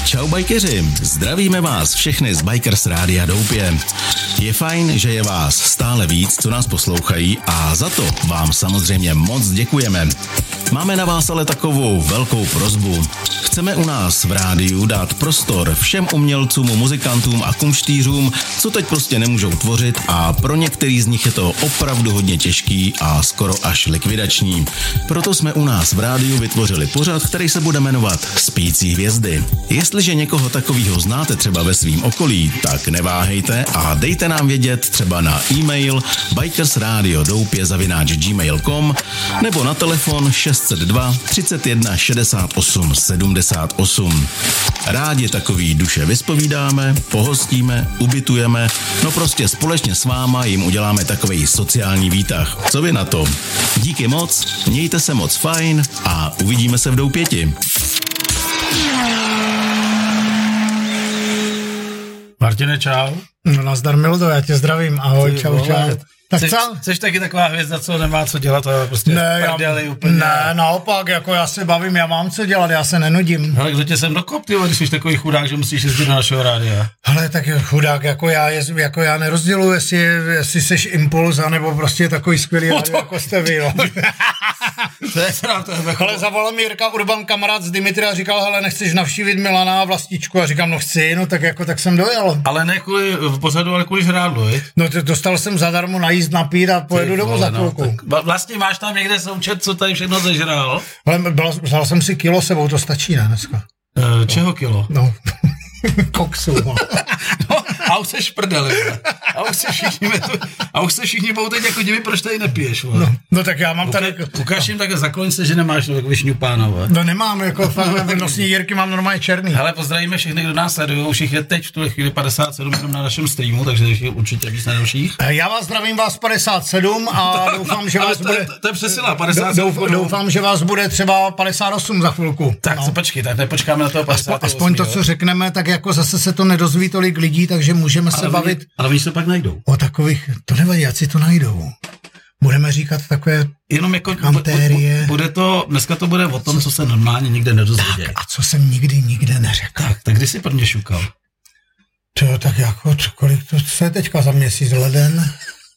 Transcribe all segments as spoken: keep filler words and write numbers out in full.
Čau bajkeři, zdravíme vás všechny z Bikers Rádia Doupě. Je fajn, že je vás stále víc, co nás poslouchají a za to vám samozřejmě moc děkujeme. Máme na vás ale takovou velkou prosbu. Chceme u nás v rádiu dát prostor všem umělcům, muzikantům a kumštýřům, co teď prostě nemůžou tvořit a pro některý z nich je to opravdu hodně těžký a skoro až likvidační. Proto jsme u nás v rádiu vytvořili pořad, který se bude jmenovat Spící hvězdy. Jestliže někoho takového znáte třeba ve svým okolí, tak neváhejte a dejte nám vědět třeba na e-mail bikersradiodoupě zavináč gmail tečka com nebo na telefon šest set dva třicet jedna šedesát osm sedmdesát osm. Rádi takový duše vyspovídáme, pohostíme, ubytujeme, no prostě společně s váma jim uděláme takovej sociální výtah. Co vy na to? Díky moc, mějte se moc fajn a uvidíme se v Doupěti. Martine, čau. No nazdar Mildo, já tě zdravím, ahoj, ty, čau, čau. Tak Jsi, co? Jsi taky taková hvězda, co nemá co dělat, ale prostě ne, prdeli já, úplně. Ne, naopak, jako já se bavím, já mám co dělat, já se nenudím. Hele, kdo tě sem dokop, ty, když jsi takový chudák, že musíš jezdit do našeho rádia. Hele, tak chudák, jako já, jako já nerozděluji, jestli, jestli seš Impuls, anebo prostě takový skvělý no rádio, to... jako jste vy, no. To je teda, to je Ale zavolal mi Jirka Urban, kamarád z Dimitry, a říkal, hele, nechceš navštívit Milana a Vlastičku? A říkám, no chci, no tak jako, tak jsem dojel. Ale ne kvůli v pořadu, ale kvůli žrádlu, je? No to dostal jsem zadarmo najíst, napít a pojedu domů za chvilku. No, vlastně máš tam někde součet, co tady všechno zežral? Ale vzal jsem si kilo sebou, to stačí, ne, dneska? E, čeho kilo? No, koksu, no. No, a už seš prdeli, a už se všichni, a už se všichni budou teď jako diví, proč tady nepiješ, no, no tak já mám tady... Uka, ukáž jim tak, zakloň se, že nemáš jako vyšňupánové. No nemám, jako fakt, nosní Jirky mám normálně černý. Hele, pozdravíme všechny, kdo nás sledují, už jich je teď v tuhle chvíli padesát sedm na našem streamu, takže ještě určitě víc na dalších. Já vás zdravím, vás padesát sedm a doufám, že vás to, bude... To, to je přesila, padesát sedm. Douf, doufám, že vás bude třeba padesát osm za chvilku. Tak no. Co počkej, tak nepočkáme na toho padesát osm. Aspoň to, co řekneme, tak jako zase se to nedozví tolik lidí, takže můžeme ale se bavit... Oni, ale oni se pak najdou. O takových, to nevadí, ať si to najdou. Budeme říkat takové jenom jako kantérie. Bude to, dneska to bude o tom, co se normálně nikde nedozvědějí. Tak, a co jsem nikdy, nikde neřekl. Tak, tak kdy jsi prvně šukal? To tak jako, kolik to, co je teďka za měsíc, leden?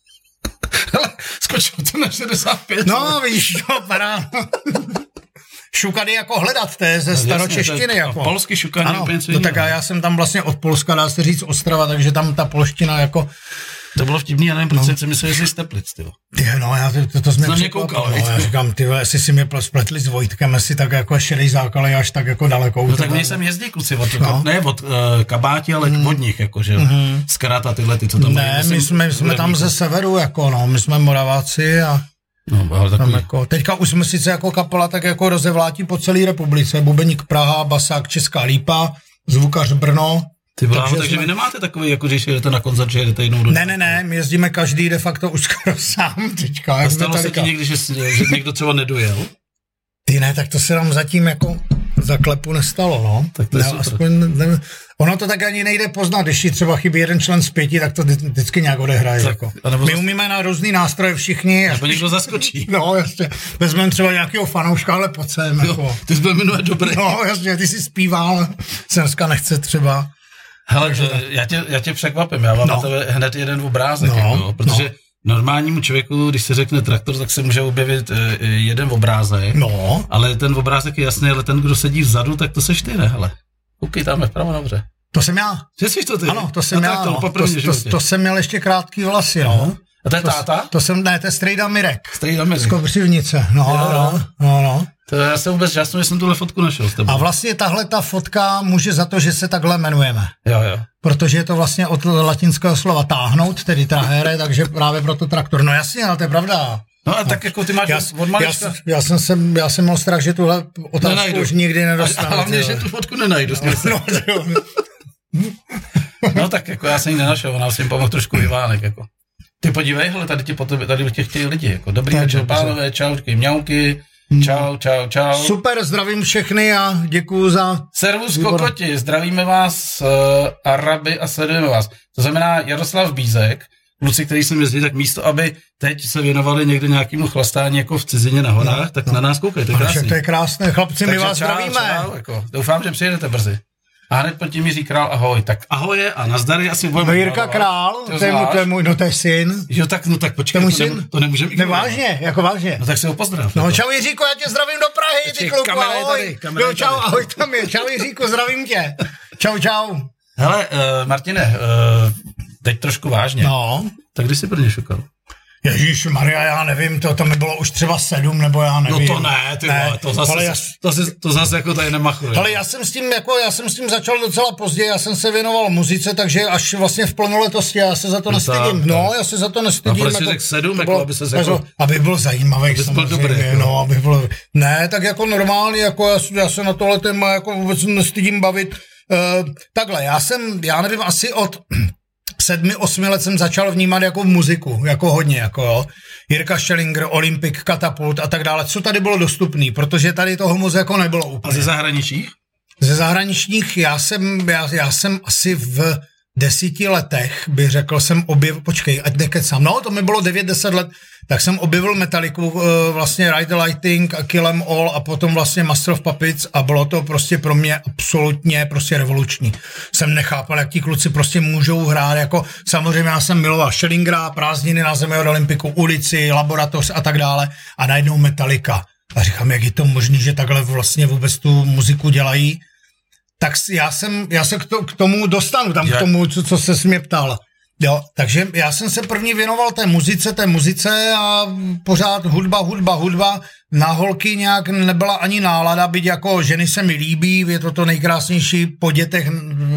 Hele, skočil to na šedesát pět. No, víš, no, paráno. Šukat je jako hledat, to je ze no, staročeštiny. Jasně, jako. Polsky šukání ano, úplně co no tak a já jsem tam vlastně od Polska, dá se říct Ostrava, takže tam ta polština jako... To bylo vtipný, já nevím, proč no. jsem myslel, že jsi z Teplic, tyjo. Ty, no, já to, to, to jsme... Jsem mě koukal, no, já říkám, ty, jestli si mě spletli s Vojtkem, jestli tak jako šedej zákalej až tak jako daleko. No tak nejsem jezdí kluci, od, no. ne od uh, Kabáti, ale mm. od nich, jako, že mm. z Karata tyhle, ty, co tam... Ne, my jsme, jsme tam ze severu, jako, no, my jsme Moraváci a... No, ale takový... jako, teďka už jsme sice jako kapela tak jako rozevlátí po celé republice, bubeník Praha, basák Česká Lípa, zvukař Brno. Ty bláho, takže, takže jsme... vy nemáte takový, jako když jedete na koncert, že jedete jinou do... Ne, ne, ne, my jezdíme každý de facto už skoro sám teďka. A stalo se ti někdy, že, že někdo třeba nedojel? Ty ne, tak to se nám zatím jako za klepu nestalo, no. Tak to je ne, super. Aspoň, ne, ono to tak ani nejde poznat, když ti třeba chybí jeden člen z pěti, tak to vždycky nějak odehraje. Tak, jako. My zas... umíme na různý nástroje všichni. Nebo někdo zaskočí. No, jasně. Vezmeme třeba nějakého fanouška, ale pojď sem. Jako. Ty jsi byl minulé dobrý. No, jasně, ty jsi zpíval, Semska nechce třeba. Hele, takže... já, tě, já tě překvapím, já mám no. na tebe hned jeden obrázek, no, jako, protože no. normálnímu člověku, když se řekne traktor, tak se může objevit uh, jeden obrázek, no. ale ten obrázek je jasný, ale ten, kdo sedí vzadu, tak to seš ty, ne, hele. Koukej, tam je vpravo nahoře. To jsem já. Že jsi to ty? Ano, to jsem no, já, to, no. to, to, to jsem měl ještě krátký vlasy, no. A to je táta? To, to jsem, ne, to je Strejda Mirek. Strejda Mirek. Z Kopřivnice, no, jo, no, no, no. To já jsem vůbec žasnou, že jsem tuhle fotku našel s tebou. A vlastně tahle ta fotka může za to, že se takhle jmenujeme. Jo, jo. Protože je to vlastně od latinského slova táhnout, tedy trahere, takže právě proto traktor. No jasně, ale to je pravda. No a no. tak jako ty máš já, od malička. Já, já, jsem se, já jsem měl strach, že tuhle otázku nenajdu. Už nikdy nedostanu. A hlavně, že tu fotku nenajdu. No, no, no tak jako já jsem ji nenašel, ona si jim pomohl trošku Ivánek, jako. Ty podívej, hele, tady ti po tebe, tady těch chtějí lidi, jako dobrý tak, večer, pánové, čaučky, mňauky, čau, čau, čau. Super, zdravím všechny a děkuju za... Servus výbor. Kokoti, zdravíme vás, uh, Araby a sledujeme vás. To znamená Jaroslav Bízek, kluci, který jsem jezdili, tak místo, aby teď se věnovali někde nějakému chlastání jako v cizině na horách, no, tak no. na nás koukej, to je krásný. To je krásné, chlapci, takže my vás čau, zdravíme. Čau, jako, doufám, že přijedete brzy. a hned pod tím Jiří Král, ahoj, tak ahoj a nazdar, asi budeme. No Jirka Král, to je, to je můj, no to je syn. Jo, tak, no tak počkej, to, to, ne, to nemůžeme ignorovat. Nevážně, jako vážně. No tak se ho pozdrav. No čau Jiříku, já tě zdravím do Prahy, ty kluku, ahoj. Jo, čau, ahoj tam je, čau Jiříku, zdravím tě. Čau, čau. Hele, uh, Martine, uh, teď trošku vážně. No. Tak kdy jsi prvně šukal? Ježíš Maria, já nevím, to, to mi bylo už třeba sedm, nebo já nevím. No to ne, ty ne, vole, to zase, ale já, to, to, to zase jako tady nemachuje. Ale já jsem s tím, jako, já jsem s tím začal docela pozdě, já jsem se věnoval muzice, takže až vlastně v plnoletosti, já se za to no nestydím. Tak, no, já se za to nestydím. A proč jako, sedm, jako, aby se jako... Aby byl zajímavý, aby byl dobrý, jako. No, aby byl... Ne, tak jako normálně, jako já, já se na tohle téma jako vůbec nestydím bavit. Uh, takhle, já jsem, já nevím, asi od... sedmi, osmi let jsem začal vnímat jako muziku, jako hodně, jako jo. Jirka Schellinger, Olympik, Katapult a tak dále, co tady bylo dostupný, protože tady toho moc jako nebylo úplně. A ze zahraničních? Ze zahraničních, já jsem, já, já jsem asi v desíti letech, bych řekl, jsem objevil, počkej, ať nekecám, no, to mi bylo devět deset let, tak jsem objevil Metallicu, vlastně Ride the Lightning a Kill 'Em All a potom vlastně Master of Puppets a bylo to prostě pro mě absolutně prostě revoluční. Jsem nechápal, jak ti kluci prostě můžou hrát, jako samozřejmě já jsem miloval Schellingera, Prázdniny na zemi od Olympiku, Ulici, Laboratoř a tak dále a najednou Metallica. A říkám, jak je to možný, že takhle vlastně vůbec tu muziku dělají. Tak já jsem, já se k, to, k tomu dostanu, tam k tomu, co, co se mě ptal. Jo, takže já jsem se první věnoval té muzice, té muzice a pořád hudba, hudba, hudba. Na holky nějak nebyla ani nálada, byť jako ženy se mi líbí, je to to nejkrásnější po dětech,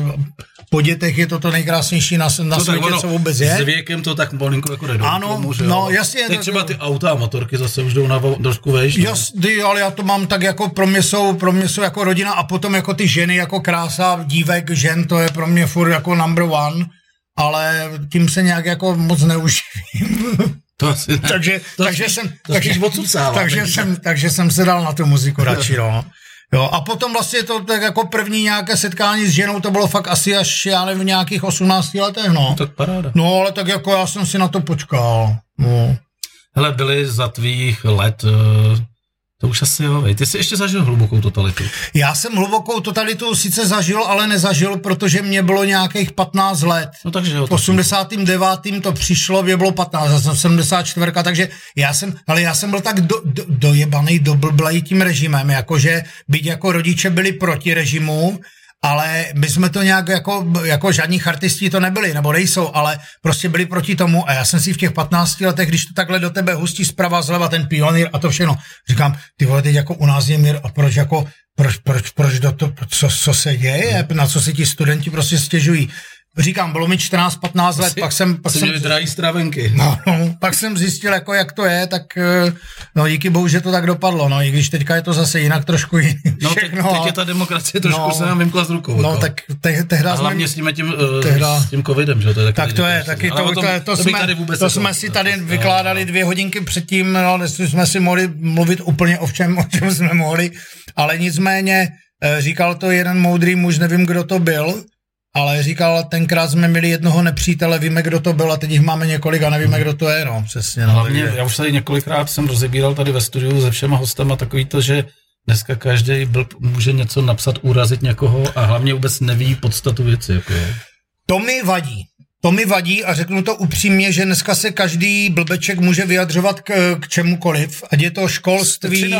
po dětech je to to nejkrásnější na, na to světě, co vůbec je. S věkem to tak malinko jako jde. Ano, tomu, no jasně. Teď třeba ty auta a motorky zase už jdou na trošku vejš. Jasně, ale já to mám tak jako pro mě jsou, pro mě jsou jako rodina a potom jako ty ženy, jako krása dívek, žen, to je pro mě furt jako number one, ale tím se nějak jako moc neuživím. To asi ne. takže, to takže, spíš, jsem, to takže, odsucává, takže, jsem, takže jsem se dal na tu muziku radši, no. Jo, a potom vlastně to tak jako první nějaké setkání s ženou, to bylo fakt asi až, já nevím, v nějakých osmnácti letech, no. no. Tak paráda. No, ale tak jako já jsem si na to počkal, no. Hele, byly za tvých let... Uh... To už asi jo, vej. Ty jsi ještě zažil hlubokou totalitu. Já jsem hlubokou totalitu sice zažil, ale nezažil, protože mě bylo nějakých patnáct let. No takže jo. V osmdesátém devátém to přišlo, mě bylo patnáct, já jsem sedmdesát čtyři, takže já jsem, ale já jsem byl tak do, do, dojebanej, doblblej tím režimem, jakože byť jako rodiče byli proti režimu, ale my jsme to nějak jako, jako žádní chartisti to nebyli, nebo nejsou, ale prostě byli proti tomu a já jsem si v těch patnácti letech, když to takhle do tebe hustí zprava, zleva ten pionýr a to všechno, říkám, ty vole, teď jako u nás je mír a proč jako, proč, proč, proč do to, co, co se děje, na co si ti studenti prostě stěžují. Říkám, bylo mi čtrnáct patnáct let, pak jsem... Pak jsem měli drahý stravenky. No, no, pak jsem zjistil, jako jak to je, tak no díky bohu, že to tak dopadlo, no, i když teďka je to zase jinak trošku jiný. No, všechno, teď, teď je ta demokracie trošku no, se nám vymkla z rukou. No, jako. Tak te, tehda a hlavně jsme, s tím, tehda, s tím covidem, že to je taky... Tak to je, taky to, to, to, to, to jsme, to jsme si tady no, vykládali dvě hodinky předtím, no, jsme si mohli mluvit úplně o čem, o čem jsme mohli, ale nicméně říkal to jeden moudrý muž, nevím, kdo to byl, ale říkal, tenkrát jsme měli jednoho nepřítele, víme, kdo to byl a teď jich máme několik a nevíme, kdo to je, no, přesně. No, hlavně, já už tady několikrát jsem rozebíral tady ve studiu se všema hostama takový to, že dneska každý blb může něco napsat, urazit někoho a hlavně vůbec neví podstatu věci. Jako je. To mi vadí. To mi vadí a řeknu to upřímně, že dneska se každý blbeček může vyjadřovat k, k čemukoliv, ať je to školství,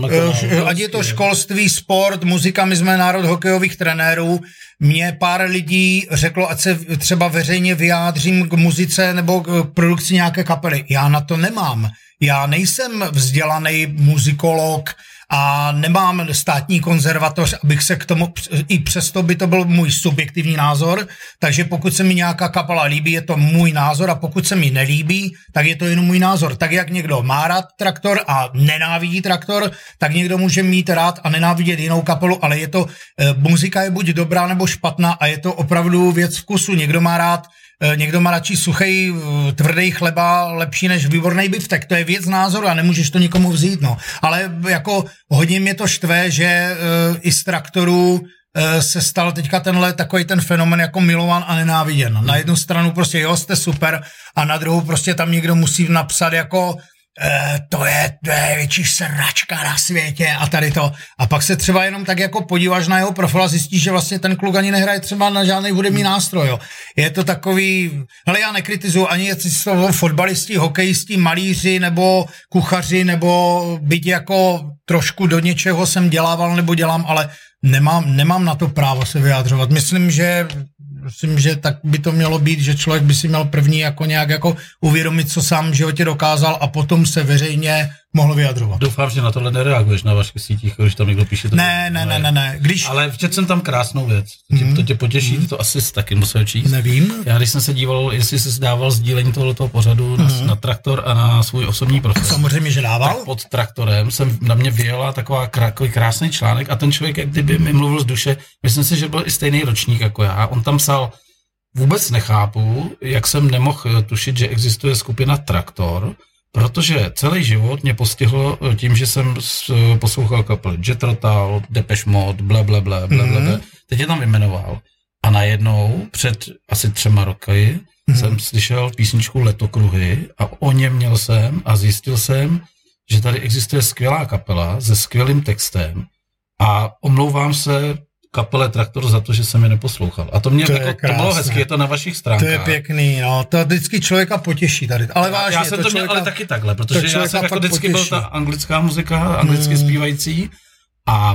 uh, ať je to školství, sport, muzika, my jsme národ hokejových trenérů. Mě pár lidí řeklo, ať se třeba veřejně vyjádřím k muzice nebo k produkci nějaké kapely. Já na to nemám. Já nejsem vzdělaný muzikolog a nemám státní konzervatoř, abych se k tomu, i přesto by to byl můj subjektivní názor, takže pokud se mi nějaká kapela líbí, je to můj názor a pokud se mi nelíbí, tak je to jenom můj názor. Tak jak někdo má rád Traktor a nenávidí Traktor, tak někdo může mít rád a nenávidět jinou kapelu, ale je to, e, muzika je buď dobrá nebo špatná a je to opravdu věc vkusu. Někdo má rád Někdo má radši suchej, tvrdý chleba lepší než výborný biftek. To je věc názoru a nemůžeš to nikomu vzít, no. Ale jako hodně mě to štve, že uh, i z Traktorů uh, se stal teďka tenhle takový ten fenomen jako milovan a nenáviděn. Na jednu stranu prostě jo, jste super a na druhou prostě tam někdo musí napsat jako e, to je, to je větší sračka na světě a tady to. A pak se třeba jenom tak jako podíváš na jeho profil a zjistíš, že vlastně ten kluk ani nehraje třeba na žádný hudební nástroj, jo. Je to takový, hele, já nekritizuju ani jestli jsou fotbalisti, hokejisti, malíři nebo kuchaři, nebo byť jako trošku do něčeho jsem dělával nebo dělám, ale nemám, nemám na to právo se vyjádřovat. Myslím, že Myslím, že tak by to mělo být, že člověk by si měl první jako nějak jako uvědomit, co sám v životě dokázal a potom se veřejně mohl vyjadřovat. Doufám, že na tohle nereaguješ na vašich sítích, když tam někdo píše. Ne, ne, ne, ne, ne. Když... Ale včetl jsem tam krásnou věc. To tě, mm. to tě potěší, mm. to asi taky musel číst. Nevím. Já když jsem se díval, jestli jsi dával sdílení tohoto pořadu mm. na, na traktor a na svůj osobní profil. Samozřejmě, že dával. Tak pod traktorem jsem na mě vyjela taková takový krásný článek a ten člověk, jak kdyby mi mluvil z duše, myslím si, že byl i stejný ročník jako já. On tam psal: vůbec nechápu, jak jsem nemohl tušit, že existuje skupina Traktor, protože celý život mě postihlo tím, že jsem poslouchal kapely Jethro Tull, Depeche Mode, ble, ble, ble, ble, ble, ble. Teď je tam vyjmenoval. A najednou, před asi třema roky, mm-hmm. jsem slyšel písničku Letokruhy a o něm měl jsem a zjistil jsem, že tady existuje skvělá kapela se skvělým textem a omlouvám se kapele Traktor za to, že jsem je neposlouchal. A to mě to, jako, to bylo hezky, je to na vašich stránkách. To je pěkný, no. To vždycky člověka potěší tady. Ale vážně, já jsem to, to člověka, měl ale taky takhle, protože já jsem jako vždycky potěší. Byl ta anglická muzika, anglicky mm. zpívající a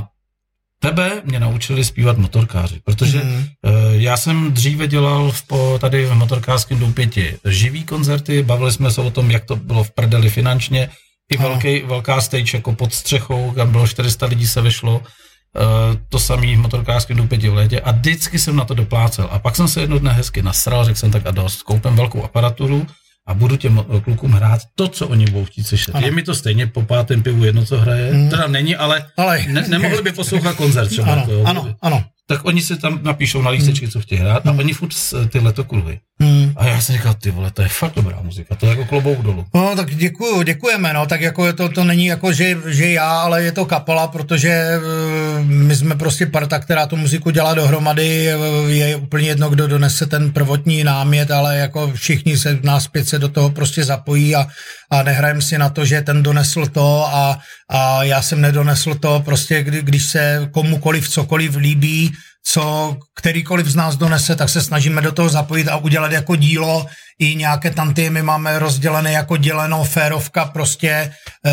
tebe mě naučili zpívat motorkáři, protože mm. uh, já jsem dříve dělal v, po, tady v motorkářském Doupěti živý koncerty, bavili jsme se o tom, jak to bylo v prdeli finančně, i velký, velká stage jako pod střechou, tam bylo čtyři sta lidí se vešlo. Uh, to samý v motorkářském Doupěti v létě a vždycky jsem na to doplácel. A pak jsem se jedno dne hezky nasral, řekl jsem tak a dost, koupím velkou aparaturu a budu těm klukům hrát to, co oni budou chtít slyšet. Je mi to stejně po pátém pivu jedno, co hraje, mm. teda není, ale, ale... Ne, nemohli by poslouchat koncert třeba. Ano, to, jo, ano, ano. Tak oni si tam napíšou na lístečky, co chtějí hrát, mm. a oni furt ty Letokruhy. Mm. A já jsem říkal, ty vole, to je fakt dobrá muzika, to je jako klobouk dolů. No tak děkuju, děkujeme, no, tak jako je to, to není jako, že, že já, ale je to kapela, protože uh, my jsme prostě parta, která tu muziku dělá dohromady, uh, je úplně jedno, kdo donese ten prvotní námět, ale jako všichni se nás pět se do toho prostě zapojí a, a nehrajeme si na to, že ten donesl to a, a já jsem nedonesl to, prostě kdy, když se komukoliv cokoliv líbí, co kterýkoliv z nás donese, tak se snažíme do toho zapojit a udělat jako dílo. I nějaké tantiemy máme rozdělené jako děleno, férovka prostě e,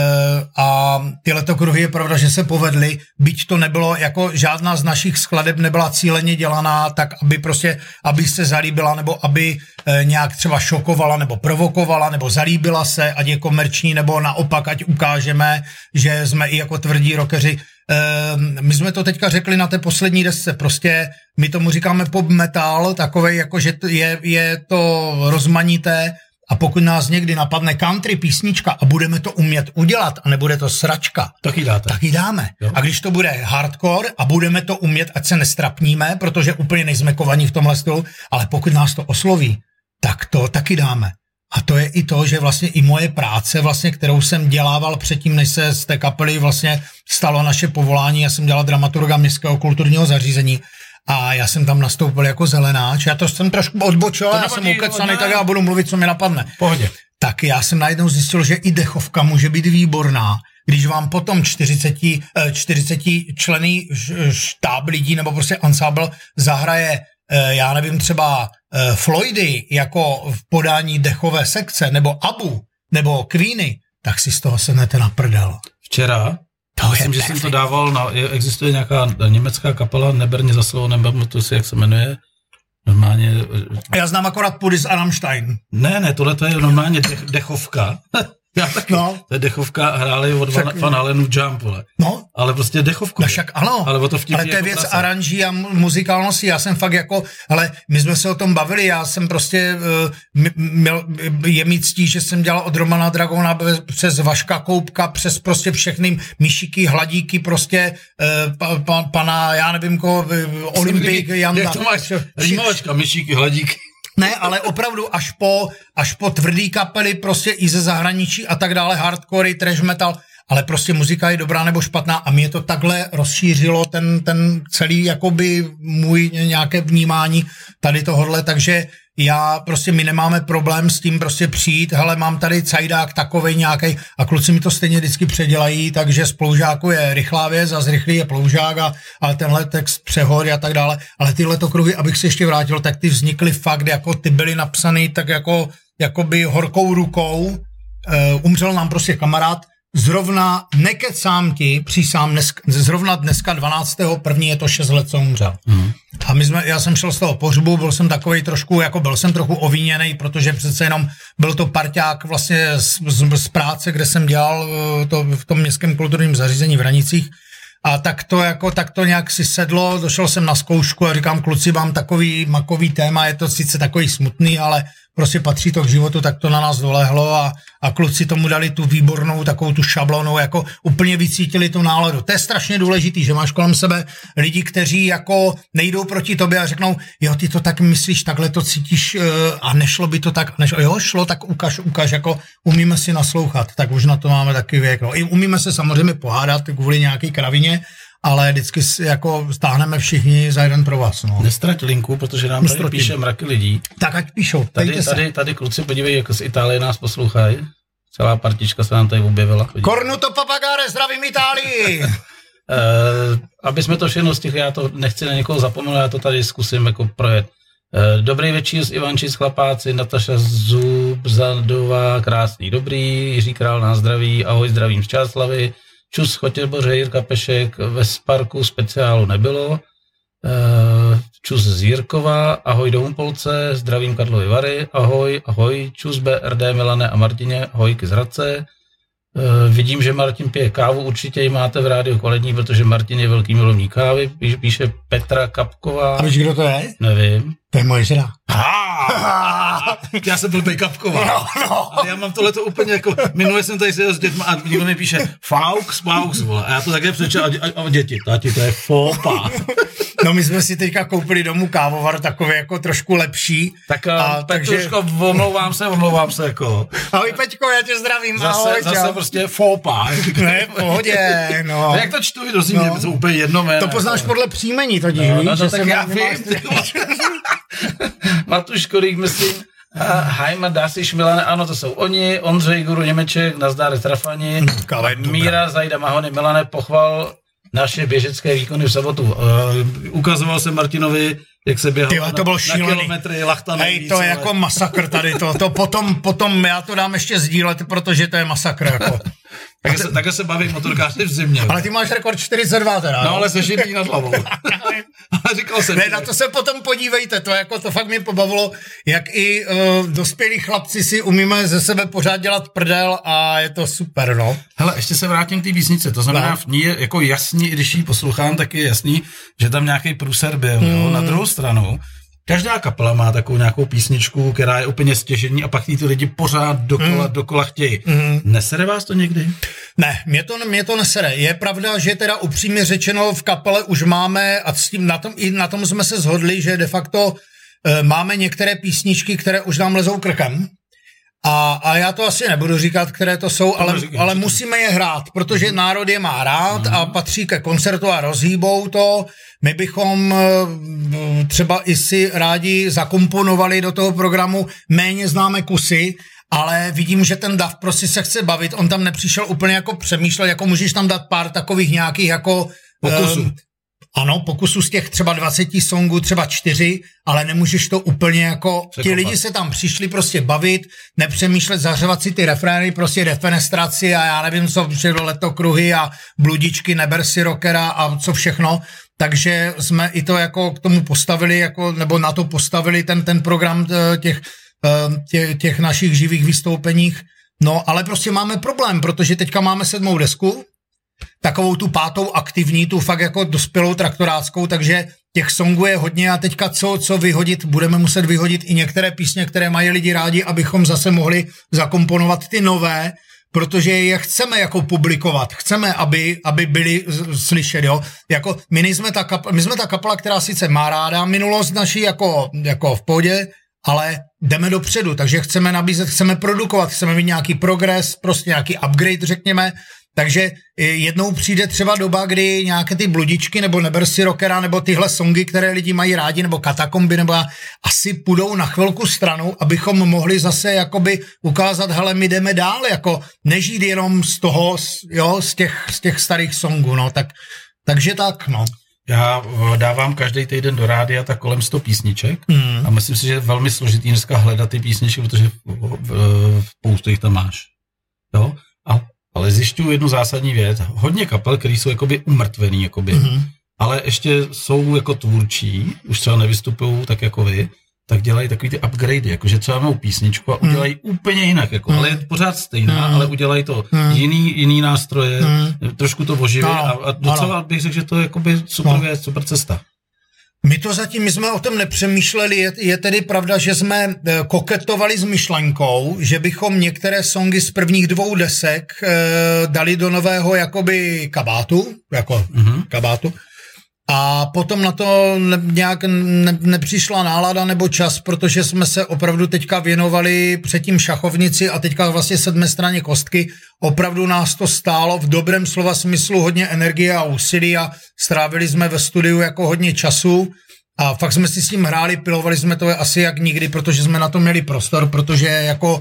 a ty Letokruhy je pravda, že se povedly, byť to nebylo, jako žádná z našich skladeb nebyla cíleně dělaná, tak aby prostě, aby se zalíbila, nebo aby e, nějak třeba šokovala, nebo provokovala, nebo zalíbila se, ať je komerční, nebo naopak, ať ukážeme, že jsme i jako tvrdí rockeři. Uh, my jsme to teďka řekli na té poslední desce, prostě my tomu říkáme pop metal, takovej jako, že je, je to rozmanité a pokud nás někdy napadne country písnička a budeme to umět udělat a nebude to sračka, tak ji dáte. Tak ji dáme. Jo. A když to bude hardcore a budeme to umět, ať se nestrapníme, protože úplně nejsme kovaní v tomhle stylu, ale pokud nás to osloví, tak to taky dáme. A to je i to, že vlastně i moje práce, vlastně, kterou jsem dělával předtím, než se z té kapely vlastně stalo naše povolání, já jsem dělal dramaturga městského kulturního zařízení a já jsem tam nastoupil jako zelenáč, já to jsem trošku odbočil, já jsem ukecaný, tak já budu mluvit, co mi napadne. Pohodě. Tak já jsem najednou zjistil, že i dechovka může být výborná, když vám potom čtyřicet členný štáb lidí nebo prostě ansábl zahraje, já nevím, třeba Floydy jako v podání dechové sekce, nebo Abu, nebo Queeny, tak si z toho sednete na prdel. Včera, to myslím, že jsem to dával, na, existuje nějaká německá kapela, Neberně za slovo, nebo to si, jak se jmenuje, normálně... Já znám akorát Pudis a Rammstein. Ne, ne, tohle to je normálně dech, dechovka. Já taky. No. To je dechovka, hráli od však, Van Halenu Jump, vole. No. Ale prostě dechovku. No však ano, ale, to ale to je jako věc prasa. Aranží a muzikálnosti. Já jsem fakt jako, ale my jsme se o tom bavili, já jsem prostě uh, měl, je mi ctí, že jsem dělal od Romana Dragona přes Vaška Koupka, přes prostě všechny myšiky, hladíky, prostě uh, pa, pa, pana, já nevím koho, Olympik, Janda. Jak to máš? Rýmovačka, myšíky, hladíky. Ne, ale opravdu až po, až po tvrdý kapely, prostě i ze zahraničí a tak dále, hardcore, trash metal, ale prostě muzika je dobrá nebo špatná a mě to takhle rozšířilo ten, ten celý jakoby můj nějaké vnímání tady tohodle, takže já prostě, my nemáme problém s tím prostě přijít, hele, mám tady cajdák takovej nějaký a kluci mi to stejně vždycky předělají, takže z ploužáku je rychlá věc a z rychlý je ploužák a, a tenhle text přehod a tak dále, ale tyhle to kruhy, abych se ještě vrátil, tak ty vznikly fakt, jako ty byly napsaný tak jako, jakoby horkou rukou, uh, umřel nám prostě kamarád, zrovna nekecám ti, přísám, dneska, zrovna dneska dvanáctého prvního je to šest let, co umřel. Mm. A my jsme, já jsem šel z toho pohřbu, byl jsem takovej trošku, jako byl jsem trochu ovíněnej, protože přece jenom byl to parťák vlastně z, z, z práce, kde jsem dělal to v tom městském kulturním zařízení v Hranicích. A tak to, jako, tak to nějak si sedlo, došel jsem na zkoušku a říkám, kluci, mám takový makový téma, je to sice takový smutný, ale prostě patří to k životu, tak to na nás dolehlo a, a kluci tomu dali tu výbornou, takovou tu šablonu, jako úplně vycítili tu náladu. To je strašně důležitý, že máš kolem sebe lidi, kteří jako nejdou proti tobě a řeknou, jo, ty to tak myslíš, takhle to cítíš a nešlo by to tak, nešlo, jo, šlo, tak ukaž, ukaž, jako umíme si naslouchat, tak už na to máme taky věk. No. I umíme se samozřejmě pohádat kvůli nějaký kravině, ale vždycky jako stáhneme všichni za jeden pro vás. No. Nestrať linku, protože nám tady píše mraky lidí. Tak ať píšou. Tady, tady, tady kluci, podívej, jako z Itálie nás poslouchají. Celá partička se nám tady objevila. Cornuto Papagare, zdravím Itálii! uh, aby jsme to všechno stihli, já to nechci na někoho zapomenout, já to tady zkusím jako projet. Uh, dobrý večer z Ivanči, z Chlapáci, Nataša Zubzadová, krásný, dobrý, Jiří Král nás zdraví, ahoj, zdravím z Čáslavy. Čus, Chotěboře, Jirka Pešek, ve Sparku speciálu nebylo. Čus z Jirkova, ahoj do Humpolce, zdravím Karlovy Vary, ahoj, ahoj, čus B R D, Milane a Martině, ahojky z Hradce. Vidím, že Martin pije kávu, určitě ji máte v rádiu kvalitní, protože Martin je velký milovník kávy, píše, píše Petra Kapková. A víš, kdo to je? Nevím. To je moje žena. Já jsem byl Bejkapková. No, no. Ale já mám tohleto úplně jako, minule jsem tady seděl s dětma a někdo mi píše Faux, Faux, vole. A já to také přečel a, a, a děti, tati, to je fopa. No my jsme si teďka koupili domů kávovar takový jako trošku lepší. Tak a, takže... Petuško, omlouvám se, omlouvám se jako. Ahoj Peťko, já tě zdravím, zase, ahoj. Zase prostě fopa. Ne, v pohodě, no. A jak to čtu, dozvím, no. To úplně jedno jméno. To poznáš jako podle příjmení totiž, no, víš, no, že tak já vím. Matuš Korík, myslím, Hajma, Dásiš, Milane, ano, to jsou oni, Ondřej, Guru, Němeček, Nazdár, Trafani, Míra, Zajda, Mahony, Milane, pochval naše běžecké výkony v sobotu. Uh, ukazoval jsem Martinovi, jak se běhal Tyhle, to bylo na, na kilometry, lachta nejvíc. Hej, to je jako masakr tady, to, to potom, potom já to dám ještě sdílet, protože to je masakr, jako. Takhle se, tak se baví motorkáři v zimě. Ale ty máš rekord čtyřicet dva teda. No, ale se šipí nad hlavou. Ale říkal jsem. Ne, na to se potom podívejte, to jako to fakt mě pobavilo, jak i uh, dospělí chlapci si umíme ze sebe pořád dělat prdel a je to super, no. Hele, ještě se vrátím k té písnice, to znamená, no. V ní je jako jasný, když ji poslouchám, tak je jasný, že tam nějaký průser byl, mm. jo. Na druhou stranu, každá kapela má takovou nějakou písničku, která je úplně stěžení a pak ty lidi pořád dokola, mm. dokola chtějí. Mm. Nesere vás to někdy? Ne, mě to, mě to nesere. Je pravda, že teda upřímně řečeno v kapele už máme, a s tím na tom, i na tom jsme se shodli, že de facto e, máme některé písničky, které už nám lezou krkem. A, a já to asi nebudu říkat, které to jsou, ale, ale musíme je hrát, protože národ je má rád a patří ke koncertu a rozhýbou to. My bychom třeba i si rádi zakomponovali do toho programu méně známé kusy, ale vidím, že ten Dav prostě se chce bavit. On tam nepřišel úplně jako přemýšlet, jako můžeš tam dát pár takových nějakých jako... Pokusů. Um, Ano, pokusu z těch třeba dvaceti songů, třeba čtyři, ale nemůžeš to úplně jako... Překopat. Ti lidi se tam přišli prostě bavit, nepřemýšlet, zařvat si ty refrény, prostě defenestraci a já nevím, co všechno letokruhy a bludičky, neber si rockera a co všechno. Takže jsme i to jako k tomu postavili, jako, nebo na to postavili ten, ten program těch, těch, těch našich živých vystoupeních. No, ale prostě máme problém, protože teďka máme sedmou desku, takovou tu pátou aktivní, tu fakt jako dospělou traktoráckou, takže těch songů je hodně a teďka co, co vyhodit, budeme muset vyhodit i některé písně, které mají lidi rádi, abychom zase mohli zakomponovat ty nové, protože je chceme jako publikovat, chceme, aby, aby byli slyšet, jo. Jako my nejsme ta kapela, my jsme ta kapela, která sice má ráda minulost naší jako, jako v pohodě, ale jdeme dopředu, takže chceme nabízet, chceme produkovat, chceme mít nějaký progres, prostě nějaký upgrade, řekněme. Takže jednou přijde třeba doba, kdy nějaké ty bludičky nebo Neber si rockera nebo tyhle songy, které lidi mají rádi, nebo katakomby, nebo asi půjdou na chvilku stranou, abychom mohli zase jakoby ukázat, hele, my jdeme dál, jako nežít jenom z toho, jo, z těch, z těch starých songů, no, tak, takže tak, no. Já dávám každý týden do rádia tak kolem sto písniček mm. a myslím si, že je velmi složitý dneska hledat ty písničky, protože spoustu jich tam máš. Jo? A, ale zjišťuju jednu zásadní věc. Hodně kapel, který jsou jakoby umrtvený, jakoby, mm. ale ještě jsou jako tvůrčí, už třeba nevystupují tak jako vy, tak dělají takový ty upgradey, jakože třeba mou písničku a udělají mm. úplně jinak, jako, mm. ale je pořád stejná, mm. ale udělají to mm. jiný, jiný nástroje, mm. trošku to oživí a, a docela ano. bych řekl, že to je jakoby super no. věc, super cesta. My to zatím, my jsme o tom nepřemýšleli, je, je tedy pravda, že jsme koketovali s myšlenkou, že bychom některé songy z prvních dvou desek e, dali do nového jakoby kabátu, jako mm-hmm. kabátu, a potom na to ne, nějak ne, nepřišla nálada nebo čas, protože jsme se opravdu teďka věnovali předtím šachovnici a teďka vlastně sedmestranně kostky. Opravdu nás to stálo v dobrém slova smyslu hodně energie a úsilí a strávili jsme ve studiu jako hodně času a fakt jsme si s tím hráli, pilovali jsme to asi jak nikdy, protože jsme na to měli prostor, protože jako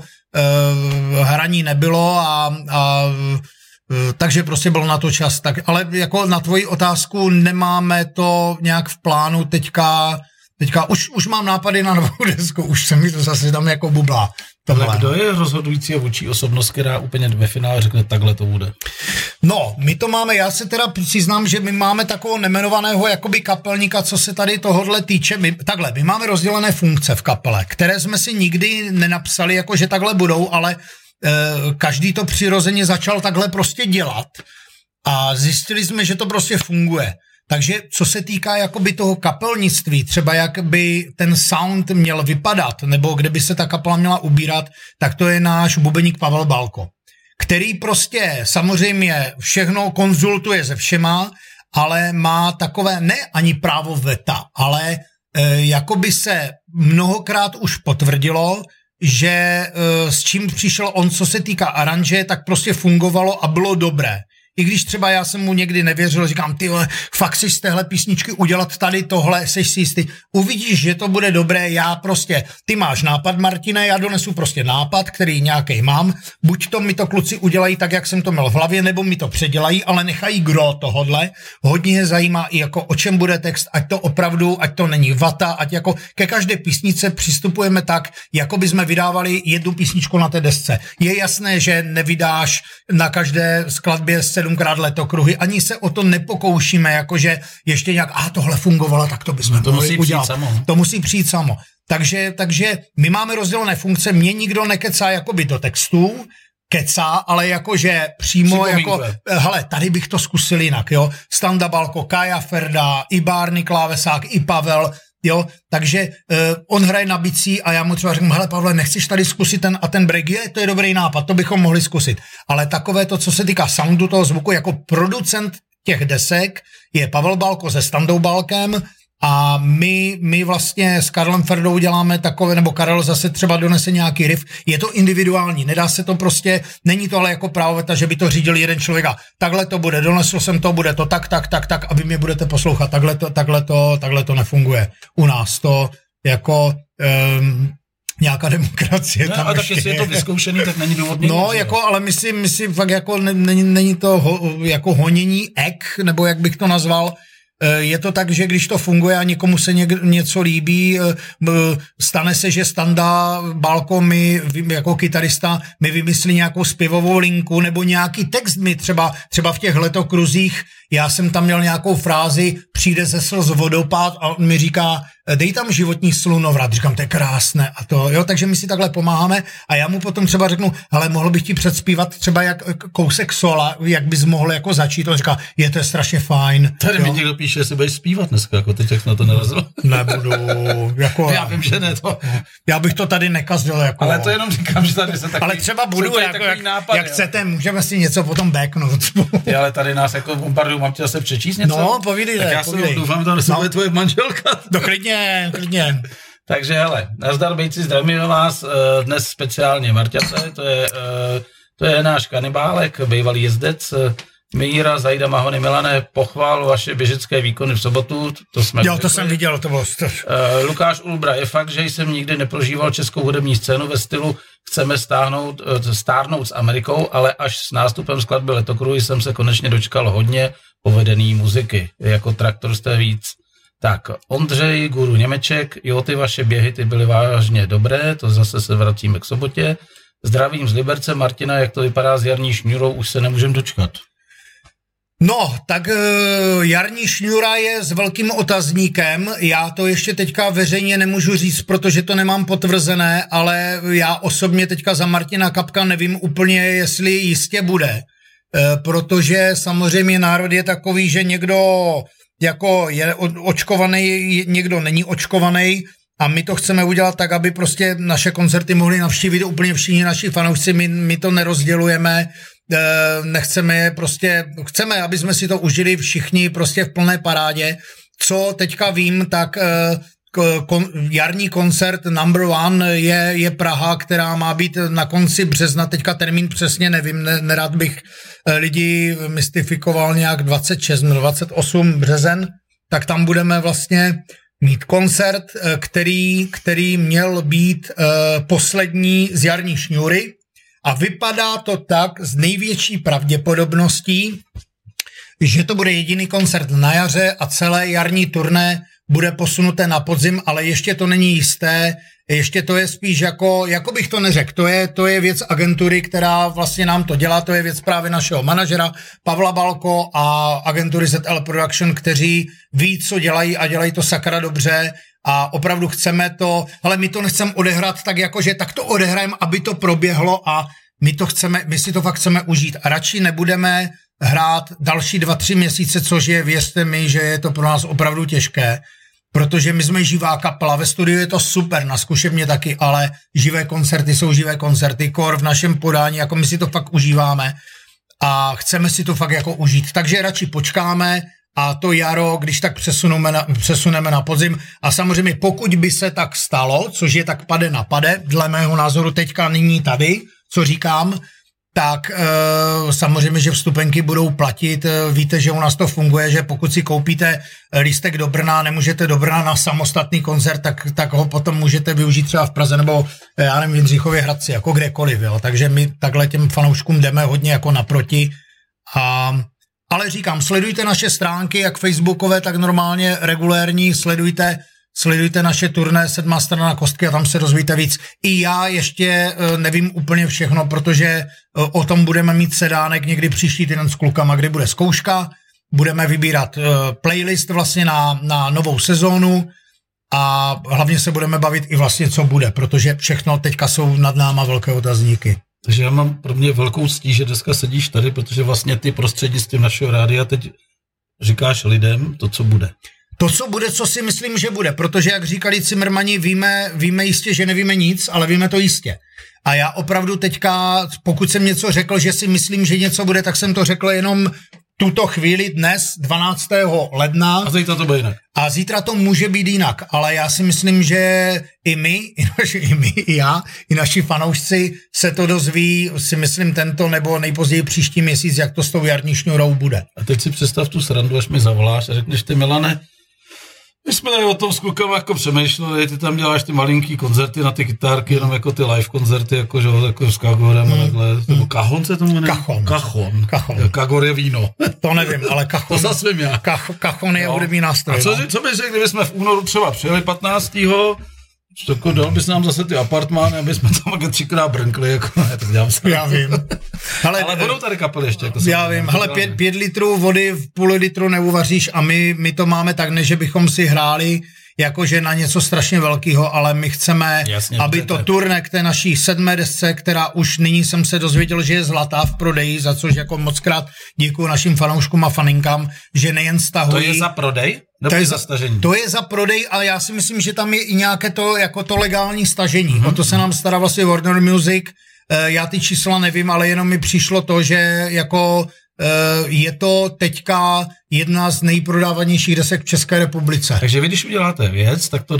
e, hraní nebylo a, a takže prostě byl na to čas. Tak, ale jako na tvoji otázku nemáme to nějak v plánu teďka, teďka už, už mám nápady na novou desku, už se mi to zase tam jako bublá. Ale kdo je rozhodující a vůči osobnost, která úplně ve finále řekne, takhle to bude? No, my to máme, já se teda přiznám, že my máme takového nemenovaného jakoby kapelníka, co se tady tohodle týče. My, takhle, my máme rozdělené funkce v kapele, které jsme si nikdy nenapsali, jako že takhle budou, ale každý to přirozeně začal takhle prostě dělat a zjistili jsme, že to prostě funguje. Takže co se týká jakoby toho kapelnictví, třeba jak by ten sound měl vypadat, nebo kde by se ta kapela měla ubírat, tak to je náš bubeník Pavel Balko, který prostě samozřejmě všechno konzultuje se všema, ale má takové, ne ani právo veta, ale e, jakoby se mnohokrát už potvrdilo, že uh, s čím přišel on, co se týká aranže, tak prostě fungovalo a bylo dobré. I když třeba já jsem mu někdy nevěřil, říkám, ty vole, fakt si z téhle písničky udělat tady tohle, seš si jistý, uvidíš, že to bude dobré, já prostě, ty máš nápad, Martine, já donesu prostě nápad, který nějaký mám, buď to mi to kluci udělají tak, jak jsem to měl v hlavě, nebo mi to předělají, ale nechají gro tohodle, hodně je zajímá i jako o čem bude text, ať to opravdu, ať to není vata, ať jako ke každé písnice přistupujeme tak, jako by jsme vydávali jednu písničku na té desce. Je jasné, že nevydáš na každé skladbě sedmkrát letokruhy, ani se o to nepokoušíme, jakože ještě nějak, a tohle fungovalo, tak to bychom no to mohli musí udělat. Samo. To musí přijít samo. Takže, takže my máme rozdělené funkce, mě nikdo nekecá jakoby do textů, kecá, ale jakože přímo jako, hele, tady bych to zkusil jinak, jo. Standa Balko, Kája Ferda, i Bárny Klávesák, i Pavel, jo, takže uh, on hraje na bicí a já mu třeba řeknu, hele Pavle, nechceš tady zkusit ten a ten break, je, to je dobrý nápad, to bychom mohli zkusit. Ale takové to, co se týká soundu toho zvuku, jako producent těch desek je Pavel Balko se Standou Balkem a my, my vlastně s Karlem Ferdou děláme takové, nebo Karel zase třeba donese nějaký riff, je to individuální, nedá se to prostě, není to ale jako právoveta, že by to řídil jeden člověk a takhle to bude, donesl jsem to, bude to tak, tak, tak, tak, aby mě budete poslouchat, takhle to, takhle to, takhle to nefunguje. U nás to jako um, nějaká demokracie no, tam a tak jestli je to vyzkoušený, tak není důvod. No, jako, ale myslím, myslím fakt jako není, není to ho, jako honění ek, nebo jak bych to nazval. Je to tak, že když to funguje a někomu se něk, něco líbí, stane se, že Standa Balko mi jako kytarista mi vymyslí nějakou zpěvovou linku nebo nějaký text mi třeba, třeba v těch letokruzích, já jsem tam měl nějakou frázi, přijde ze slz vodopád a on mi říká, dej tam životní slunovrat, říkám, to je krásné a to, jo, takže my si takhle pomáháme a já mu potom třeba řeknu, hele, mohl bych ti předspívat třeba jak kousek sola, jak bys mohl jako začít, on říká, je to je strašně fajn. Tady jo? Mi někdo píše, jestli budeš zpívat dneska, jako teď jak na to narazil. Nebudu, jako... Já vím, že ne to. Já bych to tady nekazil, jako... Ale to jenom říkám, že tady se takový... Ale třeba budu, jako, jak, nápad, jak chcete, můžeme si něco potom backnout. Ty, ale tady nás jako bombardují, mám ti zase přečíst něco? No, povídej. Tak já povídej. se doufám, že to bude tvoje manželka. No klidně, klidně. Takže hele, nazdar bejci, zdravíme vás, dnes speciálně Marťace, to je to je náš kanibálek, bývalý jezdec, Míra, Zajda, Mahony, Milané, pochvál vaše běžecké výkony v sobotu, to jsme... Jo, to jsem viděl, to bylo... Uh, Lukáš Ulbra, je fakt, že jsem nikdy neprožíval českou hudební scénu ve stylu chceme stáhnout, stárnout s Amerikou, ale až s nástupem skladby Letokruhy jsem se konečně dočkal hodně povedený muziky, jako Traktor jste víc. Tak, Ondřej, Guru Němeček, jo, ty vaše běhy, ty byly vážně dobré, to zase se vracíme k sobotě. Zdravím z Liberce, Martina, jak to vypadá s jarní šňůrou, už se nemůžem dočkat. No, tak uh, jarní šňůra je s velkým otazníkem, já to ještě teďka veřejně nemůžu říct, protože to nemám potvrzené, ale já osobně teďka za Martina Kapka nevím úplně, jestli jistě bude, uh, protože samozřejmě národ je takový, že někdo jako je očkovaný, někdo není očkovaný a my to chceme udělat tak, aby prostě naše koncerty mohli navštívit úplně všichni naši fanoušci, my, my to nerozdělujeme, nechceme prostě, chceme, aby jsme si to užili všichni prostě v plné parádě. Co teďka vím, tak kon, jarní koncert number one je, je Praha, která má být na konci března, teďka termín přesně nevím, ne, nerad bych lidi mystifikoval nějak dvacet šest, dvacet osm březen, tak tam budeme vlastně mít koncert, který, který měl být uh, poslední z jarní šňůry a vypadá to tak z největší pravděpodobností, že to bude jediný koncert na jaře a celé jarní turné bude posunuté na podzim, ale ještě to není jisté, ještě to je spíš jako, jako bych to neřekl, to je, to je věc agentury, která vlastně nám to dělá, to je věc právě našeho manažera Pavla Balko a agentury Z L Production, kteří ví, co dělají a dělají to sakra dobře a opravdu chceme to, ale my to nechceme odehrát tak jako, že tak to odehrajeme, aby to proběhlo a my to chceme, my si to fakt chceme užít a radši nebudeme hrát další dva, tři měsíce, což je, věřte mi, že je to pro nás opravdu těžké, protože my jsme živá kapela, ve studiu je to super, na zkušebně taky, ale živé koncerty jsou živé koncerty, kor v našem podání, jako my si to fakt užíváme a chceme si to fakt jako užít, takže radši počkáme a to jaro, když tak přesuneme na, přesuneme na podzim a samozřejmě pokud by se tak stalo, což je tak pade na pade, dle mého názoru teďka nyní tady, co říkám, tak e, samozřejmě, že vstupenky budou platit, e, víte, že u nás to funguje, že pokud si koupíte lístek do Brna, nemůžete do Brna na samostatný koncert, tak, tak ho potom můžete využít třeba v Praze nebo já nevím, v Jindřichově Hradci, jako kdekoliv, jo. Takže my takhle těm fanouškům jdeme hodně jako naproti a ale říkám, sledujte naše stránky, jak facebookové, tak normálně regulérní, sledujte Sledujte naše turné Sedmá strana kostky a tam se dozvíte víc. I já ještě nevím úplně všechno, protože o tom budeme mít sedánek někdy příští týden s klukama, kdy bude zkouška, budeme vybírat playlist vlastně na, na novou sezónu a hlavně se budeme bavit i vlastně, co bude, protože všechno teďka jsou nad náma velké otazníky. Takže já mám pro mě velkou ctí, že dneska sedíš tady, protože vlastně ty prostřednictvím našeho rádia teď říkáš lidem to, co bude. To, co bude, co si myslím, že bude, protože jak říkali Cimrmani, víme, víme jistě, že nevíme nic, ale víme to jistě. A já opravdu teďka, pokud jsem něco řekl, že si myslím, že něco bude, tak jsem to řekl jenom tuto chvíli dnes, dvanáctého ledna. A zítra to bude jinak. A zítra to může být jinak, ale já si myslím, že i my, i, naši, i my, i já, i naši fanoušci se to dozví, si myslím tento nebo nejpozději příští měsíc, jak to s tou jarní šňůrou bude. A teď si představ tu srandu, až mi zavoláš a řekneš ty, Milane, my jsme tady o tom s klukama jako přemýšleli, ty tam děláš ty malinký koncerty na ty kytárky, jenom jako ty live koncerty, jako, že, jako s Kagorem a takhle, mm. nebo Kachon se tomu jmenuje? Kachon. Kachon. Kachon. Kagor je víno. To nevím, ale Kachon. To zase vím já. Kach, kachon je hudební nástroj. A co, co bys řekl, kdyby jsme v únoru třeba přijeli patnáctého Jako dal bys nám zase ty apartmány, aby jsme tam také třikrát brnkli, jako ne, tak dělám se. Já vím. Hele, ale budou tady kapely ještě. Jako já vím, hele, pět, pět litrů vody v půl litru neuvaříš a my, my to máme tak, ne, že bychom si hráli jakože na něco strašně velkého, ale my chceme, jasně, aby to turné k té naší sedmé desce, která už nyní jsem se dozvěděl, že je zlatá v prodeji, za což jako mockrát děkuju našim fanouškům a faninkám, že nejen stahují. To je za prodej? To je za stažení. To je za prodej, ale já si myslím, že tam je i nějaké to, jako to legální stažení. Mm-hmm. O to se nám stará vlastně Warner Music. Já ty čísla nevím, ale jenom mi přišlo to, že jako je to teďka jedna z nejprodávanějších desek v České republice. Takže vy, když uděláte věc, tak to jde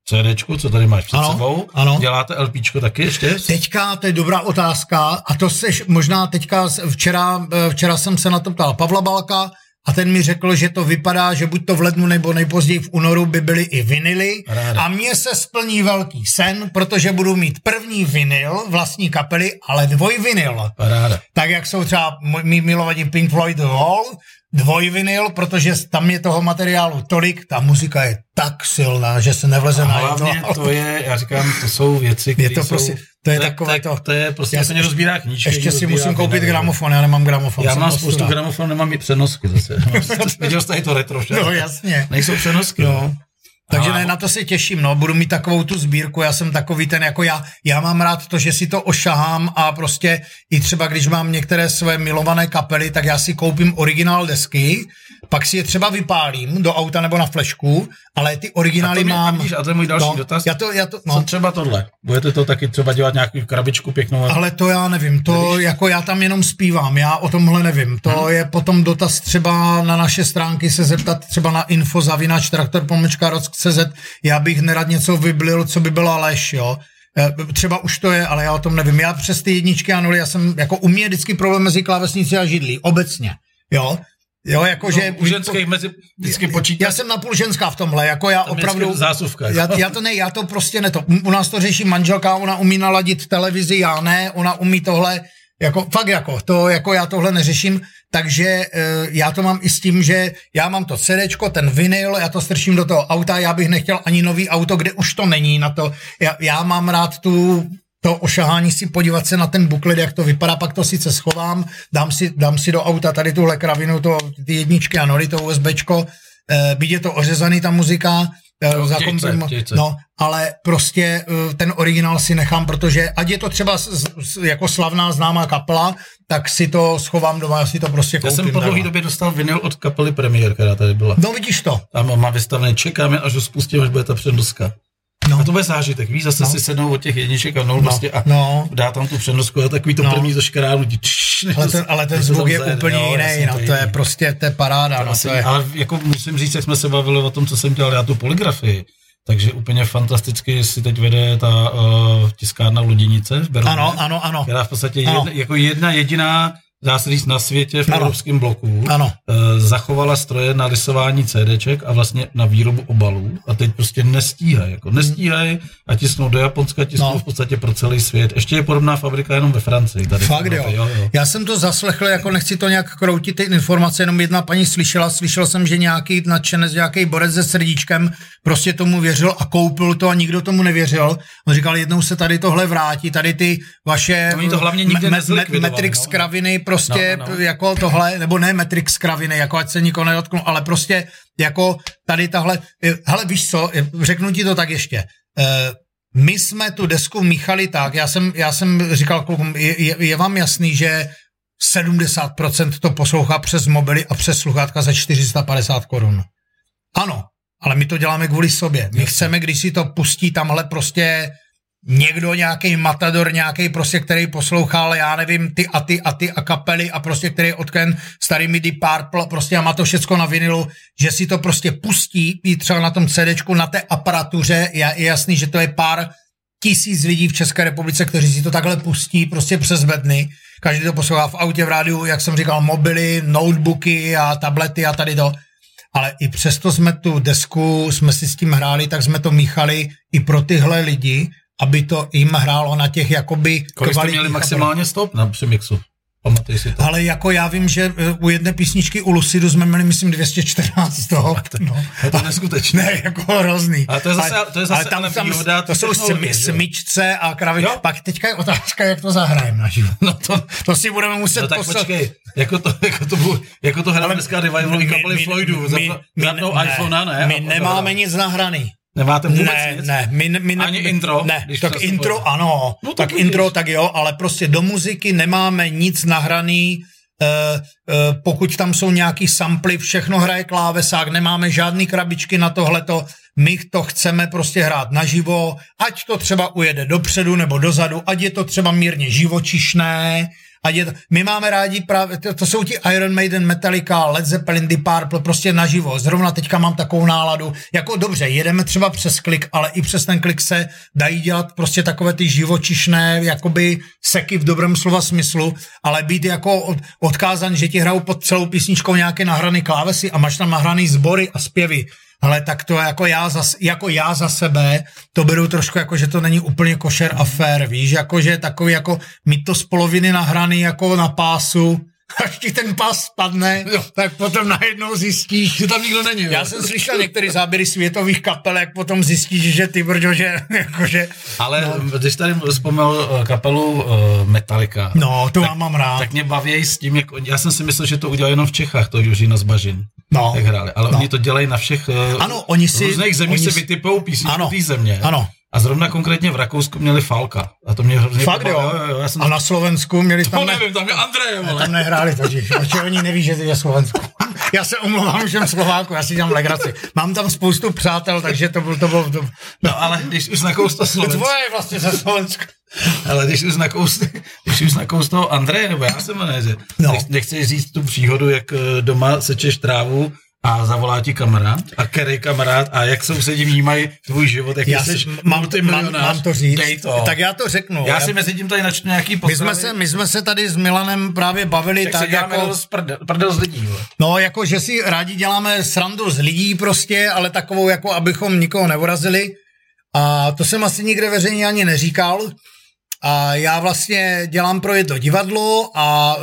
CDčku, co tady máš před ano, sebou. Ano. Děláte LPčko taky ještě? Teďka, to je dobrá otázka, a to seš možná teďka, včera, včera jsem se na to ptal Pavla Balka, a ten mi řekl, že to vypadá, že buď to v lednu nebo nejpozději v únoru by byly i vinily. Ráda. A mně se splní velký sen, protože budu mít první vinyl vlastní kapely, ale dvojvinyl. Ráda. Tak jak jsou třeba mý milovaní Pink Floyd The Wall, dvojvinyl, protože tam je toho materiálu tolik, ta muzika je tak silná, že se nevleze na jedno. Hlavně to je, já říkám, to jsou věci, které je to jsou... Prostě, to je takové to... To je prostě, já se nerozbírá knížky. Ještě si musím koupit gramofon, já nemám gramofon. Já mám spoustu gramofon, nemám i přenosky zase. Viděl jste i to retro, že? No jasně. Nejsou přenosky. No. Takže ne, na to se těším, no, budu mít takovou tu sbírku, já jsem takový ten, jako já, já mám rád to, že si to ošahám a prostě i třeba, když mám některé své milované kapely, tak já si koupím originál desky, pak si je třeba vypálím do auta nebo na flešku, ale ty originály a mě, mám... A, víš, a to je můj další no, dotaz. Já to, já to, no. Co třeba tohle? Budete to taky třeba dělat nějakou krabičku pěknou? Ale to já nevím, to Nevíš? Jako já tam jenom zpívám, já o tomhle nevím. To hmm. je potom dotaz třeba na naše stránky se zeptat třeba na info zavinač traktor pomlčka rock tečka cé zet. Já bych nerad něco vyblil, co by byla lež, jo. Třeba už to je, ale já o tom nevím. Já přes ty jedničky a nuly, já jsem, jako u mě je vždycky problém mezi klávesnicí a židlí, obecně, jo. Jo, jakože... No, u ženských mezi vždycky počítat. Já jsem napůl ženská v tomhle, jako já tam opravdu... Zásuvka. Já, já to ne, já to prostě ne to. U nás to řeší manželka, ona umí naladit televizi, já ne, ona umí tohle, jako fakt jako, to jako já tohle neřeším, takže uh, já to mám i s tím, že já mám to CDčko, ten vinyl, já to strčím do toho auta, já bych nechtěl ani nový auto, kde už to není na to. Já, já mám rád tu... to ošahání si, podívat se na ten buklet, jak to vypadá, pak to sice schovám, dám si, dám si do auta tady tuhle kravinu, to, ty jedničky a nory, to USBčko, e, byť je to ořezaný ta muzika, e, no, za těžce, komprim, těžce. no, ale prostě e, ten originál si nechám, protože ať je to třeba s, s, jako slavná známá kapela, tak si to schovám doma, já si to prostě koupím. Já jsem po dlouhé době dostal vinyl od kapely Premiér, která tady byla. No vidíš to. Tam má vystavený, čekáme, až ho spustím, až bude ta přenoska. No. A to bude zážitek, víš, zase no. si sednou od těch jedniček a nul no. prostě a no. dá tam tu přenosku a takový to no. první zaškránutí. Ale ten, ale ten zvuk je zajde, úplně jo, jiný, no, to je prostě, to je paráda. To no, asi, to je... Ale jako musím říct, jak jsme se bavili o tom, co jsem dělal já tu poligrafii, takže úplně fantasticky si teď vede ta uh, tiskárna Luděnice v Berouně, ano, ano, ano. která v podstatě jedna, jako jedna jediná, dá se říct, na světě v evropském bloku ano. E, zachovala stroje na lisování CDček a vlastně na výrobu obalů a teď prostě nestíhají, jako nestíhají a tisknou do Japonska, tisknou no. v podstatě pro celý svět. Ještě je podobná fabrika jenom ve Francii. Tady Fakt jo. jo, jo. Já jsem to zaslechl, jako nechci to nějak kroutit, ty informace, jenom jedna paní slyšela, slyšel jsem, že nějaký nadšenec, nějaký borec se srdíčkem prostě tomu věřil a koupil to a nikdo tomu nevěřil. On říkal, jednou se tady tohle vrátí, tady ty vaše to hlavně nikde me- me- Matrix no. kraviny, prostě no, no, no. jako tohle, nebo ne Matrix kraviny, jako ať se nikoho nedotknu, ale prostě jako tady tahle, hele víš co, řeknu ti to tak ještě, my jsme tu desku míchali tak, já jsem, já jsem říkal klukům, je, je, je vám jasný, že sedmdesát procent to poslouchá přes mobily a přes sluchátka za čtyři sta padesát korun. Ano, ale my to děláme kvůli sobě. My chceme, když si to pustí tamhle prostě někdo, nějaký matador, nějaký prostě, který poslouchal, já nevím, ty a ty a ty a kapely a prostě, který odken starými Deep Purple, prostě a má to všecko na vinilu, že si to prostě pustí i třeba na tom CDčku, na té aparatuře, je, je jasný, že to je pár tisíc lidí v České republice, kteří si to takhle pustí prostě přes bedny. Každý to poslouchá v autě, v rádiu, jak jsem říkal, mobily, notebooky a tablety a tady to. Ale i přesto jsme tu desku, jsme si s tím hráli, tak jsme to míchali i pro tyhle lidi, aby to jim hrálo na těch jakoby... Kolik jste měli maximálně stop na přemixu? Pamatuješ si to? Ale jako já vím, že u jedné písničky u Lucidu jsme měli, myslím, dvě stě čtrnáct toho. No. Je to neskutečné. Ne, jako hrozný. Ale to je zase, to je zase ale tam, tam výhoda, to jsou smy, smyčce a kravy. Jo? Pak teďka je otázka, jak to zahrajeme naživo. No to, to si budeme muset no tak poslat. Počkej, jako to, jako to, bylo, jako to hraje dneska revivalový kapely Floydů. Zapnou iPhonea, ne? My nemáme nic nahraný. Nemáte vůbec ne, nic? Ne, my, my ne, ani intro? Ne, tak intro bude. Ano, no, tak, tak intro tak jo, ale prostě do muziky nemáme nic nahraný, e, e, pokud tam jsou nějaký samply, všechno hraje klávesák, nemáme žádný krabičky na tohleto, my to chceme prostě hrát naživo, ať to třeba ujede dopředu nebo dozadu, ať je to třeba mírně živočišné, A je to, my máme rádi právě, to, to jsou ti Iron Maiden, Metallica, Led Zeppelin, Deep Purple, prostě naživo. Zrovna teďka mám takovou náladu. Jako dobře, jedeme třeba přes klik, ale i přes ten klik se dají dělat prostě takové ty živočišné, jakoby seky v dobrém slova smyslu, ale být jako od, odkázan, že ti hrajou pod celou písničkou nějaké nahrané klávesy a máš tam nahraný sbory a zpěvy. Ale tak to jako já, za, jako já za sebe to beru trošku jako, že to není úplně košer a fair, víš, jako, že takový jako mít to z poloviny nahraný jako na pásu, až ti ten pás spadne, jo. Tak potom najednou zjistíš, že tam nikdo není. Jo. Já jsem slyšel některé záběry světových kapel, jak potom zjistíš, že ty brďo, že jakože... Ale no. Když tady vzpomněl kapelu uh, Metallica. No, to tak, já mám rád. Tak mě baví s tím, jak, já jsem si myslel, že to udělal jenom v Čechách, to Južina z Bažin. No. Tak hráli, ale no. Oni to dělají na všech uh, ano, oni si, různých zemích oni se vytipou písničku té země. Ano. A zrovna konkrétně v Rakousku měli Falka. A to mě hrozně Fakt jo? jo, jo já jsem a na Slovensku měli tam... To nevím, tam je Andrej, vole. Tam nehráli totiž, protože oni neví, že to je Slovensko. Já se omlouvám všem Slováku, já si dělám legraci. Mám tam spoustu přátel, takže to bylo... To bylo to... No ale když už nakous to Slovensko... Tvoje je vlastně ze Slovenska. Ale když už nakous, když už nakous toho Andreje, nebo já jsem ne, no. Nechci říct tu příhodu, jak doma sečeš trávu a zavolá ti kamarád a který kamarád a jak sousedí vnímají tvůj život, jak jsi multimilionář. Mám, mám to říct, to. Tak já to řeknu. Já, já si mezi tím tady načnu nějaký postavy. My jsme se, my jsme se tady s Milanem právě bavili tak, tak se děláme jako... z prdel, prdel z lidí. Vole. No jako, že si rádi děláme srandu z lidí prostě, ale takovou jako, abychom nikoho neurazili. A to jsem asi nikde veřejně ani neříkal. A já vlastně dělám pro jedno divadlo a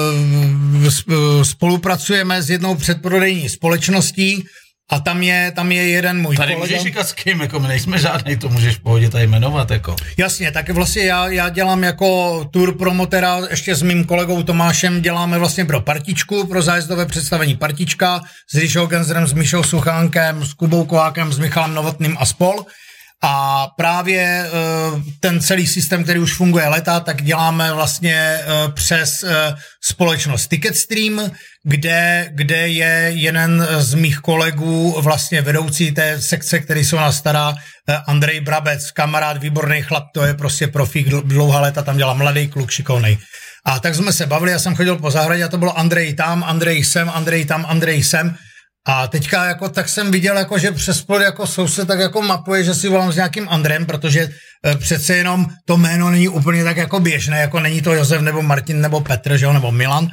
e, spolupracujeme s jednou předprodejní společností a tam je, tam je jeden můj tady kolega. Tady můžeš říkat s kým, jako my nejsme žádnej, to můžeš v pohodě tady jmenovat, jako. Jasně, tak vlastně já, já dělám jako tour promotera, ještě s mým kolegou Tomášem děláme vlastně pro Partičku, pro zájezdové představení Partička, s Ríšou Genzerem, s Míšou Suchánkem, s Kubou Kovákem, s Michalem Novotným a spol. A právě uh, ten celý systém, který už funguje leta, tak děláme vlastně uh, přes uh, společnost Ticketstream, kde, kde je jeden z mých kolegů, vlastně vedoucí té sekce, který jsou na stará, uh, Andrej Brabec, kamarád, výborný chlap, to je prostě profík, dlouhá léta tam dělá, mladý kluk, šikovnej. A tak jsme se bavili, já jsem chodil po zahradě a to bylo Andrej tam, Andrej sem, Andrej tam, Andrej sem. A teďka jako tak jsem viděl, jako, že přes plod jako soused tak jako mapuje, že si volám s nějakým Andrem, protože e, přece jenom to jméno není úplně tak jako běžné, jako není to Josef nebo Martin nebo Petr, že jo, nebo Milan.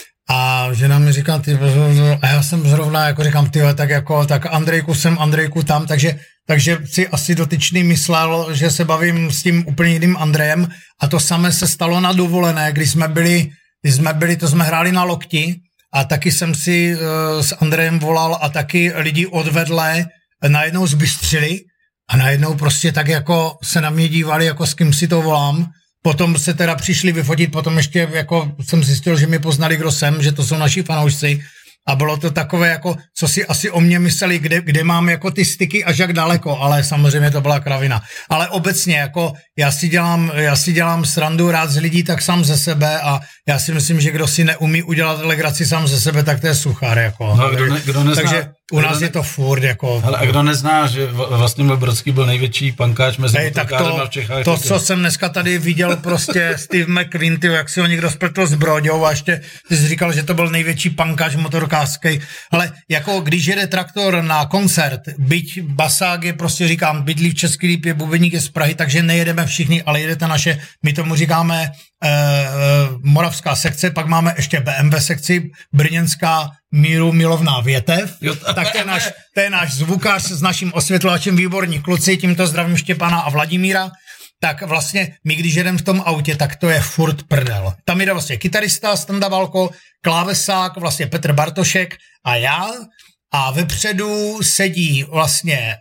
A žena mi říká, ty, a já jsem zrovna, jako říkám, ty, tak jako, tak Andrejku sem, Andrejku tam, takže, takže si asi dotyčný myslel, že se bavím s tím úplně jiným Andrejem a to samé se stalo na dovolené, když jsme byli, když jsme byli, to jsme hráli na Lokti, a taky jsem si uh, s Andrejem volal a taky lidi odvedle najednou zbystřili a najednou prostě tak jako se na mě dívali, jako s kým si to volám. Potom se teda přišli vyfotit, potom ještě jako jsem zjistil, že mi poznali, kdo jsem, že to jsou naši fanoušci. A bylo to takové, jako, co si asi o mě mysleli, kde, kde mám jako ty styky až jak daleko, ale samozřejmě to byla kravina. Ale obecně, jako já si dělám, já si dělám srandu rád z lidí, tak sám ze sebe a já si myslím, že kdo si neumí udělat legraci sám ze sebe, tak to je suchár, jako. No, kdo ne, kdo nezná, takže u nás ne, je to furt, jako. Ale a kdo nezná, že vlastně Brodský byl největší pankáč mezi motorkářem a v Čechách. To, co jsem dneska tady viděl, prostě Steve McQueen, ty, jak si ho někdo spletl s Broďou a ještě ty jsi říkal, že to byl největší pankáč motorkářský. Ale jako když jede traktor na koncert, byť basák je, prostě říkám, bydlí v Český Líp, je bubeník je z Prahy, takže nejedeme všichni, ale jedete naše, my tomu říkáme eh, moravská sekce, pak máme ještě bé em vé sekci, brněnská míru milovná větev, jo, tak to je, náš, to je náš zvukář s naším osvětlovačem, výborní kluci, tímto zdravím Štěpána a Vladimíra, tak vlastně my, když jedeme v tom autě, tak to je furt prdel. Tam jde vlastně kytarista Standa Valko, klávesák, vlastně Petr Bartošek a já a vepředu sedí vlastně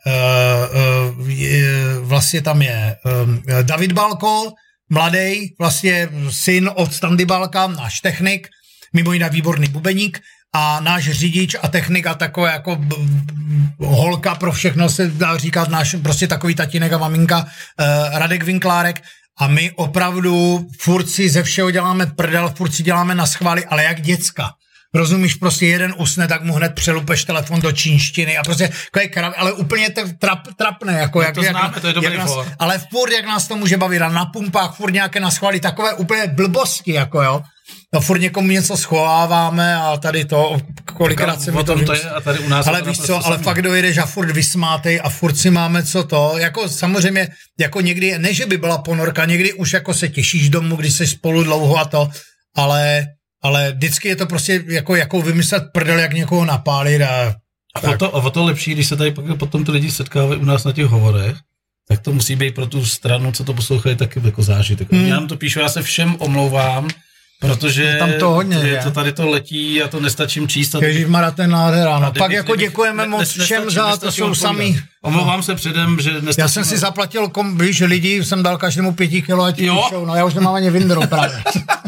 uh, uh, vlastně tam je uh, David Balko, mladý, vlastně syn od Standy Balka, náš technik, mimo jiné výborný bubeník a náš řidič a technik a takové jako b- b- holka pro všechno se dá říkat, náš prostě takový tatínek a maminka uh, Radek Vinklárek a my opravdu furt si ze všeho děláme prdel, furt si děláme na schvály, ale jak děcka. Rozumíš, prostě jeden usne, tak mu hned přelupeš telefon do čínštiny a prostě krav, ale úplně to trap, trapné, jako jak, to známe, jak, to je dobrý jak nás, for. ale furt, jak nás to může bavit a na pumpách furt nějaké naschvály, takové úplně blbosti, jako jo. no furt někomu něco schováváme a tady to, kolikrát se mi to, to je a tady u nás ale víš co, ale fakt dojdeš a furt vysmátej a furt si máme co to, jako samozřejmě, jako někdy, ne že by byla ponorka, někdy už jako se těšíš domů, když jsi spolu dlouho a to, ale, ale vždycky je to prostě jako, jako vymyslet prdel, jak někoho napálit a A o, to, o to lepší, když se tady potom ty lidi setkávají u nás na těch hovorech, tak to musí být pro tu stranu, co to poslouchají, taky jako zážitek. Hmm. Já nám to píšu, já se všem omlouvám, protože tam to hodně je, to tady to letí a to nestačím číst. Ježišmarja, ten nádhera. No. Pak jako děkujeme ne, moc všem za to, jsou sami. Omlouvám se předem, že nestačím. Já jsem si zaplatil kombi, že lidi jsem dal každému pěti kilo a ti píšou, no já už nemám ani Windro právě.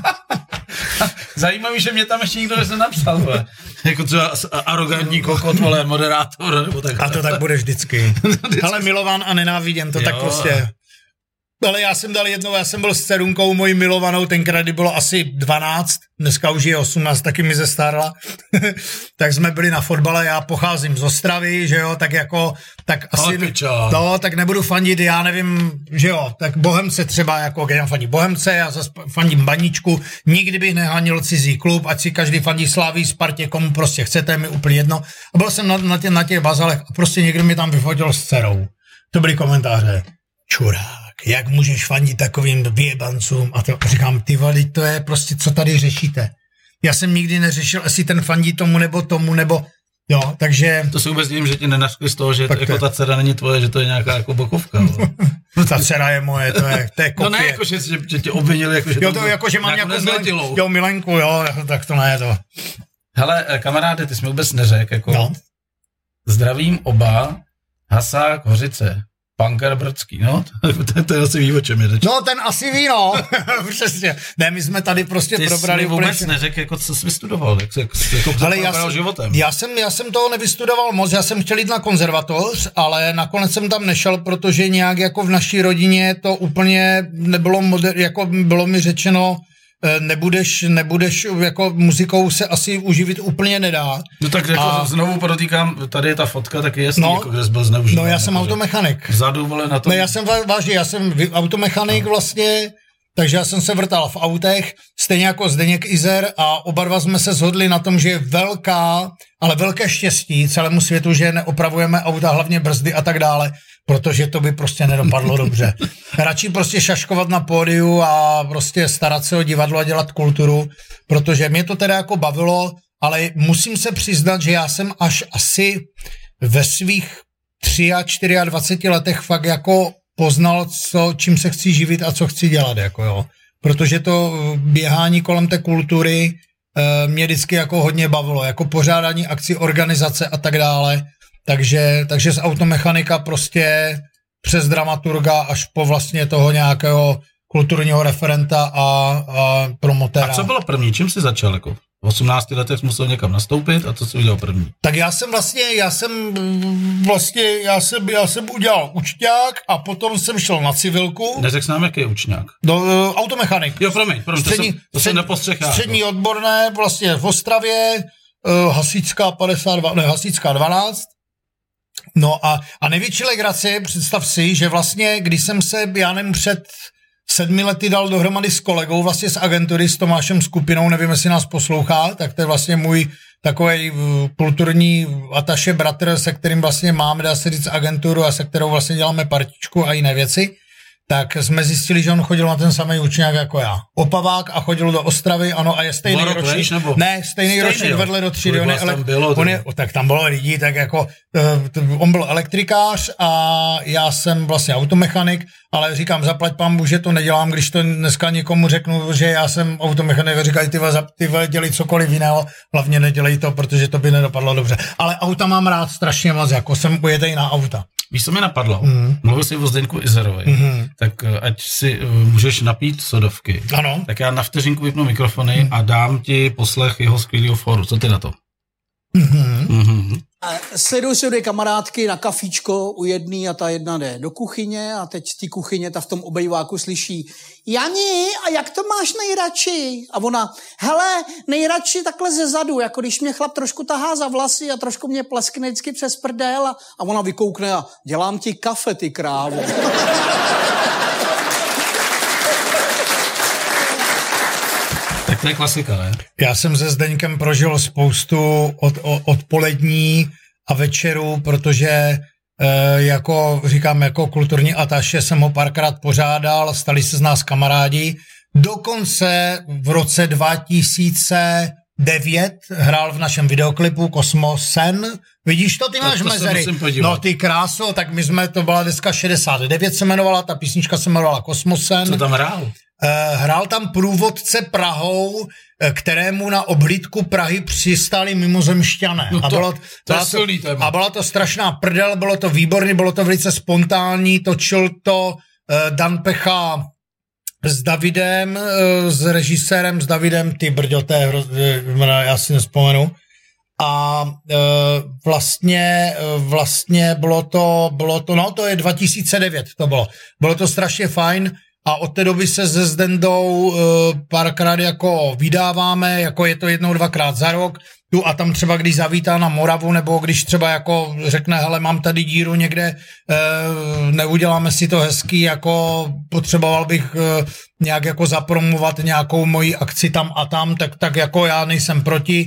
Zajímavý, že mě tam ještě nikdo nenapsal, vole. Jako třeba arrogantní kokot, vole, moderátor, nebo tak. A to tak bude vždycky. Ale milovan a nenáviděn, to jo. Tak prostě. Ale já jsem dal jednou, já jsem byl s dcerunkou mojí milovanou, tenkrát kdy bylo asi dvanáct, dneska už je osmnáct, taky mi zestárla. Tak jsme byli na fotbale, já pocházím z Ostravy, že jo, tak jako, tak asi, no, tak nebudu fandit, já nevím, že jo, tak Bohemce třeba, jako, já fandím Bohemce, já zase fandím Baníčku, nikdy bych nehanil cizí klub, ať si každý fandí Slavii, Spartě, komu prostě chcete, mi úplně jedno. A byl jsem na, na, tě, na těch bazalech a prostě někdo mi tam vyfotil s dcerou. To byly komentáře. Čurák. Jak můžeš fandit takovým vyjebancům a to říkám, ty vole, to je prostě, co tady řešíte. Já jsem nikdy neřešil, jestli ten fandí tomu nebo tomu, nebo jo, takže... To se vůbec divím, že ti nenašli z toho, že jako je... ta dcera není tvoje, že to je nějaká jako bokovka. No ta dcera je moje, to je, to je kopie. No ne, jako, že, že, že tě obvinili, jako, že, jo, to, jako, že mám nějakou milenku, jo, milenku, jo, tak to ne, to. Hele, kamaráde, ty jsi mi vůbec neřekl, jako no. Zdravím oba, Hasák, Hořice. Punker Brdský, no, to, to je asi ví, o čem je řeč. No, ten asi ví, no, přesně. Ne, my jsme tady prostě ty probrali... Ty jsi vůbec neřekl, jako co jsi vystudoval, jak jsi jako, jako já životem. Já jsem, já jsem toho nevystudoval moc, já jsem chtěl jít na konzervatoř, ale nakonec jsem tam nešel, protože nějak jako v naší rodině to úplně nebylo, moder, jako bylo mi řečeno, nebudeš, nebudeš, jako muzikou se asi uživit úplně nedá. No tak jako a... znovu podotýkám, tady je ta fotka, tak je jasný, no, jako kde jsi byl zneužíván. No já jsem jako, automechanik. Vzadu, vole, na tom. No já jsem vážně, já jsem automechanik no. vlastně, takže já jsem se vrtal v autech, stejně jako Zdeněk Izer a oba dva jsme se shodli na tom, že je velká, ale velké štěstí celému světu, že neopravujeme auta, hlavně brzdy a tak dále, protože to by prostě nedopadlo dobře. Radši prostě šaškovat na pódiu a prostě starat se o divadlo a dělat kulturu, protože mě to teda jako bavilo, ale musím se přiznat, že já jsem až asi ve svých dvaceti tři letech fakt jako poznal, co, čím se chci živit a co chci dělat, jako jo. Protože to běhání kolem té kultury e, mě vždycky jako hodně bavilo, jako pořádání akcí, organizace a tak dále. Takže, takže z automechanika prostě přes dramaturga až po vlastně toho nějakého kulturního referenta a, a promotéra. A co bylo první? Čím jsi začal? Jako? V osmnácti letech jsi musel někam nastoupit a co jsi udělal první? Tak já jsem vlastně, já jsem vlastně, já jsem, já jsem udělal učňák a potom jsem šel na civilku. Neřekl jsi nám, jaký je učňák? Do, uh, automechanik. Jo, promiň, promiň, střední, to jsem, to jsem nepostřeh. Střední odborné, vlastně v Ostravě, uh, Hasícká padesát dva, ne, Hasícká dvanáct. No a, a největší legrace, představ si, že vlastně, když jsem se, já nevím, před sedmi lety dal dohromady s kolegou, vlastně z agentury, s Tomášem Skupinou, nevím, jestli nás poslouchá, tak to je vlastně můj takovej kulturní ataše bratr, se kterým vlastně máme, dá se říct, agenturu a se kterou vlastně děláme partičku a jiné věci. Tak jsme zjistili, že on chodil na ten samý učňák jako já. Opavák a chodil do Ostravy, ano, a je stejný ročník. Nebo... Ne, stejný, stejný ročník vedle do třídy. On je, ele... bylo, on je, tak tam bylo lidí, tak jako uh, on byl elektrikář a já jsem vlastně automechanik, ale říkám, zaplať pambu, že to nedělám, když to dneska někomu řeknu, že já jsem automechanik a říkají, ty vole, ty vole, dělej cokoliv jiného, hlavně nedělej to, protože to by nedopadlo dobře. Ale auta mám rád strašně moc, jako jsem ujetej na auta. Víš, co mi napadlo? Mm. Mluvil jsi o Zdeňku Izerovi, mm. tak ať si uh, můžeš napít sodovky. Ano. Tak já na vteřinku vypnu mikrofony mm. a dám ti poslech jeho skvělého fóru. Co ty na to? Mm-hmm. Mm-hmm. Sleduju si dvě kamarádky na kafíčko u jedný a ta jedna jde do kuchyně a teď z té kuchyně ta v tom obejváku slyší: Jani, a jak to máš nejradši? A ona: hele, nejradši takhle ze zadu, jako když mě chlap trošku tahá za vlasy a trošku mě pleskne vždycky přes prdel a, a ona vykoukne a dělám ti kafe, ty krávo. Tak Tak to je klasika, ne? Já jsem se Zdeňkem prožil spoustu od, od, odpolední a večerů, protože e, jako říkám, jako kulturní ataše jsem ho párkrát pořádal, stali se z nás kamarádi. Dokonce v roce dva tisíce devět hrál v našem videoklipu Kosmosen. Vidíš to, ty máš to mezery. No ty kráso, tak my jsme, to byla deska šedesát devět se jmenovala, ta písnička se jmenovala Kosmosen. Co tam hrál? Hrál tam průvodce Prahou, kterému na obhlídku Prahy přistáli mimozemšťané. No to, a, bylo, to byla to, a byla to strašná prdel, bylo to výborný, bylo to velice spontánní, točil to uh, Dan Pecha s Davidem, uh, s režisérem, s Davidem, ty brďo, to je hroz, já si nespomenu. A uh, vlastně, uh, vlastně bylo to, bylo to, no to je dva tisíce devět to bylo. Bylo to strašně fajn. A od té doby se se Zdendou uh, párkrát jako vydáváme, jako je to jednou, dvakrát za rok, tu a tam třeba, když zavítá na Moravu, nebo když třeba jako řekne, hele, mám tady díru někde, uh, neuděláme si to hezky, jako potřeboval bych uh, nějak jako zapromovat nějakou moji akci tam a tam, tak, tak jako já nejsem proti.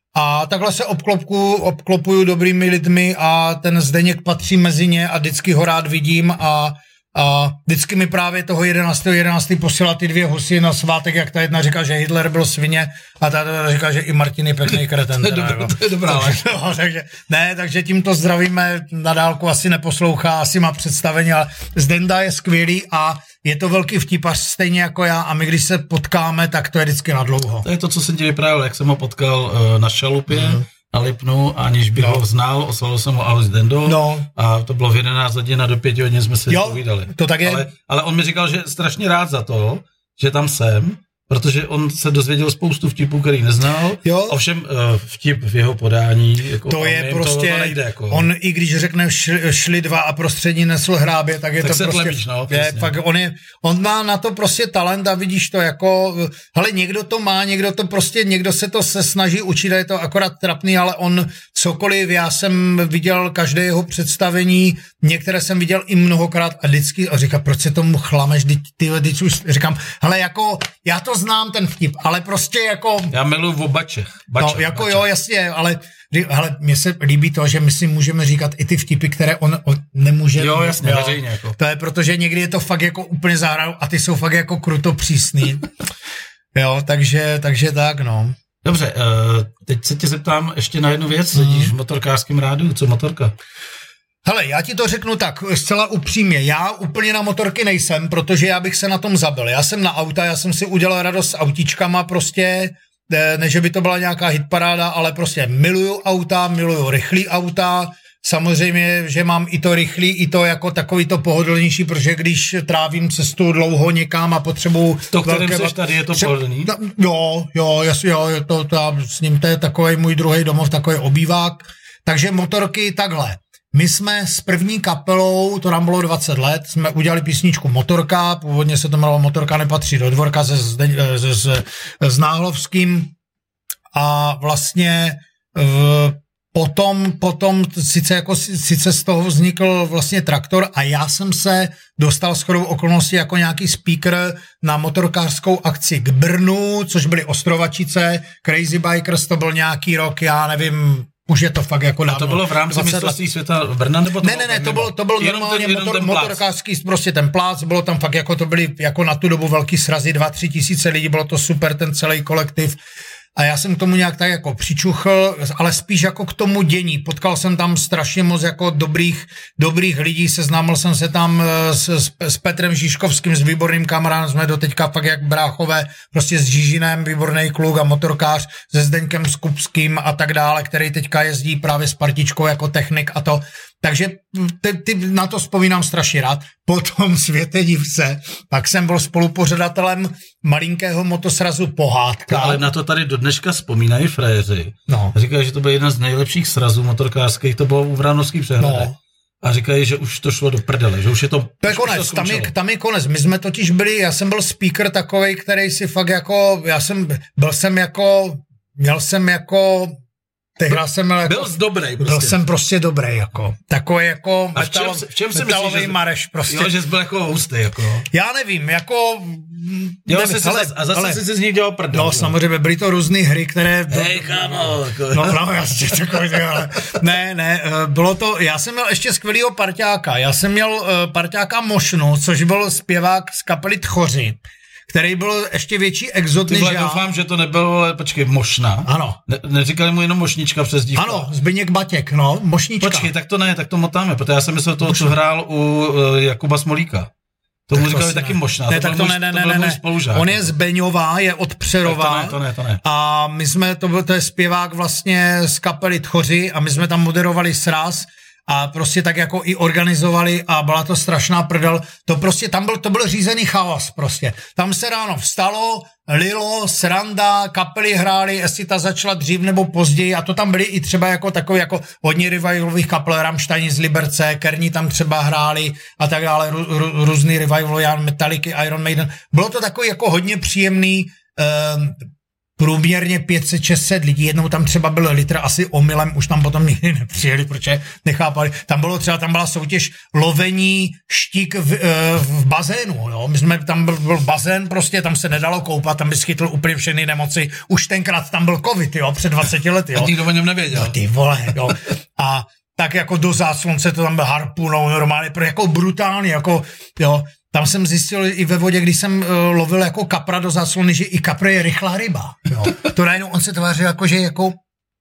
A takhle se obklopku, obklopuju dobrými lidmi a ten Zdeněk patří mezi ně a vždycky ho rád vidím a A vždycky mi právě toho jedenáctého jedenáctého posílá ty dvě husy na svátek, jak ta jedna říká, že Hitler byl svině a ta jedna říká, že i Martin je pěkný kreten. To je, dobrá, jako. To je dobrá. No, takže, ne, takže tímto zdravíme, na dálku asi neposlouchá, asi má představení, ale Zdenda je skvělý a je to velký vtipař stejně jako já a my, když se potkáme, tak to je vždycky na dlouho. To je to, co jsem ti vyprávěl, jak jsem ho potkal uh, na šalupě, mm. na Lipnu, aniž bych no. ho znal, oslavil jsem ho ahoj Zdendo no. a to bylo v jedenáct hodin a do pěti hodin jsme se povídali. To tak je. Ale, ale on mi říkal, že je strašně rád za to, že tam jsem, protože on se dozvěděl spoustu vtipů, který neznal. Jo. Ovšem vtip v jeho podání, jako to je nevím, prostě, to, to nejde, jako. On i když řekne šli, šli dva a prostřední nesl hrábě, tak je tak to prostě, tlemíš, no, je, fakt, on, je, on má na to prostě talent a vidíš to jako, hele, někdo to má, někdo to prostě, někdo se to se snaží učit a je to akorát trapný, ale on cokoliv, já jsem viděl každé jeho představení, některé jsem viděl i mnohokrát a vždycky a říká, proč se tomu chlameš, ty, ty, ty, ty, říkám, hele, jako, já to znám ten vtip, ale prostě jako... Já miluji v obačech. Bača, no, jako bača. Jo, jasně, ale, ale mně se líbí to, že my si můžeme říkat i ty vtipy, které on, on nemůže... Jo, jasně, jo, veřejně. Jako. To je proto, že někdy je to fakt jako úplně zahrál a ty jsou fakt jako kruto přísný. Jo, takže, takže tak, no. Dobře, uh, teď se tě zeptám ještě na jednu věc, sedíš v motorkářském rádiu, co motorka? Hele, já ti to řeknu tak, zcela upřímně, já úplně na motorky nejsem, protože já bych se na tom zabil. Já jsem na auta, já jsem si udělal radost s autíčkama prostě, ne, že by to byla nějaká hitparáda, ale prostě miluju auta, miluju rychlý auta, samozřejmě, že mám i to rychlý, i to jako takový to pohodlnější, protože když trávím cestu dlouho někam a potřebuju... To, kterým velké... seš tady, je to pohodlný? Jo, jo, jasně, jo, to, to, s ním to je takový můj druhý domov, takový obývák, takže motorky takhle. My jsme s první kapelou, to nám bylo dvacet let, jsme udělali písničku Motorka, původně se to jmenovalo Motorka nepatří do dvorka se, se, se, s Náhlovským a vlastně v, potom, potom sice, jako, sice z toho vznikl vlastně Traktor a já jsem se dostal shodou okolností jako nějaký speaker na motorkářskou akci k Brnu, což byly Ostrovačice, Crazy Bikers, to byl nějaký rok, já nevím, už je to fakt jako dávno. A to bylo v rámci mistrovství světa Brna, nebo to Ne, ne, ne, to bylo, to byl normálně ten, motor, motorkářský, prostě ten plác, bylo tam fakt jako to byly jako na tu dobu velký srazy, dva, tři tisíce lidí, bylo to super, ten celý kolektiv. A já jsem k tomu nějak tak jako přičuchl, ale spíš jako k tomu dění. Potkal jsem tam strašně moc jako dobrých, dobrých lidí, seznámil jsem se tam s, s, s Petrem Žižkovským, s výborným kamarádem, jsme do teďka fakt jak bráchové, prostě s Žižinem, výborný kluk a motorkář, se Zdeňkem Skupským a tak dále, který teďka jezdí právě s partičkou jako technik a to. Takže ty, ty na to vzpomínám strašně rád. Potom Světe div se, pak jsem byl spolupořadatelem malinkého motosrazu Pohádka. Ale na to tady do dneška vzpomínají frajeři. No. Říkají, že to byl jeden z nejlepších srazů motorkářských, to bylo u Vránovských přehradech. No. A říkají, že už to šlo do prdele, že už je to... To je konec, to tam, je, tam je konec. My jsme totiž byli, já jsem byl speaker takovej, který si fakt jako, já jsem, byl jsem jako, měl jsem jako... Tehdy jsem byl, jako, byl jsi dobrý. Prostě. Byl jsem prostě dobrý, jako. Takový jako a v čem, metalo, v čem metalový myslíš, mareš prostě. Jo, že jsi byl jako hustý, jako. Já nevím, jako... Jo, nevím, jsi ale, zase, a zase ale, jsi z nich dělal prdel. No, jo. Samozřejmě, byly to různý hry, které... Hej, kámo. No, no, jasně, takový, ale... Ne, ne, bylo to... Já jsem měl ještě skvělýho parťáka. Já jsem měl uh, parťáka Mošnu, což byl zpěvák z kapely Tchoři, který byl ještě větší exot než já. Doufám, že to nebylo, počkej, Mošna. Ano. Ne, neříkali mu jenom Mošnička přes dívka. Ano, Zbyněk Batěk, no, Mošnička. Počkej, tak to ne, tak to motáme, protože já jsem myslel toho, co hrál u uh, Jakuba Smolíka. To mu říkali taky Mošna. Ne, to tak to ne, ne, ne, ne, ne. On je z Beňova, je od Přerova. To ne, to ne, to ne. A my jsme, to byl, to je zpěvák vlastně z kapely Tchoři a my jsme tam moderovali sraz a prostě tak jako i organizovali a byla to strašná prdel. To prostě, tam byl, to byl řízený chaos prostě. Tam se ráno vstalo, lilo, sranda, kapely hrály, jestli ta začala dřív nebo později a to tam byly i třeba jako takový jako hodně revivalových kapel, Rammsteini z Liberce, Kerni tam třeba hráli a tak dále, rů, rů, různý revival, Jan Metallica, Iron Maiden. Bylo to takový jako hodně příjemný, um, průměrně pět set šest set lidí, jednou tam třeba byl litr, asi omylem, už tam potom nikdy nepřijeli, protože nechápali. Tam bylo třeba, tam byla soutěž lovení štík v, v bazénu, jo. My jsme, tam byl, byl bazén prostě, tam se nedalo koupat, tam by schytl úplně všechny nemoci. Už tenkrát tam byl covid, jo, před dvaceti lety, jo. A nikdo o něm nevěděl. No ty vole, jo. A tak jako do záslunce to tam byl harpunou normálně, jako brutálně, jako, jo. Tam jsem zjistil i ve vodě, když jsem uh, lovil jako kapra do záslony, že i kapra je rychlá ryba. Jo. To najednou on se tvářil jako, že jako...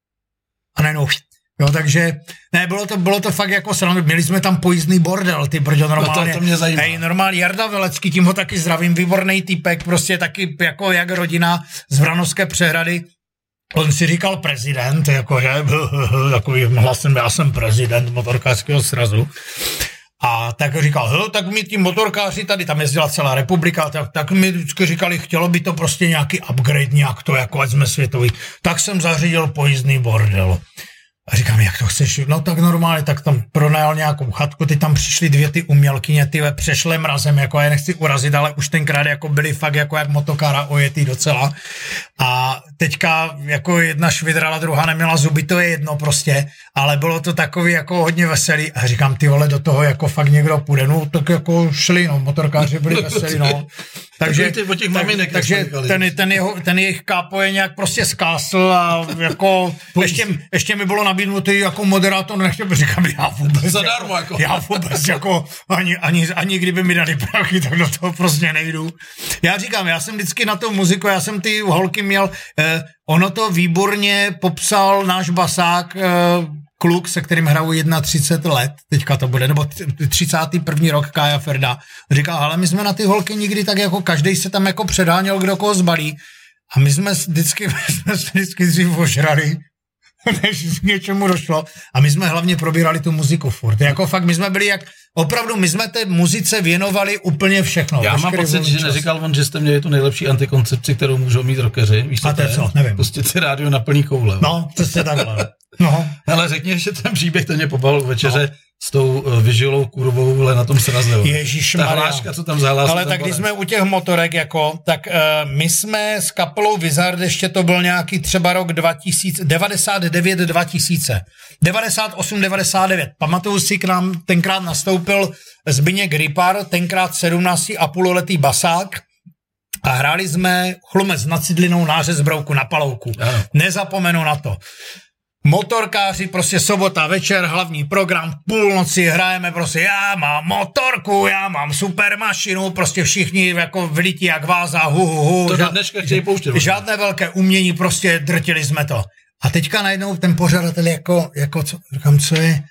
A najednou... Jo, takže... Ne, bylo to, bylo to fakt jako sranda. Měli jsme tam pojízdný bordel, ty brďo, normálně. No to, to mě zajímá. Hej, normálně Jarda Velecký, tím ho taky zdravím, výborný týpek, prostě taky jako jak rodina z Vranovské přehrady. On si říkal prezident, jakože, takovým hlasem, já jsem prezident motorkářského srazu. A tak říkal, hele, tak mi ti motorkáři tady, tam jezdila celá republika, tak, tak mi vždycky říkali, chtělo by to prostě nějaký upgrade, nějak to, jako ať jsme světový. Tak jsem zařídil pojízdný bordel. A říkám, jak to chceš? No tak normálně, tak tam pronajal nějakou chatku, ty tam přišly dvě ty umělkyně, ty přešle mrazem, jako já nechci urazit, ale už tenkrát jako byly fakt jako jak motokára ojetý docela. A teďka jako jedna švidrala, druhá neměla zuby, to je jedno prostě, ale bylo to takový jako hodně veselý. A říkám, ty vole, do toho jako fakt někdo půjde, no tak jako šli, no, motorkáři byli veselí, no. Takže, tak, takže ten, ten, jeho, ten jejich kápo je nějak prostě zkásl a jako ještě, ještě mi bylo nabídnutý jako moderátor, nechtěl, říkám, já vůbec, zadarmo, jako, jako. já vůbec jako ani, ani, ani kdyby mi dali prachy, tak do toho prostě nejdu. Já říkám, já jsem vždycky na tu muziku, já jsem ty holky měl, eh, ono to výborně popsal náš basák, eh, kluk, se kterým hraju třicet jedna let, teďka to bude, nebo třicátý první rok Kája Ferda, říká, ale my jsme na ty holky nikdy tak jako každej se tam jako předháněl, kdo koho zbalí a my jsme vždycky, jsme se vždycky dřív ožrali, než k něčemu došlo a my jsme hlavně probírali tu muziku furt, jako fakt my jsme byli jak, opravdu my jsme té muzice věnovali úplně všechno. Já mám pocit, že neříkal on, že jste měli tu nejlepší antikoncepci, kterou můžou mít rockeři, víš, a to je co, nevím. Pustit si rádio na plný koule. No, to je takhle. No. Ale řekni ještě ten příběh, to mě pobavil večeře no. s tou uh, vyžilou kurvou vle na tom srazu. Ježišmarja. Ta hláška, co tam zahlásla. Ale tak když jsme u těch motorek, jako, tak uh, my jsme s kapelou Wizard, ještě to byl nějaký třeba rok dva tisíce, devadesát devět dva tisíce. devadesát osm devadesát devět. Pamatuju si, k nám tenkrát nastoupil Zbyněk Rypar, tenkrát sedmnácti a půl letý basák. A hráli jsme Chlumec nad Cidlinou, nářez Brouku na Palouku. Ano. Nezapomenu na to. Motorkáři, prostě sobota večer, hlavní program, půlnoci hrajeme prostě, já mám motorku, já mám super mašinu, prostě všichni jako vlítí jak váza, hu, hu, hu. To do dneška chtějí pouštět. Žádné velké umění, prostě drtili jsme to. A teďka najednou ten pořadatel jako, jako co, říkám, co je,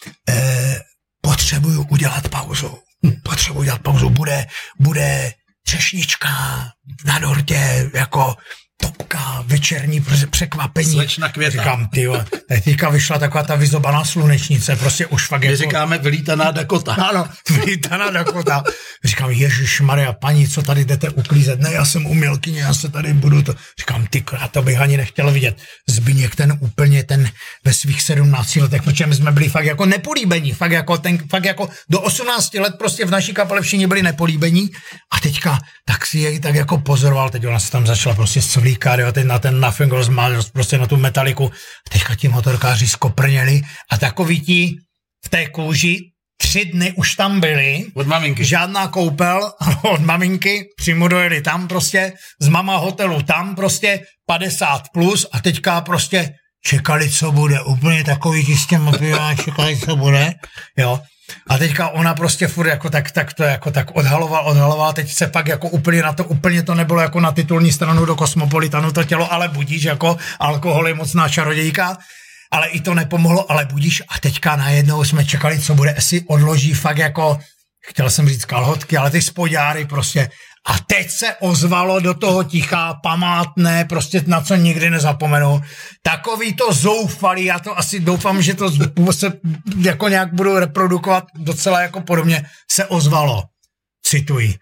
e, potřebuju udělat pauzu, potřebuju udělat pauzu, bude, bude třešnička na dortě, jako topka, večerní překvapení. Slečna Květa. Říkám, tyjo, teďka vyšla taková ta vyzobaná slunečnice, prostě už fakt My jako... říkáme vylítaná Dakota. Ano, vylítaná Dakota. Říkám, ježišmarja, paní, co tady jdete uklízet? Ne, já jsem umělkyně, já se tady budu to... Říkám, ty, já to bych ani nechtěl vidět. Zbyněk ten úplně, ten ve svých sedmnácti letech, protože my jsme byli fakt jako nepolíbení, fakt jako, ten, fakt jako do osmnácti let prostě v naší kapele všichni byli nepolíbení a teďka tak si jej tak jako pozoroval, teď ona se tam začala prostě svlít metalika, jo, teď na ten Nothing Else Matters, prostě na tu metaliku. Teďka ti motorkáři skoprněli a takový ti v té kůži tři dny už tam byli. Od maminky. Žádná koupel od maminky, přímo dojeli tam prostě, z mama hotelu tam prostě padesát plus a teďka prostě čekali, co bude. Úplně takový ti s těma piva, čekali, co bude. Jo. A teďka ona prostě furt jako tak, tak to jako tak odhaloval, odhaloval, teď se pak jako úplně na to, úplně to nebylo jako na titulní stranu do Kosmopolitanu to tělo, ale budíš jako alkohol je mocná čarodějka, ale i to nepomohlo, ale budíš a teďka najednou jsme čekali, co bude, jestli odloží fakt jako, chtěl jsem říct kalhotky, ale ty spodňáry prostě. A teď se ozvalo do toho ticha památné, prostě na co nikdy nezapomenu. Takový to zoufalý, já to asi doufám, že to se jako nějak budu reprodukovat docela jako podobně, se ozvalo. Cituji.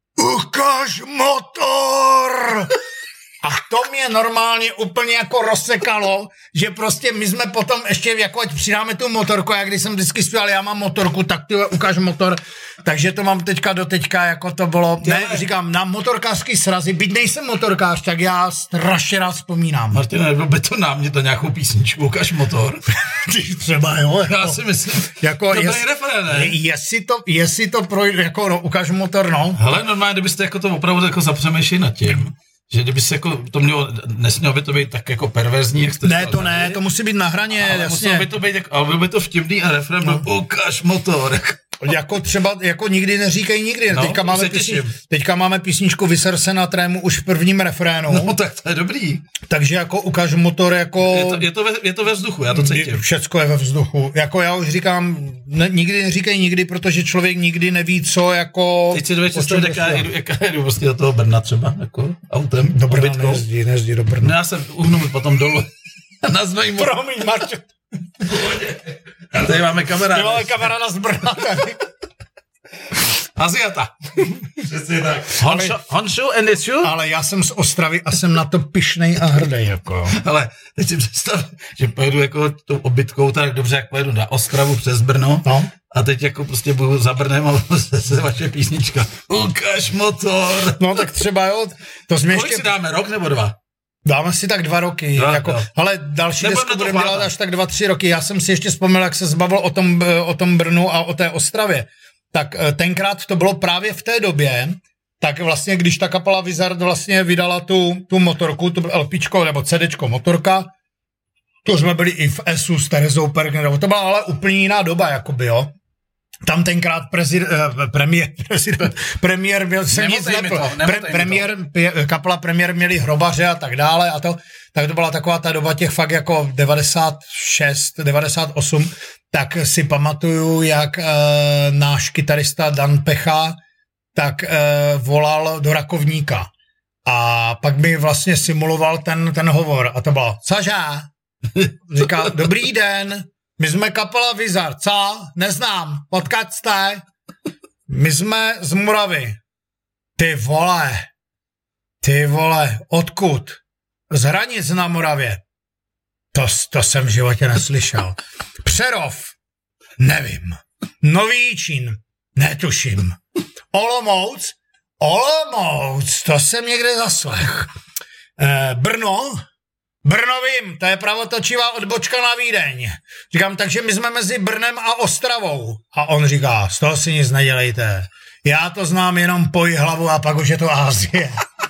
Ukaž motor! A to mě normálně úplně jako rozsekalo, že prostě my jsme potom ještě, jako ať přidáme tu motorku, já když jsem vždycky zpíval, já mám motorku, tak ty ukáž motor, takže to mám teďka do teďka, jako to bylo, ne, říkám, na motorkářský srazy, byť nejsem motorkář, tak já strašně rád vzpomínám. Martina, nebyl by to na mě to nějakou písničku, ukaž motor. Třeba jo. Jako, já si myslím, jako, dobrý refrén, ne? Jestli to, jestli to projde, jako no, ukaž motor, no. Hele, normálně, kdybyste jako to opravdu jako zapřemýšleli nad tím, že kdyby se jako, to mělo, nesmělo by to být tak jako perverzní, jak jste Ne, to ne, tady. To musí být na hraně, ale jasně. Muselo by to být, ale byl by to vtipný a refrén byl, no. Ukaž motor. Jako třeba, jako nikdy neříkej nikdy. No, teďka, máme písni, teďka máme písničku Vyser se na trému už v prvním refrénu. No, tak to je dobrý. Takže jako ukaž motor, jako... Je to, je to, ve, je to ve vzduchu, já to cítím. Všecko je ve vzduchu. Jako já už říkám, ne, nikdy neříkej nikdy, protože člověk nikdy neví, co jako... Teď si dovedeš představit, jaká jedu, jaká jedu vlastně do toho Brna třeba, jako autem, do Brna nejezdí, nejezdí do Brna. No já jsem uhnu potom dolů. Nazvej mu... Promiň, Marčo. A tady máme kamaráda. Jo, ale kamaráda z Brna tady. Aziata. Přesně tak. Honšo, Honšu and it's you? Ale já jsem z Ostravy a jsem na to pyšnej a hrdý, jako. Ale teď si představ, že pojedu jako tou obytkou tak dobře, jak pojedu na Ostravu přes Brno. No. A teď jako prostě budu za Brnem a se, se vaše písnička. Ukaž motor. No tak třeba jo. To Kolik ještě... si dáme, rok nebo dva? Dáme si tak dva roky, dva, jako, no. Ale další desku budeme dělat až tak dva, tři roky. Já jsem si ještě vzpomněl, jak se zbavil o tom, o tom Brnu a o té Ostravě. Tak tenkrát to bylo právě v té době, tak vlastně, když ta kapela Wizard vlastně vydala tu, tu motorku, tu LPčko nebo CDčko motorka, to jsme byli i v ESu s Terezou Pergnerovou, to byla ale úplně jiná doba, jakoby, jo. Tam tenkrát prezid, eh, premiér, prezident, premiér byl, jsem nic nepl, pre, premiér, kapela premiér měli hrobaře a tak dále a to, tak to byla taková ta doba těch fakt jako devadesát šest, devadesát osm, tak si pamatuju, jak eh, náš kytarista Dan Pecha tak eh, volal do Rakovníka a pak mi vlastně simuloval ten, ten hovor a to bylo, cože? Říká, dobrý den, my jsme kapela Wizard, co? Neznám, odkud jste? My jsme z Moravy. Ty vole, ty vole, odkud? Z Hranic na Moravě. To, to jsem v životě neslyšel. Přerov, nevím. Nový Jičín, netuším. Olomouc, Olomouc, to jsem někde zaslech. Eh, Brno, Brno vím, to je pravotočivá odbočka na Vídeň. Říkám, takže my jsme mezi Brnem a Ostravou. A on říká, z toho si nic nedělejte. Já to znám jenom po hlavu a pak už je to Asie.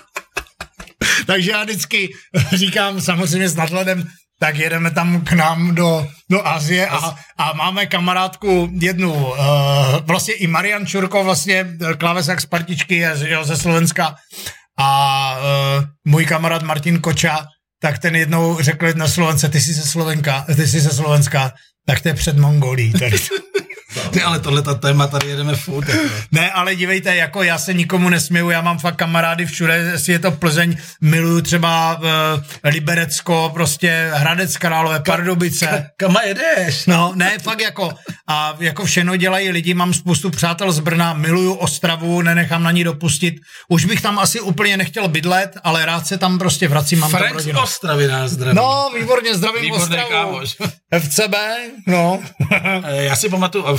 Takže já vždycky říkám, samozřejmě s nadhledem, tak jedeme tam k nám do, do Asie a, a máme kamarádku jednu, uh, vlastně i Marian Čurko, vlastně klávesák z partičky je jo, ze Slovenska a uh, můj kamarád Martin Koča, tak ten jednou řekl na Slovence, ty jsi ze Slovenka, ty jsi ze Slovenska, tak to je před Mongolí. Ty, ale tohleta téma tady jedeme furt. Jako. Ne, ale dívejte, jako já se nikomu nesměju, já mám fakt kamarády všude, jestli je to Plzeň, miluju třeba uh, Liberecko, prostě Hradec Králové, Pardubice. Ka, kam jedeš? No, ne, fakt jako, a jako všechno dělají lidi, mám spoustu přátel z Brna, miluju Ostravu, nenechám na ní dopustit, už bych tam asi úplně nechtěl bydlet, ale rád se tam prostě vracím, mám Frank tam rodinu. z Ostravy nás zdraví. No, výborně, zdravím Výborný Ostravu. Kámoš. F C B, no. Já si pamatuju, a už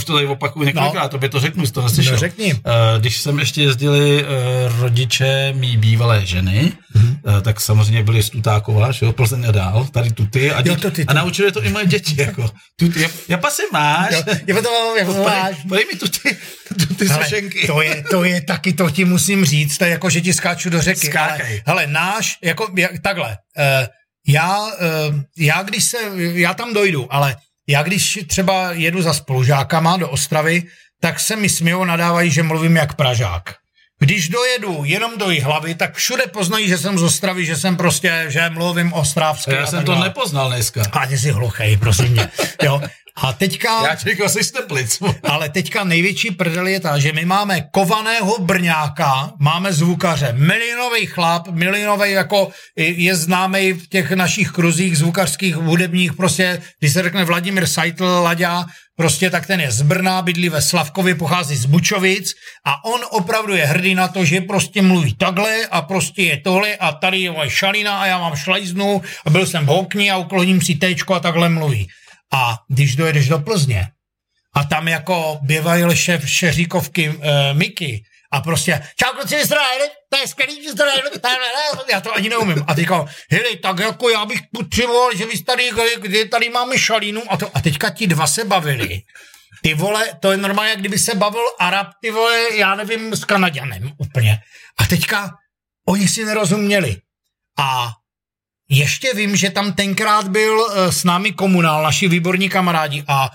už to tady opakuju několikrát, no. Tobě to řeknu, jsi to neslyšel. No, řekni. Uh, když jsem ještě jezdili uh, rodiče mý bývalé ženy, mm-hmm. uh, tak samozřejmě byli z Tutákova, že jo, Plzeň a dál, tady tuty a, jo, to ty, a naučili to i moje děti, jako, tuty, ja, japa se máš, jo, jo, to, jo, to máš. Podej mi tuty, tuty sušenky. To je, to je taky, to ti musím říct, to je jako, že ti skáču do řeky. Skákej. Ale, hele, náš, jako, takhle, uh, já, uh, já když se, já tam dojdu, ale já když třeba jedu za spolužákama do Ostravy, tak se mi smějou, nadávají, že mluvím jak Pražák. Když dojedu jenom do Jihlavy, tak všude poznají, že jsem z Ostravy, že jsem prostě, že mluvím ostravsky. Já jsem to dále. Nepoznal dneska. A ty jsi hluchej, prosím mě. Jo. A teďka... Já čekal si z Teplic. Ale teďka největší prdel je ta, že my máme kovaného Brňáka, máme zvukaře, milionový chlap, milionový jako je známý v těch našich kruzích zvukařských, hudebních, prostě, když se řekne Vladimír Seitl, Laďa, prostě tak ten je z Brna, bydlí ve Slavkově, pochází z Bučovic a on opravdu je hrdý na to, že prostě mluví takhle a prostě je tohle a tady je moje šalina a já mám šlajznu a byl jsem v okni a ukloním si téčko a takhle mluví. A když dojedeš do Plzně a tam jako bývají šéf Šeříkovky e, Miky a prostě čau kluci, Izraeli, to je skvělý, Izraeli, já to ani neumím. A teďka, hele, tak jako já bych potřeboval, že vy tady, kde tady máme šalínu a to. A teďka ti dva se bavili. Ty vole, to je normálně, jak kdyby se bavil Arab, ty vole, já nevím, s Kanaďanem úplně. A teďka oni si nerozuměli. A ještě vím, že tam tenkrát byl uh, s námi Komunál, naši výborní kamarádi a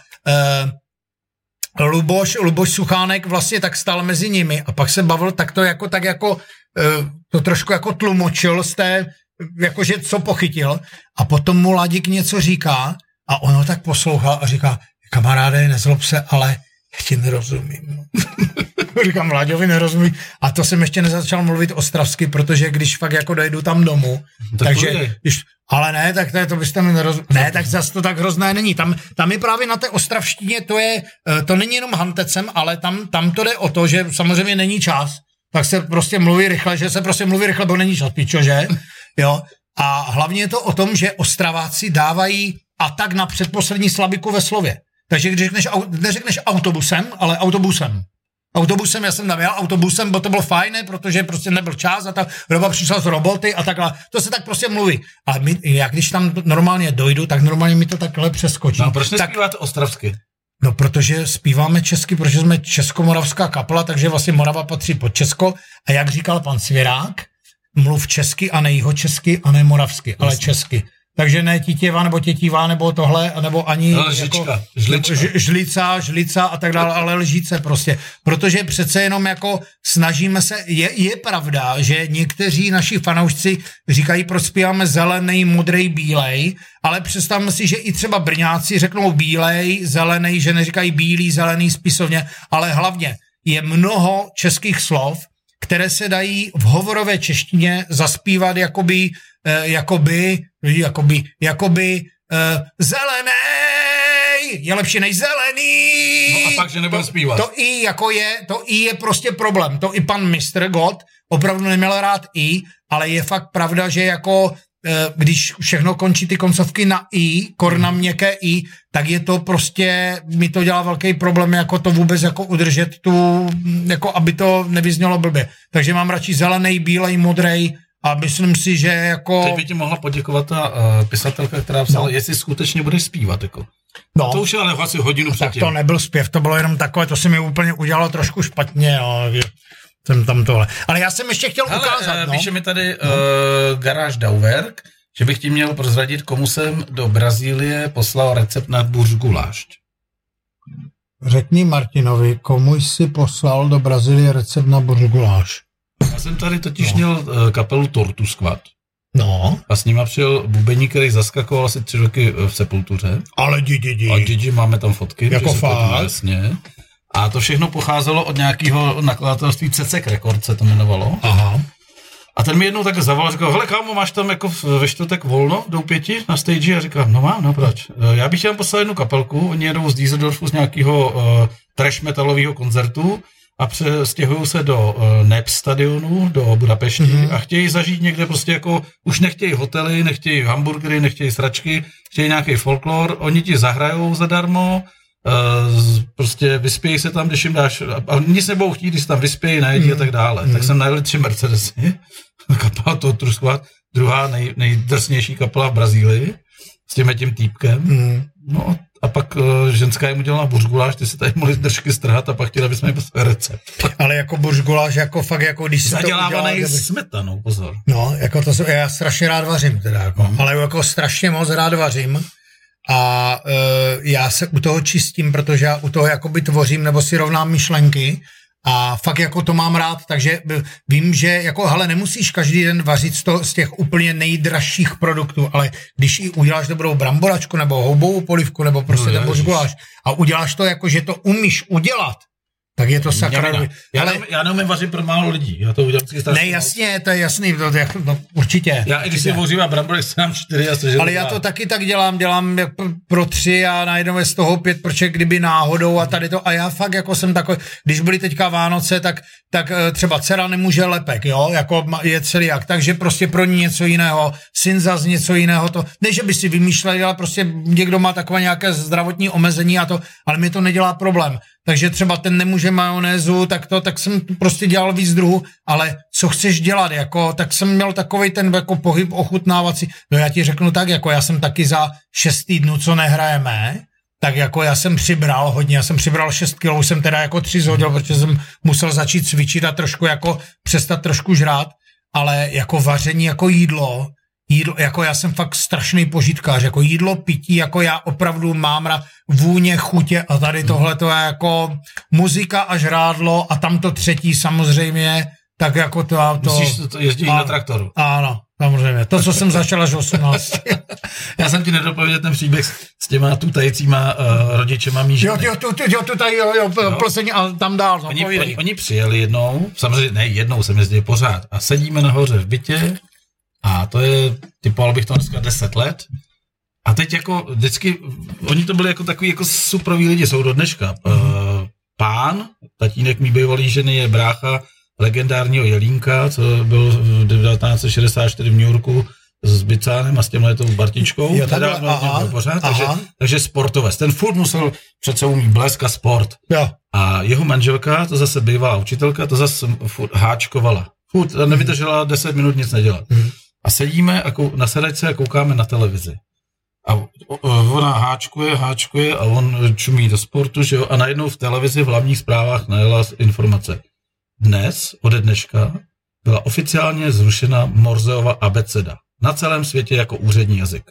uh, Luboš, Luboš Suchánek vlastně tak stál mezi nimi a pak se bavil tak to jako, tak jako, uh, to trošku jako tlumočil z té, jakože co pochytil a potom mu Ladik něco říká a ono tak poslouchal a říká, kamaráde, nezlob se, ale já ti nerozumím. Říkám, Láďovi nerozumí. A to jsem ještě nezačal mluvit ostravsky, protože když fakt jako dojdu tam domů, tak takže, když, ale ne, tak to, to byste mi nerozuměli. Ne, tak zase to tak hrozné není. Tam, tam je právě na té ostravštině, to je, to není jenom hantecem, ale tam, tam to jde o to, že samozřejmě není čas, tak se prostě mluví rychle, že se prostě mluví rychle, bo není čas, pičo, že? Jo. A hlavně je to o tom, že Ostraváci dávají atak na předposlední slabiku ve slově. Takže když řekneš, neřekneš autobusem, ale autobusem. Autobusem, já jsem tam jel autobusem, bo to bylo fajné, protože prostě nebyl čas a ta doba přišla z roboty a takhle. To se tak prostě mluví. A my, já když tam normálně dojdu, tak normálně mi to takhle přeskočí. No proč tak, nespíváte ostravsky? No protože zpíváme česky, protože jsme českomoravská kapela, takže vlastně Morava patří pod Česko. A jak říkal pan Svěrák, mluv česky a ne jihočesky a ne moravsky, ale Jasně. česky. Takže ne Titěva nebo Tětivá nebo tohle, nebo ani Lžička, jako, žlička. Ž, žlica, žlica a tak dále, ale lžíce prostě. Protože přece jenom jako snažíme se, je, je pravda, že někteří naši fanoušci říkají, proč zpíváme zelený, modrej, bílej, ale představme si, že i třeba Brňáci řeknou bílej, zelený, že neříkají bílý, zelený spisovně, ale hlavně je mnoho českých slov, které se dají v hovorové češtině zaspívat jakoby, eh, jakoby, jakoby, jakoby eh, zelenej, je lepší než zelený. No a pak, že nebudu zpívat. To, to i jako je, to i je prostě problém. To i pan mistr God opravdu neměl rád i, ale je fakt pravda, že jako když všechno končí ty koncovky na i, kor na měkké i, tak je to prostě, mi to dělá velký problém, jako to vůbec jako udržet tu, jako aby to nevyznělo blbě. Takže mám radši zelený, bílej, modrej a myslím si, že jako... Teď by ti mohla poděkovat ta uh, pisatelka, která psala, no. jestli skutečně budeš zpívat, jako. No. A to už je ale asi hodinu předtím. Tak to nebyl zpěv, to bylo jenom takové, to se mi úplně udělalo trošku špatně, jo. Jsem tam tohle. Ale já jsem ještě chtěl Hele, ukázat, no. Píše mi tady no. uh, Garáž Dauverk, že bych ti měl prozradit, komu jsem do Brazílie poslal recept na buřgulášť. Řekni Martinovi, komu jsi poslal do Brazílie recept na buřgulášť. Já jsem tady totiž no. měl uh, kapelu Tortu Squad. No. A s nima přijel bubeník, který zaskakoval asi tři roky v Sepultuře. Ale didi. A didi, máme tam fotky. Jako fakt. Jasně. A to všechno pocházelo od nějakého nakladatelství Cecek Records, se to jmenovalo. Aha. A ten mi jednou tak zavolal, říkal, hele kámo, máš tam jako ve čtvrtek volno v Doupěti na stage? A říkám, no mám, no proč? Já bych chtěl poslat jednu kapelku, oni jedou z Düsseldorfu z nějakého uh, trash metalového koncertu a přestěhují se do uh, N E P stadionu, do Budapešti mm-hmm. a chtějí zažít někde prostě jako, už nechtějí hotely, nechtějí hamburgery, nechtějí sračky, chtějí nějaký folklor, oni ti zahrajou zadarmo, uh, prostě vyspějí se tam, když jim dáš, a nic nebudou chtít, když se tam vyspějí, najedí mm. a tak dále. Mm. Tak jsem najeli tři Mercedesy, kapela toho Truskovat, druhá nej, nejdrsnější kapela v Brazílii, s tím tím týpkem. Mm. No a pak uh, ženská jim udělala buřguláš, ty se tady mohli držky strhat a pak chtěla, aby jsme jim poslali recept. Ale jako buřguláš, jako fakt, jako když se to udělá... Zadělávaný smetanou, pozor. No, jako to, já strašně rád vařím teda, jako, mm. ale jako strašně moc rád vařím a uh, já se u toho čistím, protože já u toho jakoby tvořím nebo si rovnám myšlenky a fakt jako to mám rád, takže vím, že jako hele, nemusíš každý den vařit z, toho, z těch úplně nejdražších produktů, ale když i uděláš dobrou bramboračku nebo houbovou polivku nebo prostě no, ten buřguláš a uděláš to jako, že to umíš udělat, tak je to sakra. Já, ale... já neumím vařit pro málo lidí, já to udělám vždycky. Ne, jasně, to je jasný, to, to, to, určitě. Já i když si vořím a brambory, se nám čtyři a seželu. Ale já to taky tak dělám, dělám pro tři a najednou je z toho pět, protože kdyby náhodou a tady to, a já fakt jako jsem takový, když byly teďka Vánoce, tak, tak třeba dcera nemůže lepek, jo, jako je celiak, takže prostě pro ní něco jiného, syn zas něco jiného, to, ne, že by si vymýšleli, ale prostě někdo má takové nějaké zdravotní omezení a to, ale mi to nedělá problém. Takže třeba ten nemůže majonézu, tak to, tak jsem prostě dělal víc druhů, ale co chceš dělat, jako, tak jsem měl takovej ten jako pohyb ochutnávací, no já ti řeknu tak, jako já jsem taky za šest týdnů, co nehrajeme, tak jako já jsem přibral hodně, já jsem přibral šest kilů, už jsem teda jako tři zhodil, protože jsem musel začít cvičit a trošku jako přestat trošku žrát, ale jako vaření, jako jídlo, jídlo, jako já jsem fakt strašný požitkář, jako jídlo, pití, jako já opravdu mám rád vůně, chutě a tady tohle to je jako muzika a žrádlo a tamto třetí samozřejmě, tak jako to... to Musíš to jezdit na traktoru. Ano, samozřejmě. To, co jsem začal až osmnáct. Já jsem ti nedopověděl ten příběh s těma tutajícíma uh, rodičema mý ženy. Jo, jo, jo, tutaj, jo, jo, jo. Plzeň a tam dál. No, oni, oni, oni přijeli jednou, samozřejmě ne jednou, jsem jezdil pořád a sedíme nahoře v bytě a to je, typoval bych to dneska deset let. A teď jako vždycky, oni to byli jako takový jako superoví lidi, jsou do dneška. Mm-hmm. Pán, tatínek mý bývalý ženy je brácha legendárního Jelínka, co byl v devatenáct set šedesát čtyři v New Yorku s Bicánem a s těmhletou Bartičkou. Jo, teda, aha, pořád, takže, takže sportovec. Ten furt musel přece umí blesk a sport. Jo. A jeho manželka, to zase bývalá učitelka, to zase furt háčkovala. Furt nevydržela deset minut nic nedělat. Mm-hmm. A sedíme a kou, na sedačce a koukáme na televizi. A ona háčkuje, háčkuje a on čumí do sportu, že jo, a najednou v televizi v hlavních zprávách najela informace. Dnes, ode dneška, byla oficiálně zrušena Morseova abeceda. Na celém světě jako úřední jazyk.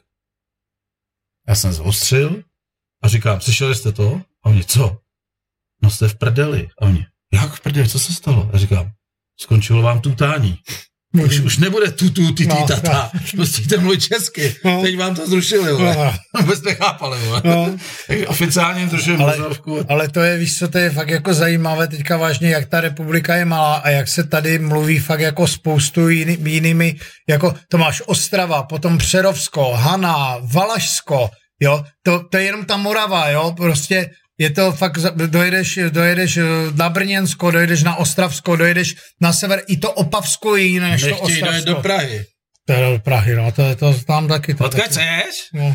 Já jsem zostřil a říkám, slyšeli jste to? A oni, co? No jste v prdeli. A oni, jak v prdeli, co se stalo? A říkám, skončilo vám tutání. Už, už nebude tu, tu, ty, ty, no, tata. Musíte mluvit česky. No. Teď vám to zrušili, no. Vůbec nechápali, no. Tak oficiálně jim zrušili Morzovku. Ale to je, víš co, to je fakt jako zajímavé teďka vážně, jak ta republika je malá a jak se tady mluví fakt jako spoustu jiný, jinými, jako to máš Ostrava, potom Přerovsko, Haná, Valašsko, jo, to, to je jenom ta Morava, jo, prostě je to fakt, dojedeš, dojedeš na Brněnsko, dojedeš na Ostravsko, dojedeš na sever, i to Opavsko je jiné než to Ostravsko. Nechtějí dojet do Prahy. To je do Prahy, no, to, to tam taky. To Odkud chceš? No.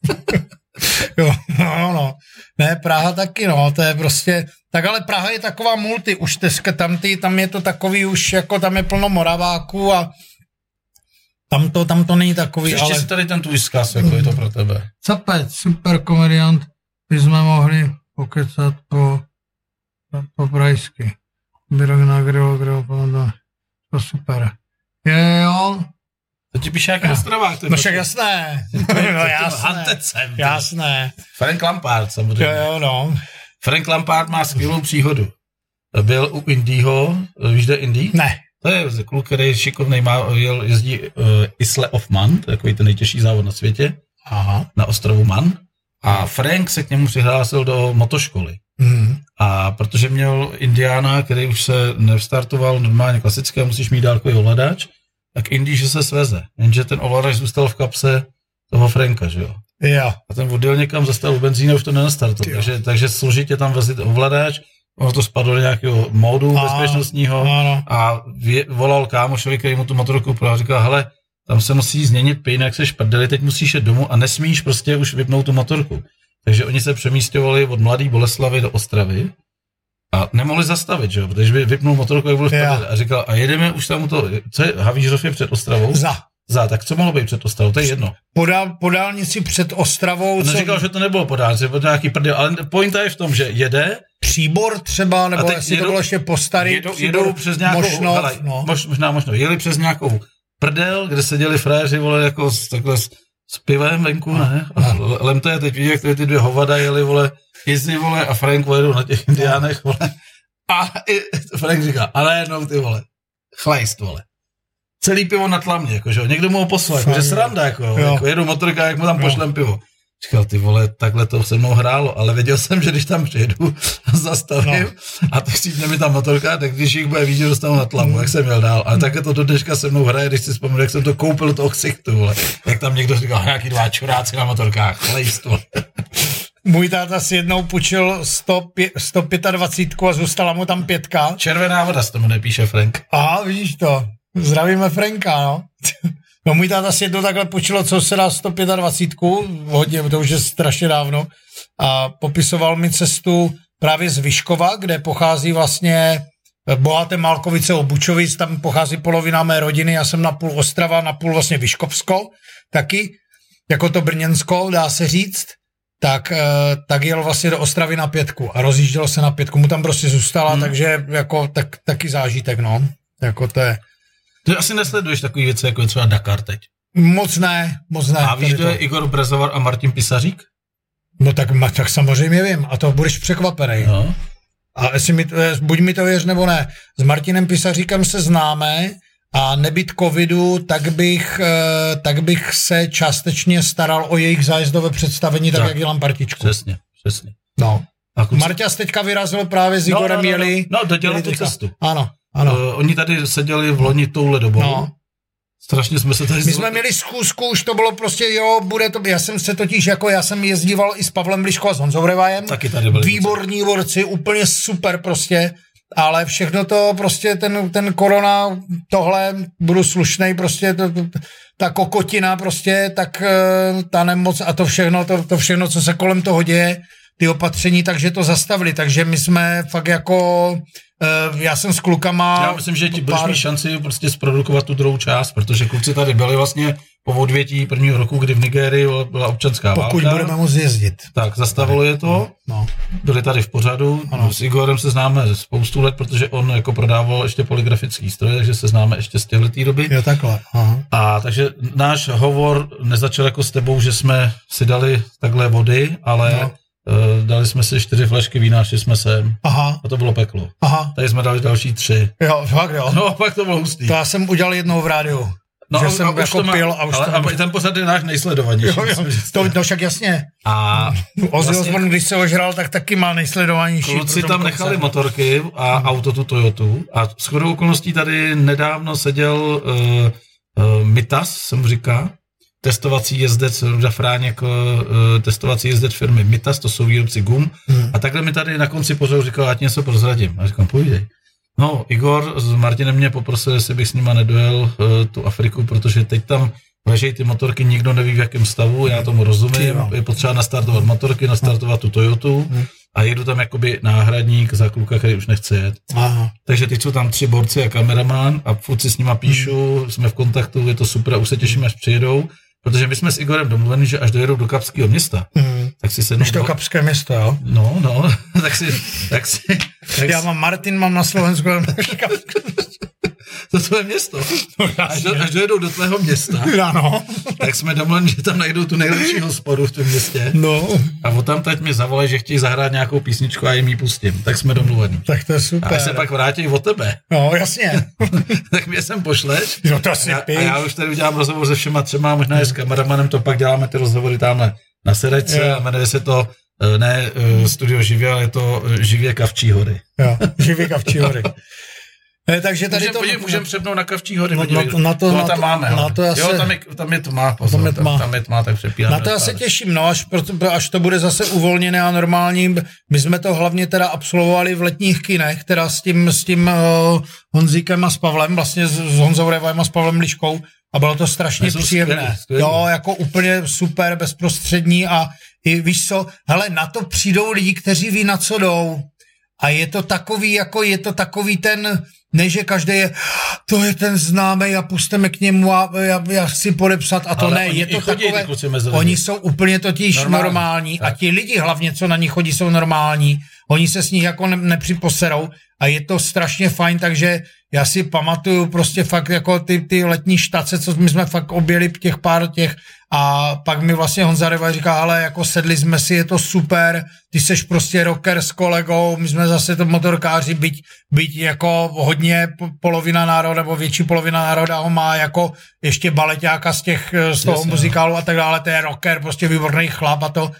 Jo, no, no. Ne, Praha taky, no, to je prostě, tak ale Praha je taková multi, už teďka tam, ty, tam je to takový už, jako tam je plno Moraváků a tam to, tam to není takový, ještě ale... Ještě si tady ten tvůj vzkaz, jako je to pro tebe. Capec, super komediant, by jsme mohli pokecat po, po prajsky. Byrok na grill, grill, to super. Je, jo. To ti píše jak na Ostravách. No však jasné. No jasné. Jasné. Frank Lampard samozřejmě. Jo, jo, no. Frank Lampard má skvělou příhodu. Byl u Indyho, víš, kde je Indy? Ne. To je kluk, který je šikovnej, má, jel, jezdí uh, Isle of Man, takový ten nejtěžší závod na světě. Aha. Na ostrovu Man. A Frank se k němu přihlásil do motoškoly. Mm. A protože měl Indiána, který už se nevstartoval normálně klasické, musíš mít dálkový ovladač, tak Indy, že se sveze. Jenže ten ovladač zůstal v kapse toho Franka, že jo? Jo. A ten odjel někam, zastavil benzín a už to nenastartoval. Takže, takže složitě tam vezit ovladač, ono to spadlo do nějakého módu a, bezpečnostního a, a vě, volal kámošovi, který mu tu motorku koupil a říkal, hele, tam se musí změnit pin, jak seš prdeli, teď musíš jít domů a nesmíš prostě už vypnout tu motorku. takže oni se přemísťovali od Mladé Boleslavi do Ostravy a nemohli zastavit, že jo, protože by vypnul motorku, jak byl v prdeli a říkal, a jedeme už tam to, co je, Havířov je před Ostravou? Za. Za, tak co mohlo být před Ostravou, to je jedno. Po, dál, po dálnici před Ostravou. On co... říkal, že to nebylo po dálnici, bylo to nějaký prdel, ale pointa je v tom, že jede. Příbor třeba, nebo jestli jedou, to bylo ještě po starý. Jedou, jedou přes nějakou, možno, hele, no. mož, možná možno, jeli přes nějakou prdel, kde seděli fréři, vole, jako s, takhle s, s pivem venku, ne? A Lemto je teď vidí, jak ty dvě hovada jeli, vole, Izzy, vole, a Frank jedou na těch indiánech, vole. A i, Frank říká, ale jednou ty, vole, chlejst, vole. Celý pivo na tlamě, jakože někdo mu ho poslal, jakože sranda, jako, jo. jako jedu motorka, jak mu tam jo. pošlem pivo. Říkal, ty vole, takhle to se mnou hrálo, ale věděl jsem, že když tam přijedu, zastavím no. a tak si mi tam motorka, tak když jich bude vidět, dostanu na tlamu, jak jsem jel dál. Ale také to do dneška se mnou hraje, když si vzpomínám, jak jsem to koupil toho ksichtu, vole. Jak tam někdo říkal, nějaký dva čuráci na motorkách, lejst, vole. Můj táta si jednou půjčil sto dvacet pět a zůstala mu tam pětka. Červená voda se tomu nepíše Frank. Aha, vidíš to. Zdravíme Franka, no. No můj táta si jednou takhle počilo, co se dá sto dvacet pět, hodně, to už je strašně dávno, a popisoval mi cestu právě z Vyškova, kde pochází vlastně bohaté Malkovice u Bučovic, tam pochází polovina mé rodiny, já jsem na půl Ostrava, na půl vlastně Vyškovsko, taky, jako to Brněnsko, dá se říct, tak, tak jel vlastně do Ostravy na pětku a rozjížděl se na pětku, mu tam prostě zůstala, hmm. takže jako tak, taky zážitek, no, jako to je. Ty asi nesleduješ takový věci, jako je třeba Dakar teď. Moc ne, moc ne. A víš, kdo je Igor Brezovar a Martin Pisařík? No tak, tak samozřejmě vím, a to budeš překvapený. No. A jestli mi, buď mi to věř, nebo ne. S Martinem Pisaříkem se známe a nebýt covidu, tak bych, tak bych se částečně staral o jejich zájezdové představení, tak, tak jak dělám partičku. Přesně, přesně. No. Marťas teďka vyrazil právě s Igorem no, no, no, jeli. No, dodělal tu cestu. Ano. Ano. Uh, oni tady seděli v loni touhle dobou. No. Strašně jsme se tady... My jsme měli schůzku, už to bylo prostě, jo, bude to... Já jsem se totiž, jako já jsem jezdíval i s Pavlem Liško a s Honzou Revajem. Taky tady byli. Výborní borci, úplně super prostě, ale všechno to prostě, ten, ten korona, tohle, budu slušnej, prostě to, to, ta kokotina prostě, tak ta nemoc a to všechno, to, to všechno, co se kolem toho děje, ty opatření, takže to zastavili, takže my jsme fakt jako... Uh, já jsem s klukama... Já myslím, že ti budeš mít šanci prostě zprodukovat tu druhou část, protože kluci tady byli vlastně po odvětí prvního roku, kdy v Nigérii byla občanská válka. Pokud budeme moct jezdit. Tak, zastavilo je to, no. Byli tady v pořadu, ano. S Igorem se známe spoustu let, protože on jako prodával ještě polygrafický stroje, takže se známe ještě z těchto doby. Jo, takhle. Aha. A takže náš hovor nezačal jako s tebou, že jsme si dali takhle vody, ale... No. Uh, dali jsme si čtyři flašky vína, šli jsme sem. Aha. A to bylo peklo. Aha. Tady jsme dali další tři. Jo, fakt jo. No, pak to bylo hustý. To já jsem udělal jednou v rádiu. No, že a, jsem a jako má, pil a už ale, to... Ale ten pořad je náš nejsledovanější. Jo, jo. To, to však jasně. A Ozzy vlastně, Osbourne, když se ožral, tak taky má nejsledovanější. Kluci tam nechali motorky a hmm. auto tu Toyotu. A shodou okolností tady nedávno seděl uh, uh, Mitas, se mu říká, testovací jezdec Ruda Fráněk, uh, testovací jezdec firmy Mitas, to jsou výrobci gum. Hmm. A takhle mi tady na konci pořadu říkal, já ti něco prozradím. A říkám, povídej. No, Igor s Martinem mě poprosil, jestli bych s nima nedojel uh, tu Afriku, protože teď tam ležejí ty motorky, nikdo neví v jakém stavu, já tomu rozumím, je potřeba nastartovat motorky, nastartovat tu Toyotu hmm. a jedu tam jakoby náhradník za kluka, který už nechce jet. Aha. Takže teď jsou tam tři borci a kameraman a furt si s nima píšu, hmm. jsme v kontaktu, je to super a už se těším, až přijedou. Protože my jsme s Igorem domluveni, že až dojedou do Kapského města, mm. tak si sednou... Už to Kapské město, jo? No, no, tak si... Tak si tak já mám Martin, mám na Slovensku, to tvoje město. Až, do, až dojedou do tvého města, ano. Tak jsme domluveni, že tam najdou tu nejlepší hospodu v tom městě. No. A o tam teď mi zavolají, že chtějí zahrát nějakou písničku a jim ji pustím. Tak jsme domluveni. Tak to je super. A až se pak vrátí od tebe. No, jasně. Tak mě sem pošleš. No to asi a, a já už tady udělám rozhovor se všema třema, možná i s kameramanem, to pak děláme ty rozhovory tamhle na sedačce a jmenuje se to ne Studio Živě, ale je to Živě Kavčí hory. Jo, Živě Kavčí hory. Ne, takže tady můžeme, to... Můžeme, můžeme přepnout na Kavčí hory. No, na to, na to, to na tam to, máme. Na to jo, se, tam je, tam je tma, pozor, tam je tma, tam je tma tak přepíráme. Na to já se těším, no, až, až to bude zase uvolněné a normální. My jsme to hlavně teda absolvovali v letních kinech, teda s tím, s tím uh, Honzíkem a s Pavlem, vlastně s, s Honzou Revajem a s Pavlem Liškou. A bylo to strašně příjemné. Jo, jako úplně super, bezprostřední a i víš co, hele, na to přijdou lidi, kteří ví, na co jdou. A je to takový, jako je to takový ten, ne, že každý je, to je ten známý a pusteme k němu a já, já chci podepsat a to ale ne, je to takové, oni jsou úplně totiž normální, normální a ti lidi hlavně, co na nich chodí, jsou normální, oni se s nich jako ne, nepřiposerou a je to strašně fajn, takže já si pamatuju prostě fakt jako ty, ty letní štace, co my jsme fakt objeli těch pár těch a pak mi vlastně Honza Reva říká, ale jako sedli jsme si, je to super, ty seš prostě rocker s kolegou, my jsme zase to motorkáři, byť, byť jako hodně polovina národa, nebo větší polovina národa ho má jako ještě baleťáka z těch, z toho Jasně, muzikálu a tak dále, to je rocker, prostě výborný chlap a to.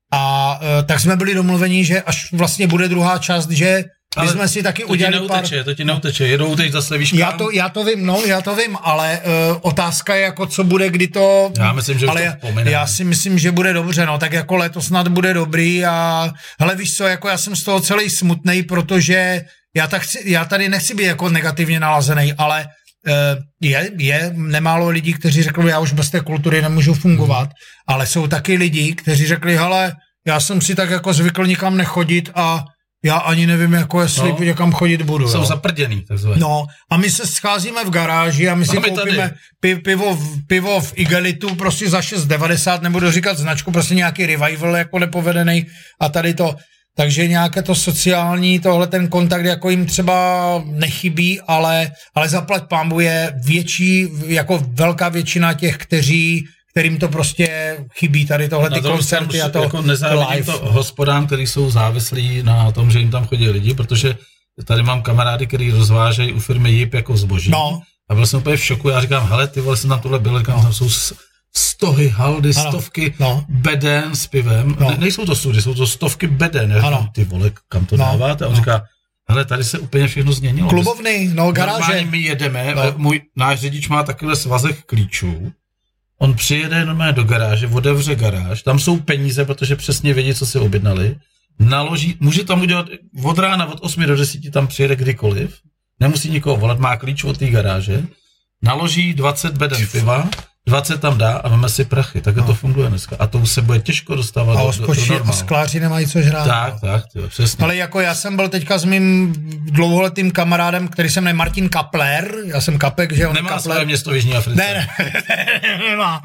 A tak jsme byli domluveni, že až vlastně bude druhá část, že my ale jsme si taky to udělali ti neuteče, pár... to ti neuteče, jedou teď zase víš já to, já to vím, no, já to vím, ale uh, otázka je jako, co bude, kdy to... Já myslím, že ale to pomine. Já si myslím, že bude dobře, no, tak jako letos snad bude dobrý a hele, víš co, jako já jsem z toho celý smutnej, protože já, tak chci, já tady nechci být jako negativně nalazený, ale uh, je, je nemálo lidí, kteří řekli, já už bez té kultury nemůžu fungovat, hmm. ale jsou taky lidi, kteří řekli, hele, já jsem si tak jako zvykl nikam nechodit a já ani nevím, jako jestli no, někam chodit budu. Jsou jo. zaprděný, takzvaně. No, a my se scházíme v garáži a my si a my koupíme pi, pivo, pivo v igelitu prostě za šest devadesát, nebudu říkat značku, prostě nějaký revival jako nepovedený a tady to. Takže nějaké to sociální, tohle ten kontakt jako jim třeba nechybí, ale, ale zaplať pánbu je větší, jako velká většina těch, kteří kterým to prostě chybí, tady tohle ty koncerty a to jako nezávidím to hospodám, který jsou závislí na tom, že jim tam chodí lidi, protože tady mám kamarády, který rozvážejí u firmy Jip jako zboží. No. A byl jsem úplně v šoku, já říkám, hele, ty vole, jsem tam tohle byl, říkám, no. Tam jsou stohy, haldy, ano. stovky no. beden s pivem. No. Ne, nejsou to study, jsou to stovky beden. Já říkám, ty vole, kam to no. dáváte? A on no. říká, hele, tady se úplně všechno změnilo. Klubovny, no, garáže. Normálně my jedeme, no. můj náš řidič má takovýhle svazek klíčů. On přijede normálně do garáže, otevře garáž, tam jsou peníze, protože přesně vědí, co si objednali, naloží, může tam udělat od rána od osmi do deseti, tam přijede kdykoliv, nemusí nikoho volat, má klíč od té garáže, naloží dvacet beden piva, dvacet tam dá a máme si prachy, tak no. to funguje dneska. A to se bude těžko dostávat a do, do, do normálu. A skláři nemají co žrát. Tak, tak, tyjo, přesně. Ale jako já jsem byl teďka s mým dlouholetým kamarádem, který se jmenuje Martin Kapler, já jsem Kapek, že on nemá Kapler. Své město v Jižní Africe. Ne, ne, ne, nemá.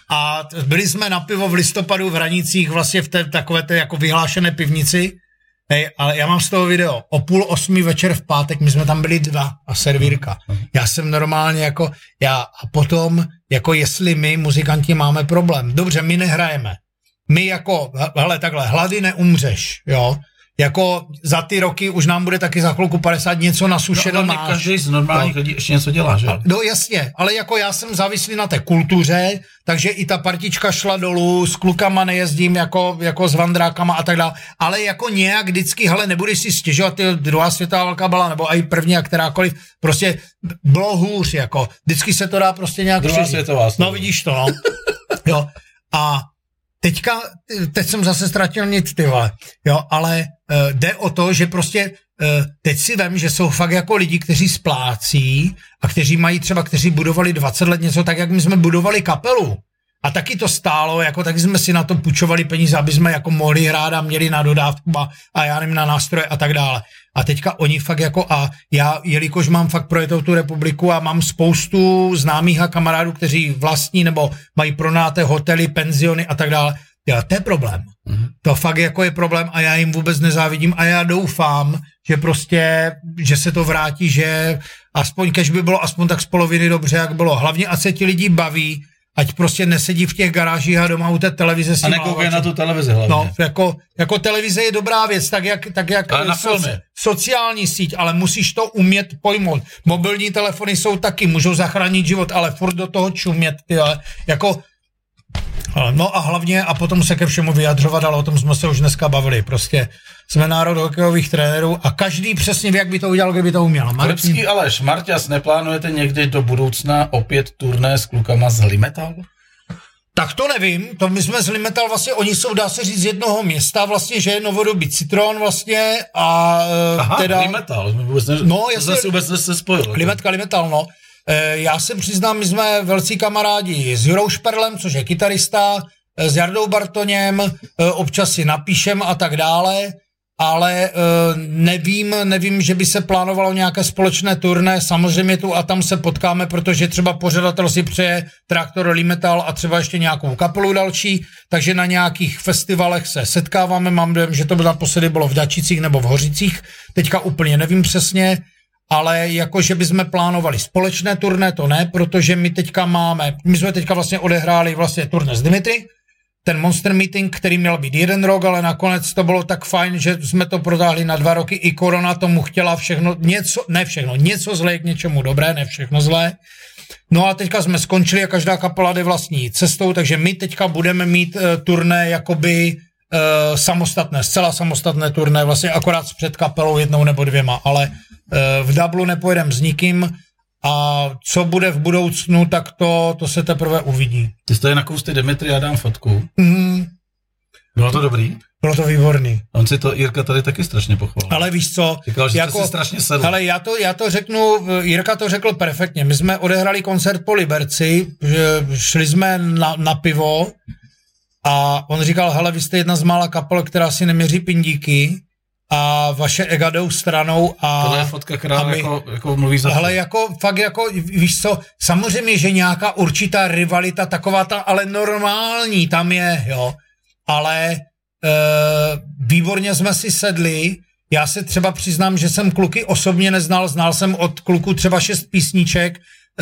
A byli jsme na pivo v listopadu v Hranicích, vlastně v té takové té jako vyhlášené pivnici. Hej, ale já mám z toho video. O půl osmi večer v pátek, my jsme tam byli dva a servírka. Já jsem normálně jako, já a potom, jako jestli my, muzikanti, máme problém. Dobře, my nehrajeme. My jako, hele, takhle, hlady neumřeš, jo. Jako za ty roky už nám bude taky za chvilku padesát něco nasušeno no, máš. Každý z normálních no. lidí ještě něco dělá, že? No jasně, ale jako já jsem závislý na té kultuře, takže i ta partička šla dolů, s klukama nejezdím jako, jako s vandrákama a tak dále, ale jako nějak vždycky, hele, nebudeš si stěžovat, ty druhá světová válka byla, nebo i první a kterákoliv, prostě bylo hůř, jako, vždycky se to dá prostě nějak druhá přežít. Světová. No vidíš to, no. Jo, a teďka, teď jsem zase ztratil nic, ty vole, jo, ale uh, jde o to, že prostě uh, teď si vem, že jsou fakt jako lidi, kteří splácí a kteří mají třeba, kteří budovali dvacet let něco tak, jak my jsme budovali kapelu. A taky to stálo, jako taky jsme si na to půjčovali peníze, aby jsme jako mohli hrát a měli na dodávku a, a já nevím, na nástroje a tak dále. A teďka oni fakt jako, a já, jelikož mám fakt projetou tu republiku a mám spoustu známých a kamarádů, kteří vlastní nebo mají pronáté hotely, penziony a tak dále, já, to je problém. Mm-hmm. To fakt jako je problém a já jim vůbec nezávidím a já doufám, že prostě, že se to vrátí, že aspoň, kež by bylo aspoň tak z poloviny dobře, jak bylo. Hlavně, ať se ti lidi baví, ať prostě nesedí v těch garážích a doma u té televize. A nekoukají na tu televizi hlavně. No, jako, jako televize je dobrá věc, tak jak, tak jak so, sociální síť, ale musíš to umět pojmout. Mobilní telefony jsou taky, můžou zachránit život, ale furt do toho čumět, tyhle, jako. No a hlavně, a potom se ke všemu vyjadřovat, ale o tom jsme se už dneska bavili. Prostě jsme národ hokejových trenérů a každý přesně ví, jak by to udělal, kdyby to uměl. Krepský Aleš, Marťas, neplánujete někdy do budoucna opět turné s klukama z Limetal? Tak to nevím, to my jsme z Limetal vlastně, oni jsou, dá se říct, z jednoho města vlastně, že je novodobý Citron vlastně a Aha, teda... Limetal, vůbec ne, no, jasně, zase vůbec se spojil. Limetka, Limetal, no. Já se přiznám, my jsme velcí kamarádi s Jurou Šperlem, což je kytarista, s Jardou Bartoněm, občas si napíšem a tak dále, ale nevím, nevím, že by se plánovalo nějaké společné turné, samozřejmě tu a tam se potkáme, protože třeba pořadatel si přeje Traktor, Limetal a třeba ještě nějakou kapelu další, takže na nějakých festivalech se setkáváme, mám dojem, že to naposledy bylo v Dačicích nebo v Hořicích, teďka úplně nevím přesně, ale jako, že bychom plánovali společné turné, to ne, protože my teďka máme, my jsme teďka vlastně odehráli vlastně turné s Dimitry, ten Monster Meeting, který měl být jeden rok, ale nakonec to bylo tak fajn, že jsme to protáhli na dva roky, i korona tomu chtěla všechno, něco, ne všechno, něco zlé k něčemu dobré, ne všechno zlé. No a teďka jsme skončili a každá kapela jde vlastní cestou, takže my teďka budeme mít uh, turné jakoby uh, samostatné, zcela samostatné turné, vlastně akorát s před kapelou jednou nebo dvěma, ale uh, v Dublu nepojedem s nikým a co bude v budoucnu, tak to, to se teprve uvidí. Ty jsi tady nakousty Dimitry, já dám fotku. Mm. Bylo to dobrý? Bylo to výborný. On si to Jirka tady taky strašně pochválil. Ale víš co? Říkal, že jako, jsi strašně sedl. Ale já to, já to řeknu, Jirka to řekl perfektně. My jsme odehrali koncert po Liberci, šli jsme na, na pivo a on říkal, hele, vy jste jedna z mála kapel, která si neměří pindíky a vaše ega jdou stranou a... Tohle je fotka, která my, jako, jako mluví za... Hele, jako fakt jako, víš co, samozřejmě, že nějaká určitá rivalita, taková ta, ale normální tam je, jo, ale e, výborně jsme si sedli, já se třeba přiznám, že jsem kluky osobně neznal, znal jsem od kluku třeba šest písniček,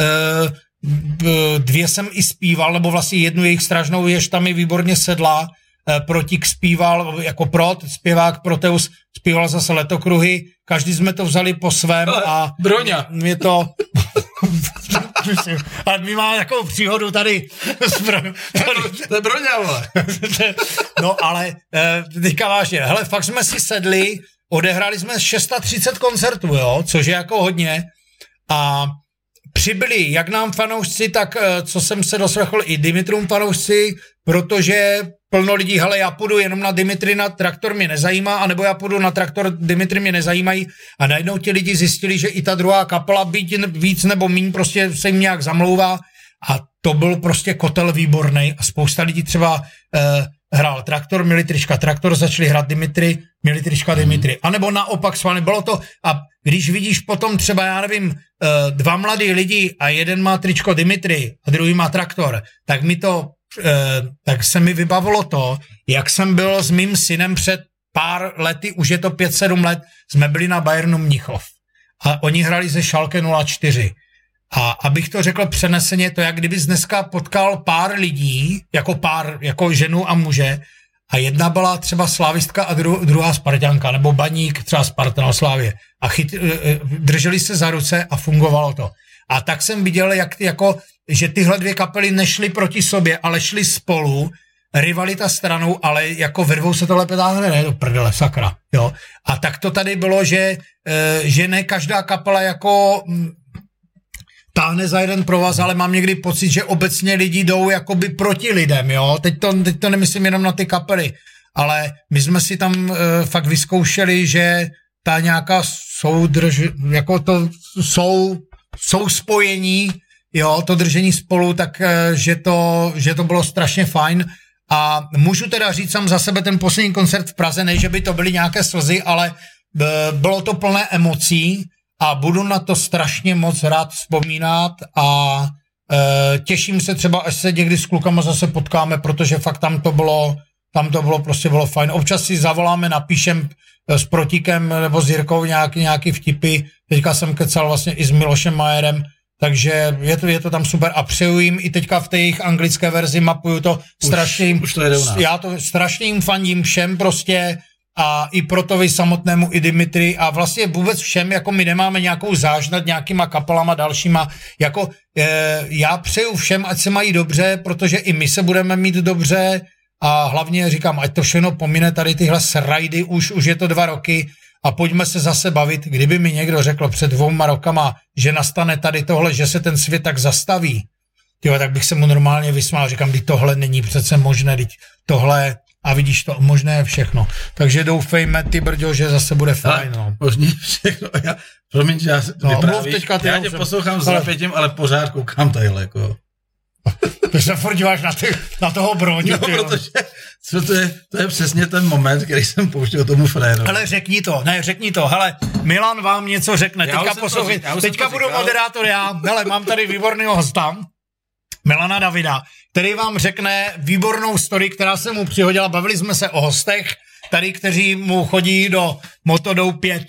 e, dvě jsem i zpíval, nebo vlastně jednu jejich Stražnou jež tam mi výborně sedla, Protik zpíval jako Prot, zpěvák Proteus zpíval zase Letokruhy, každý jsme to vzali po svém a Broňa. Mě to... A my máme takovou příhodu tady. To je Broňa, vole. No ale teďka vážně, hele, fakt jsme si sedli, odehrali jsme třicet šest koncertů, jo, což je jako hodně a přibyli jak nám fanoušci, tak co jsem se doslechl i Dimitrum fanoušci, protože plno lidí, hele, já půjdu jenom na Dimitry, na Traktor mě nezajímá, anebo já půjdu na Traktor, Dimitry mě nezajímají a najednou ti lidi zjistili, že i ta druhá kapela byť víc nebo míň prostě se jim nějak zamlouvá a to byl prostě kotel výborný a spousta lidí třeba eh, hrál Traktor, měli trička Traktor, začali hrát Dimitry, měli trička Dimitry, anebo naopak s vámi, bylo to a když vidíš potom třeba, já nevím, eh, dva mladí lidi a jeden má tričko Dimitry a druhý má Traktor, tak mi to Uh, tak se mi vybavilo to, jak jsem byl s mým synem před pár lety, už je to pět sedm let, jsme byli na Bayernu Mnichov a oni hrali ze Schalke nula čtyři a abych to řekl přeneseně, to jak kdybys dneska potkal pár lidí, jako pár, jako ženu a muže a jedna byla třeba slávistka a dru, druhá Spartanka, nebo Baník, třeba Sparta na Slávě a chyt, uh, drželi se za ruce a fungovalo to. A tak jsem viděl, jak ty, jako, že tyhle dvě kapely nešly proti sobě, ale šly spolu, rivalita stranou, ale jako ve dvou se tohle petáhne, ne, do prdele, sakra, jo. A tak to tady bylo, že, že ne každá kapela jako táhne za jeden provaz, ale mám někdy pocit, že obecně lidi jdou jakoby proti lidem, jo. Teď to, teď to nemyslím jenom na ty kapely, ale my jsme si tam uh, fakt vyzkoušeli, že ta nějaká soudrž, jako to jsou jsou spojení, jo, to držení spolu, tak že to, že to bylo strašně fajn a můžu teda říct sám za sebe ten poslední koncert v Praze, ne, že by to byly nějaké slzy, ale bylo to plné emocí a budu na to strašně moc rád vzpomínat a e, těším se třeba, až se někdy s klukama zase potkáme, protože fakt tam to bylo, tam to bylo prostě bylo fajn. Občas si zavoláme, napíšem s Protíkem nebo s Jirkou nějaký, nějaký vtipy. Teďka jsem kecal vlastně i s Milošem Majerem, takže je to, je to tam super a přeju jim i teďka v té jejich anglické verzi, mapuju to už, strašně jim, už to jede u nás. Já to strašně jim fandím všem prostě a i Protovi samotnému, i Dimitry a vlastně vůbec všem, jako my nemáme nějakou záž nad nějakýma kapelama dalšíma, jako e, já přeju všem, ať se mají dobře, protože i my se budeme mít dobře a hlavně říkám, ať to všechno pomine tady tyhle srajdy, už, už je to dva roky a pojďme se zase bavit, kdyby mi někdo řekl před dvouma rokama, že nastane tady tohle, že se ten svět tak zastaví, tyjo, tak bych se mu normálně vysmál, říkám, teď tohle není přece možné, teď tohle a vidíš to, možné je všechno. Takže doufejme, ty brďo, že zase bude fajn. No. Možný všechno, já, promiň, že já, no, vyprávíš, teďka, ty já tě poslouchám s napětím, ale pořád koukám tadyhle, jako. Ty se furt díváš na, ty, na toho Broňu. No, protože co to, je, to je přesně ten moment, který jsem pouštěl tomu frérovi. Ale řekni to, ne, řekni to. Hele, Milan vám něco řekne. Já teďka poslouchej, to, teďka budu říkal. Moderátor já. Hele, mám tady výborného hosta, Milana Davida, který vám řekne výbornou story, která se mu přihodila. Bavili jsme se o hostech, tady, kteří mu chodí do Motodou pět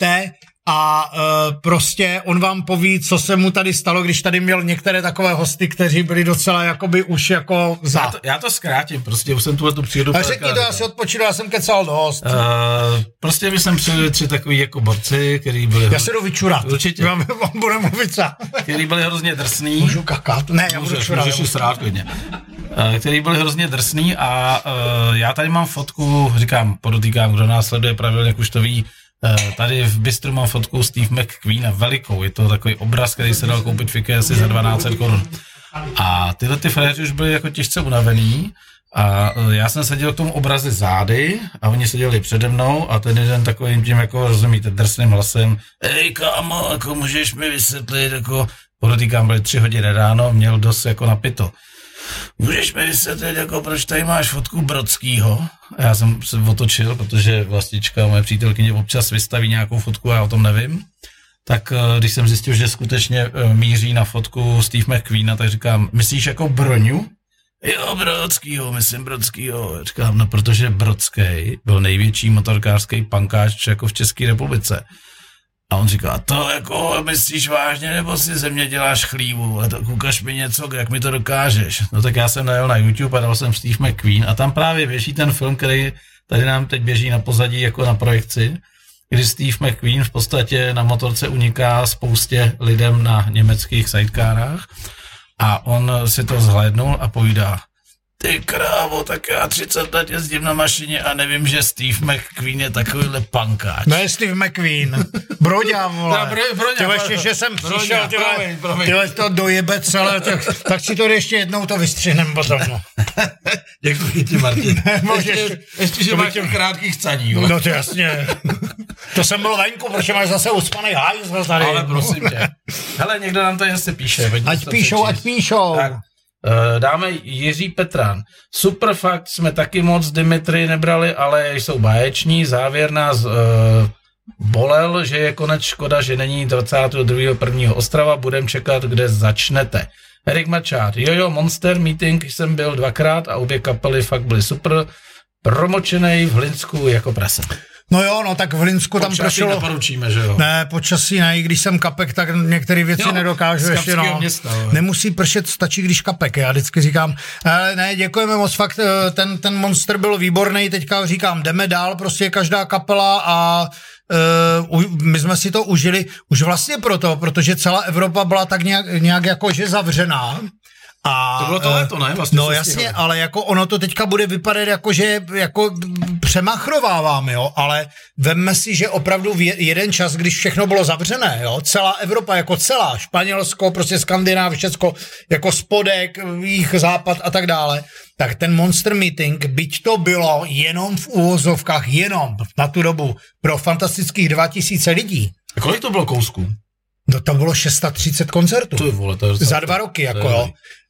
a e, prostě on vám poví, co se mu tady stalo, když tady měl některé takové hosty, kteří byli docela jakoby už jako za. Já to, já to zkrátím, prostě už jsem tuhle tu přírodu. A řekni to, já si odpočinu, já jsem kecal dost. Uh, prostě my jsem přijeli tři takový jako borci, který byli. Já se jdu vyčurat. Určitě. Já budu mluvit sám. Který byli hrozně drsný. Můžu kakat? Ne, já budu čurat. Můžeš srát klidně. Uh, který byli hrozně drsný a uh, já tady mám fotku, říkám, podotýkám, kdo nás sleduje pravidelně, jak už to ví. Tady v Bistru mám fotku Steve McQueen velikou, je to takový obraz, který se dal koupit v IKEA asi za dvanáct set korun. A tyhle ty frajeři už byli jako těžce unavený a já jsem seděl k tomu obrazi zády a oni seděli přede mnou a ten jeden takovým tím jako, rozumíte, drsným hlasem, ej kámo, jako můžeš mi vysvětlit, jako, podotýkám, byly tři hodiny ráno, měl dost jako napito. Můžeš mi vysvětlit, jako proč tady máš fotku Brodskýho? A já jsem se otočil, protože vlastička, moje přítelkyně občas vystaví nějakou fotku a já o tom nevím. Tak když jsem zjistil, že skutečně míří na fotku Steve McQueena, tak říkám, myslíš jako Broňu? Jo, Brodskýho, myslím Brodskýho. Říkám, no protože Brodský byl největší motorkářský pankáč jako v České republice. A on říká, to jako myslíš vážně, nebo si ze mě děláš chlívu? A to ukaž mi něco, jak mi to dokážeš. No tak já jsem najel na YouTube a dal jsem Steve McQueen a tam právě běží ten film, který tady nám teď běží na pozadí jako na projekci, kdy Steve McQueen v podstatě na motorce uniká spoustě lidem na německých sidecarách a on si to zhlédnul a povídá, ty krávo, tak já třicet let jezdím na mašině a nevím, že Steve McQueen je takovýhle pankáč. Ne, Steve McQueen. Broďa, vole. No, bro, broďa, tyhle, ještě, že jsem broďa, přišel, tyhle, promiň, tyhle to dojebe celé, tak, tak si to ještě jednou to vystřihnem potom. Děkuji ti, Martin. Můžeš, ještě, ještě, že máš těch krátkých vcaní. Jo? No to jasně. To jsem byl venku, protože máš zase uspanej hajzl tady. Ale prosím tě. Hele, někdo nám tady asi píše. Ať píšou, ať píšou. Tak. Dáme Jiří Petran. Super fakt, jsme taky moc Dimitry nebrali, ale jsou báječní. Závěr nás uh, bolel, že je konec škoda, že není dvacátého druhého prvního Ostrava. Budem čekat, kde začnete. Erik Mačát. Jojo, Monster Meeting jsem byl dvakrát a obě kapely fakt byly super. Promočenej v Hlinsku jako prase. No jo, no tak v Hlinsku tam prošlo... Počasí neporučíme, že jo? Ne, počasí ne, když jsem kapek, tak některé věci jo, nedokážu ještě, no. Města, nemusí pršet, stačí, když kapek, já vždycky říkám, ale ne, děkujeme moc, fakt, ten, ten Monster byl výborný, teďka říkám, jdeme dál, prostě každá kapela a uh, my jsme si to užili, už vlastně proto, protože celá Evropa byla tak nějak, nějak jakože zavřená. A, to bylo to léto, ne? Vlastně no jasně, stihali. Ale jako ono to teďka bude vypadat jako, že jako přemachrováváme, jo, ale vemme si, že opravdu v jeden čas, když všechno bylo zavřené, jo, celá Evropa jako celá, Španělsko, prostě Skandinávie, Česko, jako spodek, jich západ a tak dále, tak ten Monster Meeting, byť to bylo jenom v úvozovkách, jenom na tu dobu pro fantastických dva tisíce lidí. A kolik to bylo kousků? No to bylo třicet šest koncertů. To je, vole, to je za dva roky, jako jo.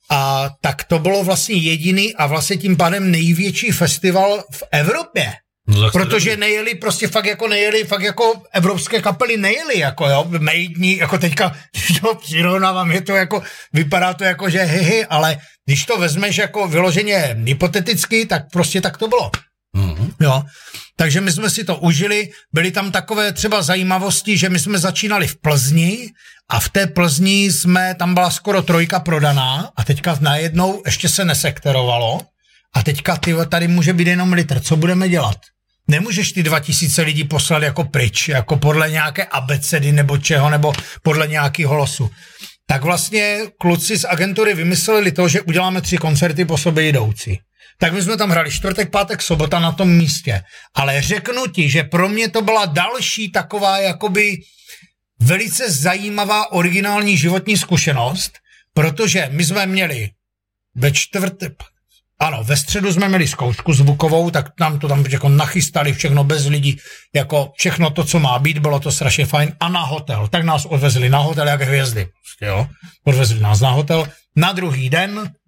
A tak to bylo vlastně jediný a vlastně tím pádem největší festival v Evropě. No, protože nejeli, prostě fakt jako nejeli, fakt jako evropské kapely nejeli, jako jo, mejdní, jako teďka, když to přirovnávám, je to jako, vypadá to jako, že hehe, ale když to vezmeš jako vyloženě hypoteticky, tak prostě tak to bylo. Mm-hmm. Jo. Takže my jsme si to užili, byly tam takové třeba zajímavosti, že my jsme začínali v Plzni a v té Plzni jsme, tam byla skoro trojka prodaná a teďka najednou ještě se nesekterovalo a teďka ty, tady může být jenom litr, co budeme dělat? Nemůžeš ty dva tisíce lidí poslat jako pryč, jako podle nějaké abecedy nebo čeho, nebo podle nějakého losu. Tak vlastně kluci z agentury vymysleli to, že uděláme tři koncerty po sobě jdoucí. Tak my jsme tam hrali čtvrtek, pátek, sobota na tom místě. Ale řeknu ti, že pro mě to byla další taková jakoby velice zajímavá originální životní zkušenost, protože my jsme měli ve čtvrtek, ano, ve středu jsme měli zkoušku zvukovou, tak nám to tam jako nachystali všechno bez lidí, jako všechno to, co má být, bylo to strašně fajn. A na hotel, tak nás odvezli na hotel jak hvězdy, jo, odvezli nás na hotel. Na druhý den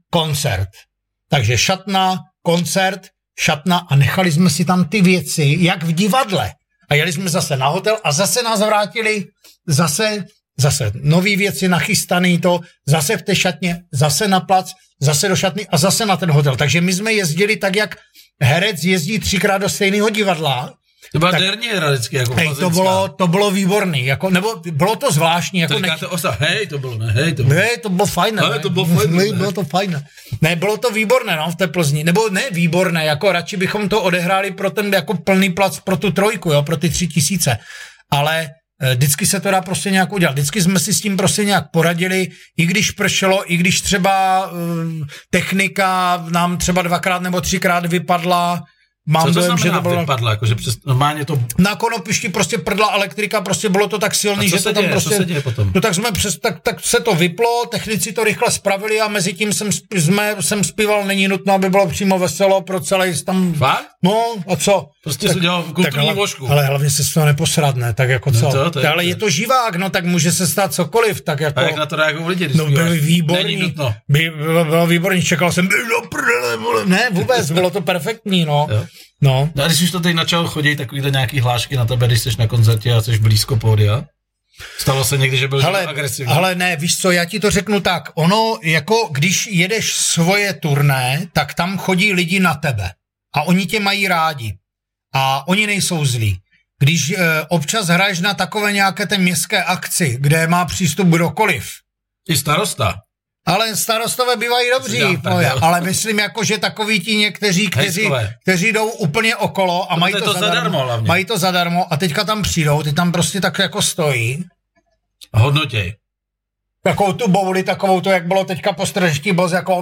koncert. Takže šatna, koncert, šatna a nechali jsme si tam ty věci, jak v divadle. A jeli jsme zase na hotel a zase nás vrátili, zase, zase nový věci nachystaný to, zase v té šatně, zase na plac, zase do šatny a zase na ten hotel. Takže my jsme jezdili tak, jak herec jezdí třikrát do stejného divadla. To byla derniéra vždycky, jako hej, to bylo, to bylo výborný, jako, nebo bylo to zvláštní. Jako to říkáte nech... osa, hej, to bylo, ne, hej, to bylo. Hej, to bylo fajné. Ale to bylo fajné. Ne, bylo to fajné. Ne, bylo to výborné, no, v té Plzni. Nebo ne výborné, jako radši bychom to odehráli pro ten jako plný plac, pro tu trojku, jo, pro ty tři tisíce. Ale e, vždycky se to dá prostě nějak udělat. Vždycky jsme si s tím prostě nějak poradili, i když pršelo, i když třeba e, technika nám třeba dvakrát nebo třikrát vypadla. Mám co to dojem, znamená že to bylo... vypadla? Jako, že přes... normálně to... Na Konopišti prostě prdla elektrika, prostě bylo to tak silný, že to tam děje? prostě... Co se děje potom? No tak jsme přes... Tak, tak se to vyplo, technici to rychle spravili a mezi tím jsem, jsme, jsem zpíval, není nutno, aby bylo přímo veselo pro celý tam... Fakt? No a co? Prostě se dělal kulturní vošku. Ale hlavně se z toho neposrat, ne? Tak jako co? No to, to je, ale je to živák, no tak může se stát cokoliv, tak jako... A jak na to reagují lidi, když no, byl výborný, není nutno. By, bylo, bylo výborný, čekal jsem, no prdele, vole. Ne, vůbec, bylo to perfektní, no. Jo. No. No a když už to teď načalo chodit, takovýhle nějaký hlášky na tebe, když jsi na koncertě a jsi blízko pódia? Stalo se někdy, že byl hele, agresivní? Ale ne, víš co, já ti to řeknu tak, ono, jako když jedeš svoje turné, tak tam chodí lidi na tebe a oni tě mají rádi a oni nejsou zlí. Když e, občas hraješ na takové nějaké té městské akci, kde má přístup kdokoliv. I starosta. Ale starostové bývají dobří, já, ale myslím jako, že takoví ti někteří, kteří, kteří jdou úplně okolo a mají to, to zadarmo, zadarmo mají to zadarmo a teďka tam přijdou, ty tam prostě tak jako stojí. A hodnotěj. Takovou tu bouli, takovou to, jak bylo teďka po Stražití Boz, jako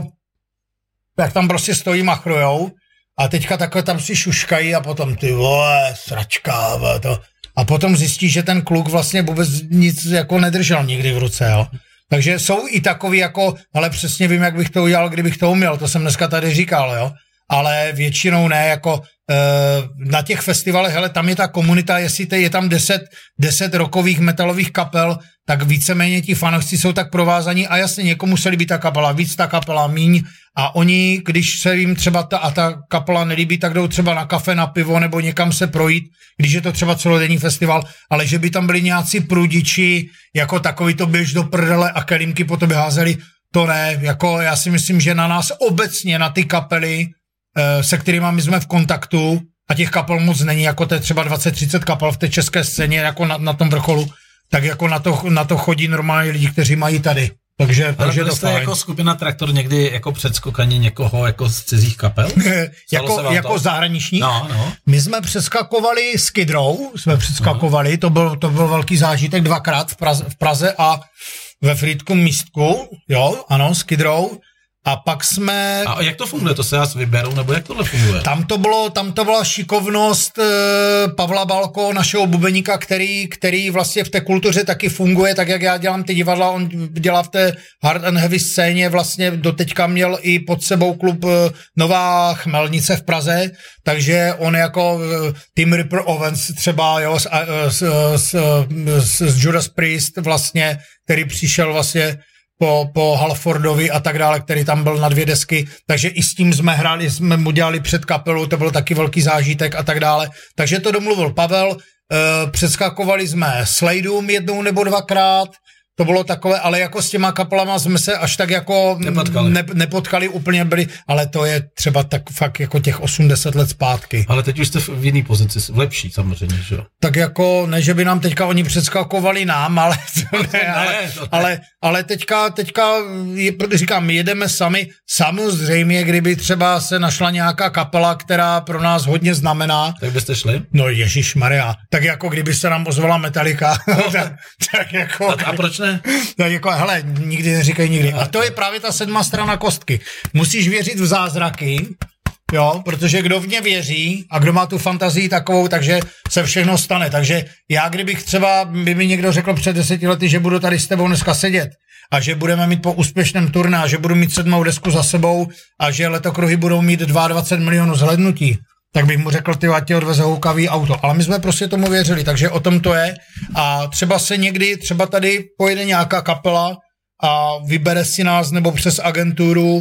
jak tam prostě stojí, machrujou a teďka takhle tam si šuškají a potom ty vole, sračka, to. A potom zjistí, že ten kluk vlastně vůbec nic jako nedržel nikdy v ruce, jo. Takže jsou i takový jako, ale přesně vím, jak bych to udělal, kdybych to uměl, to jsem dneska tady říkal, jo. Ale většinou ne, jako e, na těch festivalech, hele, tam je ta komunita, jestli te, je tam deset, deset rockových metalových kapel, tak víceméně ti fanoušci jsou tak provázaní a jasně někomu se líbí ta kapela, víc ta kapela, míň a oni, když se jim třeba ta a ta kapela nelíbí, tak jdou třeba na kafe, na pivo nebo někam se projít, když je to třeba celodenní festival, ale že by tam byli nějací prudiči, jako takový to běž do prdele a kelímky po tobě házeli, to ne, jako já si myslím, že na nás obecně, na ty kapely, se kterými my jsme v kontaktu a těch kapel moc není, jako to je třeba dvacet třicet kapel v té české scéně, jako na, na tom vrcholu, tak jako na to, na to chodí normální lidi, kteří mají tady. Takže, ale takže to jste jako skupina Traktor někdy jako předskokání někoho jako z cizích kapel? jako jako zahraniční? No, no. My jsme přeskakovali s Kidrou, jsme přeskakovali, no. to, byl, to byl velký zážitek dvakrát v Praze, v Praze a ve Frýdku Místku, jo, ano, s Kidrou. A pak jsme... A jak to funguje? To se nás vyberou, nebo jak tohle funguje? Tam to, bylo, tam to byla šikovnost e, Pavla Balko, našeho bubeníka, který, který vlastně v té kultuře taky funguje, tak jak já dělám ty divadla, on dělá v té hard and heavy scéně, vlastně doteďka měl i pod sebou klub e, Nová Chmelnice v Praze, takže on jako e, Tim Ripper Owens třeba, jo, s, s, s, s, s Judas Priest vlastně, který přišel vlastně po, po Halfordovi a tak dále, který tam byl na dvě desky, takže i s tím jsme hráli, jsme mu dělali před kapelu, to byl taky velký zážitek a tak dále, takže to domluvil Pavel, e, přeskakovali jsme Sladeum jednou nebo dvakrát, to bylo takové, ale jako s těma kapelama jsme se až tak jako nepotkali, ne, nepotkali úplně byli, ale to je třeba tak fakt jako těch osmdesát let zpátky. Ale teď už jste v jiný pozici, v lepší samozřejmě, že jo? Tak jako, ne, že by nám teďka oni přeskakovali nám, ale, to ne, ne, ale, to ale, ale teďka, teďka je, říkám, jedeme sami, samozřejmě, kdyby třeba se našla nějaká kapela, která pro nás hodně znamená. Tak byste šli? No ježišmarja, tak jako kdyby se nám ozvala Metallica, no. tak, tak jako... A, a proč ne? Tak jako, hele, nikdy neříkej nikdy. A to je právě ta sedmá strana kostky. Musíš věřit v zázraky, jo, protože kdo v ně věří a kdo má tu fantazii takovou, takže se všechno stane. Takže já, kdybych třeba, by mi někdo řekl před deseti lety, že budu tady s tebou dneska sedět a že budeme mít po úspěšném turné a že budu mít sedmou desku za sebou a že letokruhy budou mít dvacet dva milionů zhlédnutí, tak bych mu řekl, ty, ať tě odveze houkavý auto. Ale my jsme prostě tomu věřili, takže o tom to je. A třeba se někdy, třeba tady pojede nějaká kapela a vybere si nás nebo přes agenturu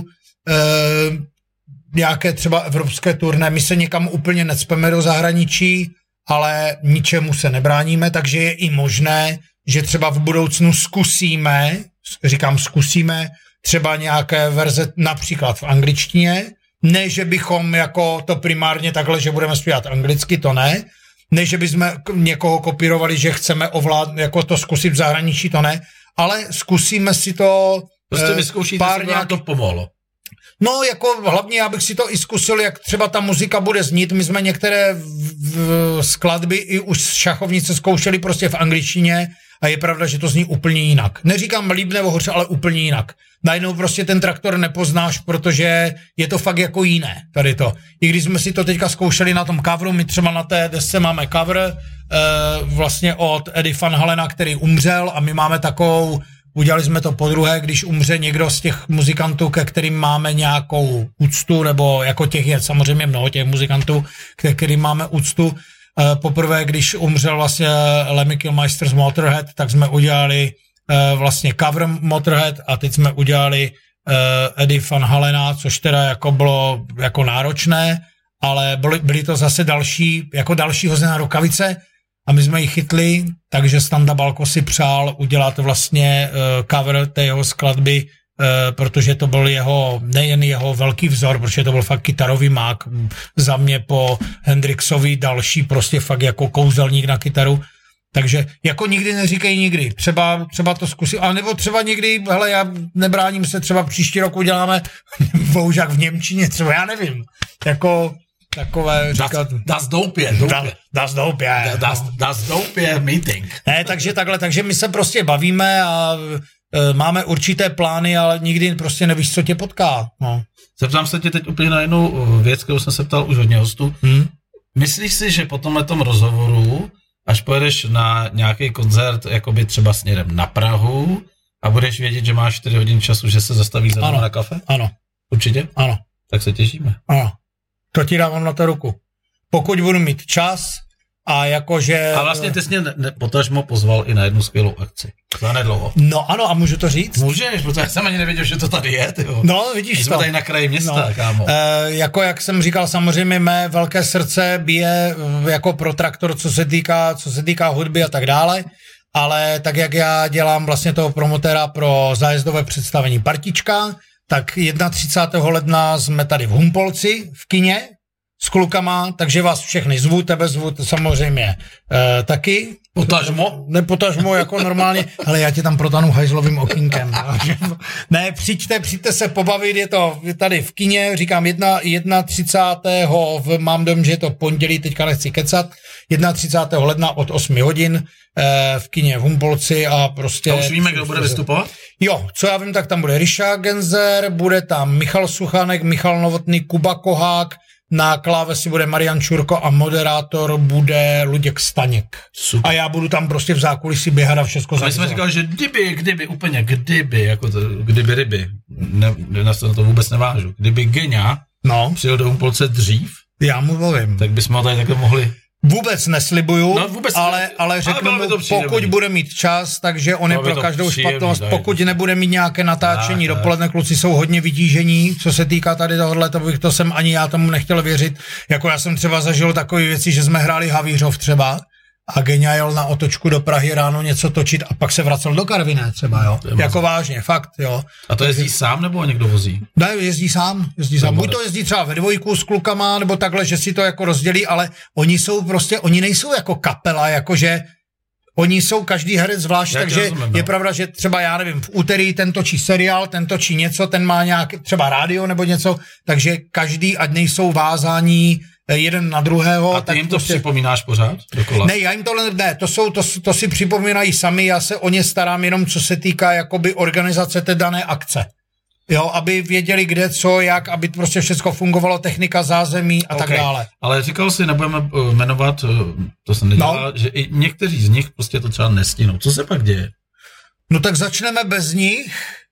nějaké třeba evropské turné, my se někam úplně necpeme do zahraničí, ale ničemu se nebráníme, takže je i možné, že třeba v budoucnu zkusíme, říkám zkusíme, třeba nějaké verze například v angličtině, ne, že bychom jako to primárně takhle, že budeme zpívat anglicky, to ne, ne, že bychom někoho kopírovali, že chceme ovládnout, jako to zkusit v zahraničí, to ne, ale zkusíme si to prostě vyzkoušíte, pár nějak... to pomohlo. No, jako hlavně já bych si to i zkusil, jak třeba ta muzika bude znít. My jsme některé v, v skladby i už z šachovnice zkoušeli prostě v angličtině a je pravda, že to zní úplně jinak. Neříkám líp nebo hoře, ale úplně jinak. Najednou prostě ten traktor nepoznáš, protože je to fakt jako jiné, tady to. I když jsme si to teďka zkoušeli na tom coveru, my třeba na té desce máme cover e, vlastně od Eddie Van Halena, který umřel a my máme takovou. Udělali jsme to podruhé, když umře někdo z těch muzikantů, ke kterým máme nějakou úctu, nebo jako těch je samozřejmě mnoho těch muzikantů, ke kterým máme úctu. Poprvé, když umřel vlastně Lemmy Kilmister z Motorhead, tak jsme udělali vlastně cover Motorhead a teď jsme udělali Eddie Van Halena, což teda jako bylo jako náročné, ale byly, byly to zase další, jako další hozená rukavice. A my jsme ji chytli, takže Standa Balko si přál udělat vlastně uh, cover té jeho skladby, uh, protože to byl jeho, nejen jeho velký vzor, protože to byl fakt kytarový mák, za mě po Hendrixovi další prostě fakt jako kouzelník na kytaru. Takže jako nikdy neříkej nikdy, třeba, třeba to zkusím, a nebo třeba někdy, hele, já nebráním se, třeba příští rok uděláme Boužák v němčině, třeba já nevím, jako... takové říkat... Das doupě, doupě. Das doupě. Das, das doupě meeting. Ne, takže takhle, takže my se prostě bavíme a e, máme určité plány, ale nikdy prostě nevíš, co tě potká. No. Zeptám se tě teď úplně na jednu věc, kterou jsem se ptal už hodně hostů. Hmm? Myslíš si, že po tomhletom rozhovoru, až pojedeš na nějaký koncert, jakoby třeba směrem na Prahu a budeš vědět, že máš čtyři hodiny času, že se zastavíš za na kafe? Ano. Určitě? Ano. Tak se těšíme. Ano. To ti dávám na to ruku. Pokud budu mít čas a jakože... A vlastně ty jsi mě ne, potažmo pozval i na jednu skvělou akci. Za nedlouho. No ano, a můžu to říct? Můžeš, protože já jsem ani nevěděl, že to tady je, tyjo. No, vidíš My to. jsme tady na kraji města, no. kámo. E, jako jak jsem říkal, samozřejmě mé velké srdce bije jako pro Traktor, co se týká, co se týká hudby a tak dále, ale tak jak já dělám vlastně toho promotéra pro zájezdové představení Partička, tak třicátého prvního ledna jsme tady v Humpolci, v kině, s klukama, takže vás všechny zvu, tebe zvu samozřejmě e, taky. Potažmo? Ne potažmo, jako normálně, ale já tě tam protanu hajzlovým okýnkem. Ne, přijďte, přijďte se pobavit, je to tady v kině, říkám třicátého prvního mám dom, že je to pondělí, teďka nechci kecat, třicátého prvního ledna od osmi hodin e, v kině v Humpolci a prostě... A už víme, kdo bude vystupovat? Jo, co já vím, tak tam bude Ryša Genzer, bude tam Michal Suchanek, Michal Novotný, Kuba Kohák, na klávesi bude Marian Čurko a moderátor bude Luděk Staněk. Super. A já budu tam prostě v zákulisí běhat a všechno zařizovat. My jsme říkali, že kdyby, kdyby, úplně kdyby, jako to, kdyby ryby, ne, na to vůbec nevážu, kdyby Geňa no. přijel do Humpolce dřív, já mu povím, tak bychom ho tady takhle mohli... Vůbec neslibuju, no, vůbec ale, ne... ale řeknu ale mu, pokud bude mít čas, takže on je pro každou špatnost, pokud nebude mít nějaké natáčení tak, dopoledne, kluci jsou hodně vytížení, co se týká tady tohohle, to bych to jsem ani já tomu nechtěl věřit, jako já jsem třeba zažil takové věci, že jsme hráli Havířov třeba a Geňa jel na otočku do Prahy ráno něco točit a pak se vracel do Karviné třeba, jo, jako vážně, fakt, jo. A to jezdí sám nebo někdo vozí? Ne, jezdí sám, jezdí sám. Buď to jezdí třeba ve dvojku s klukama, nebo takhle, že si to jako rozdělí, ale oni jsou prostě, oni nejsou jako kapela, jakože oni jsou každý herec zvlášť, já takže rozumím, no. Je pravda, že třeba já nevím, v úterý ten točí seriál, ten točí něco, ten má nějak třeba rádio nebo něco, takže každý, ať nejsou vázání jeden na druhého. A ty tak jim to prostě... připomínáš pořád? Dokola? Ne, já jim to ne, to, jsou, to, to si připomínají sami, já se o ně starám jenom, co se týká jakoby organizace té dané akce. Jo, aby věděli kde, co, jak, aby prostě všechno fungovalo, technika, zázemí a okay. tak dále. Ale říkal si, nebudeme jmenovat, to jsem nedělal, no. že i někteří z nich prostě to třeba nestínou. Co se pak děje? No tak začneme bez nich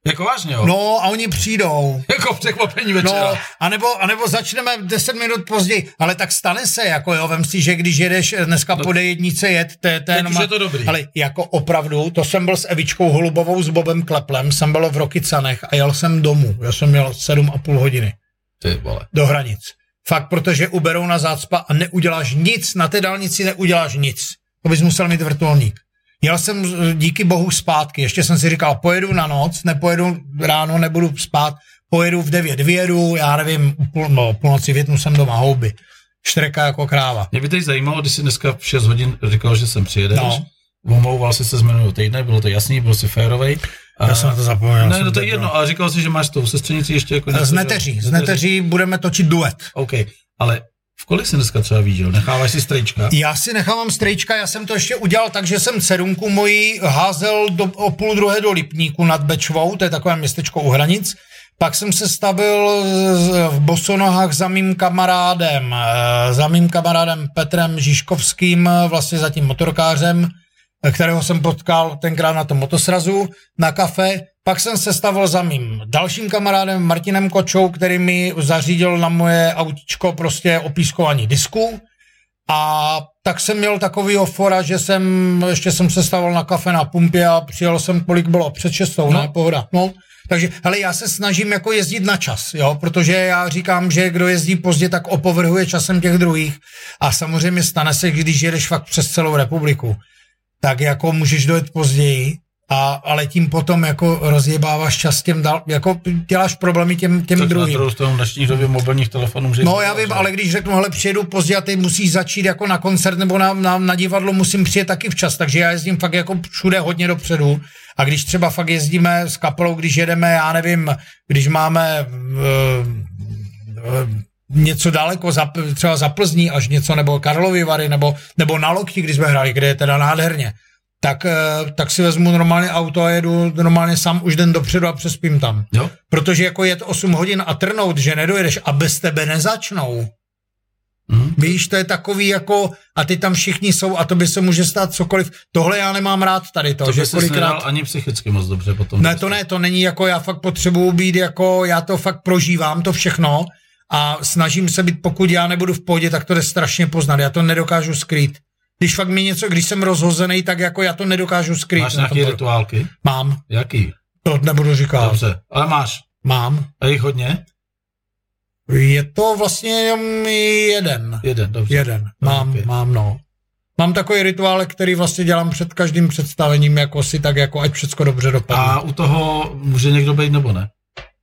Jako vážně, jo? No a oni přijdou. Jako překvapení večera. No, anebo, anebo začneme deset minut později, ale tak stane se, jako jo, vem si, že když jedeš dneska no. po D jedna jet, to je jenom... je to dobrý. Ale jako opravdu, to jsem byl s Evičkou Holubovou, s Bobem Kleplem, jsem byl v Rokycanech a jel jsem domů. Já jsem měl sedm a půl hodiny. Ty vole. Do hranic. Fakt, protože uberou na zácpa a neuděláš nic, na té dálnici neuděláš nic. To bys musel mít vrtulník. Jel jsem díky bohu zpátky, ještě jsem si říkal, pojedu na noc, nepojedu ráno, nebudu spát, pojedu v devět, vyjedu, já nevím, půl, no, půlnoci větnu jsem doma, houby, štreka jako kráva. Mě by teď zajímalo, když jsi dneska v šest hodin říkal, že sem přijedeš, no. Omlouval jsi se z minulého týdne, bylo to jasný, byl jsi férovej. A... Já jsem na to zapomněl. Ne, no to je jedno, ale říkal jsi, že máš tou sestřenici ještě jako něco. Z neteří, z neteří budeme točit duet. OK, ale v kolik jsi dneska třeba viděl? Necháváš si strejčka? Já si nechávám strejčka, já jsem to ještě udělal tak, že jsem dcerunku moji házel do, o půl druhé do Lipníku nad Bečvou, to je takové městečko u hranic. Pak jsem se stavil v Bosonohách za mým kamarádem, za mým kamarádem Petrem Žižkovským, vlastně za tím motorkářem, kterého jsem potkal tenkrát na tom motosrazu, na kafe. Pak jsem se stavil za mým dalším kamarádem Martinem Kočou, který mi zařídil na moje autičko prostě opískování disku. A tak jsem měl takovýho fora, že jsem, ještě jsem se stavil na kafe na pumpě a přijel jsem, kolik bylo, před šestou, no. Ne, pohoda. No. Takže, hele, já se snažím jako jezdit na čas, jo, protože já říkám, že kdo jezdí pozdě, tak opovrhuje časem těch druhých. A samozřejmě stane se, když jedeš fakt přes celou republiku, tak jako můžeš dojet později, a, ale tím potom jako rozjebáváš čas těm dál, jako děláš problémy těm, těm tak druhým. Tak na dnešní době mobilních telefonů můžeš... No já vím, že? Ale když řeknu, hele, přijedu pozdě a ty musíš začít jako na koncert nebo na, na, na divadlo, musím přijet taky včas, takže já jezdím fakt jako všude hodně dopředu. A když třeba fakt jezdíme s kapelou, když jedeme, já nevím, když máme uh, uh, něco daleko, za, třeba za Plzní až něco, nebo Karlovy Vary, nebo, nebo na Lokti, když jsme hráli, kde je teda nádherně, tak, uh, tak si vezmu normálně auto a jedu normálně sám už den dopředu a přespím tam. Jo? Protože jako jet osm hodin a trnout, že nedojedeš a bez tebe nezačnou. Mm. Víš, to je takový jako, a ty tam všichni jsou a to by se může stát cokoliv. Tohle já nemám rád tady to, to že by kolikrát... ani psychicky moc dobře potom. Ne, to ne, to není jako, já fakt potřebuji být jako, já to fakt prožívám, to všechno a snažím se být, pokud já nebudu v pohodě, tak to jde strašně poznat, já to nedokážu skrýt. Když fakt mi něco, když jsem rozhozený, tak jako já to nedokážu skrýt. Máš nějaké rituálky? Mám. Jaký? To nebudu říkat. Dobře, ale máš? Mám. A jich hodně? Je to vlastně jenom jeden. Jeden, dobře. Jeden, mám, okay. mám, no. Mám takový rituál, který vlastně dělám před každým představením, jako si tak, jako ať všecko dobře dopadne. A u toho může někdo být nebo ne?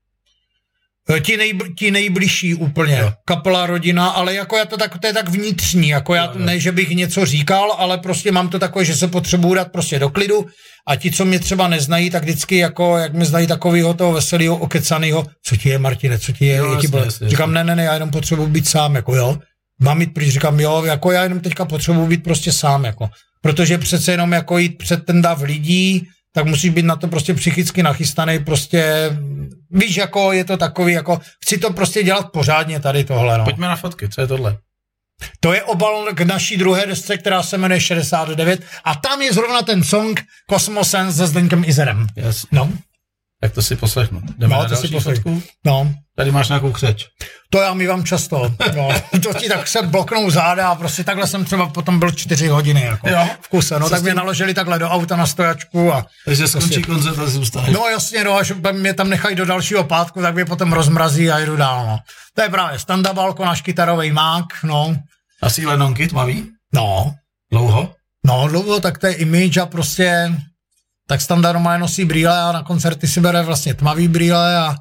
Ti, nejbl, ti nejbližší úplně, jo. Kapela, rodina, ale jako já to tak, to je tak vnitřní, jako já, jo, jo. Ne, že bych něco říkal, ale prostě mám to takové, že se potřebuji dát prostě do klidu a ti, co mě třeba neznají, tak vždycky jako, jak mě znají takovýho toho veselýho, okecanýho, co ti je, Martine, co ti je, jo, jasně, jasně, říkám, ne, ne, ne, já jenom potřebuji být sám, jako jo, mám jít pryč, říkám, jo, jako já jenom teďka potřebuji být prostě sám, jako, protože přece jenom jako jít před ten dav lidí, tak musíš být na to prostě psychicky nachystaný, prostě, víš, jako je to takový, jako, chci to prostě dělat pořádně tady tohle, no. Pojďme na fotky, co je tohle? To je obal k naší druhé desce, která se jmenuje šedesát devět a tam je zrovna ten song Kosmosen se Zdeňkem Izerem. Jasně. No. Tak to si poslechnu. Jdeme no, na další si fotku? No. Tady máš nějakou křeč. To já mívám často. No. To ti tak se bloknou záda a prostě takhle jsem třeba potom byl čtyři hodiny jako jo. v kuse. No tak mě naložili takhle do auta na stojačku a... Takže skončí koncert a zůstaneš. No jasně, no, až mě tam nechají do dalšího pátku, tak mě potom rozmrazí a jdu dál, no. To je právě Standa Balko, náš kytarový mák, no. A síle nonky tmavý? No. Dlouho? No, dlouho, tak to je image a prostě... Tak Standa normálně nosí brýle a na koncerty si bere vlastně tmavý brýle a...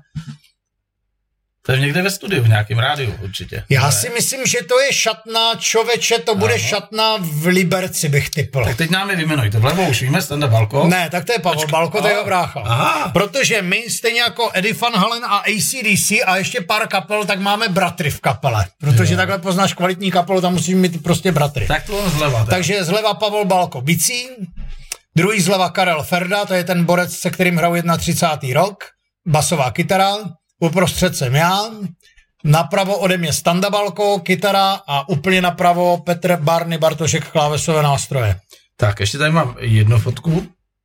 To je někde ve studiu, v nějakém rádiu určitě. Já ne? si myslím, že to je šatna, člověče, to bude Aha. šatna v Liberci, bych typl. Tak teď nám je vyjmenujte. Vlevo už víme, Standa Balko. Ne, tak to je Pavel Počkej. Balko, to je jeho brácha. Aha. Protože my, stejně jako Eddie Van Halen a A C D C a ještě pár kapel, tak máme bratry v kapele. Protože jo. takhle poznáš kvalitní kapelu, tam musíme mít prostě bratry. Tak to zleva. Tak. Takže zleva Pavel Balko bicí, druhý zleva Karel Ferda, to je ten borec, se kterým hraju třicátý první rok, basová kytara, uprostřed jsem já, napravo ode mě Standa Balko, kytara a úplně napravo Petr Barny Bartošek, klávesové nástroje. Tak, ještě tady mám jednu fotku.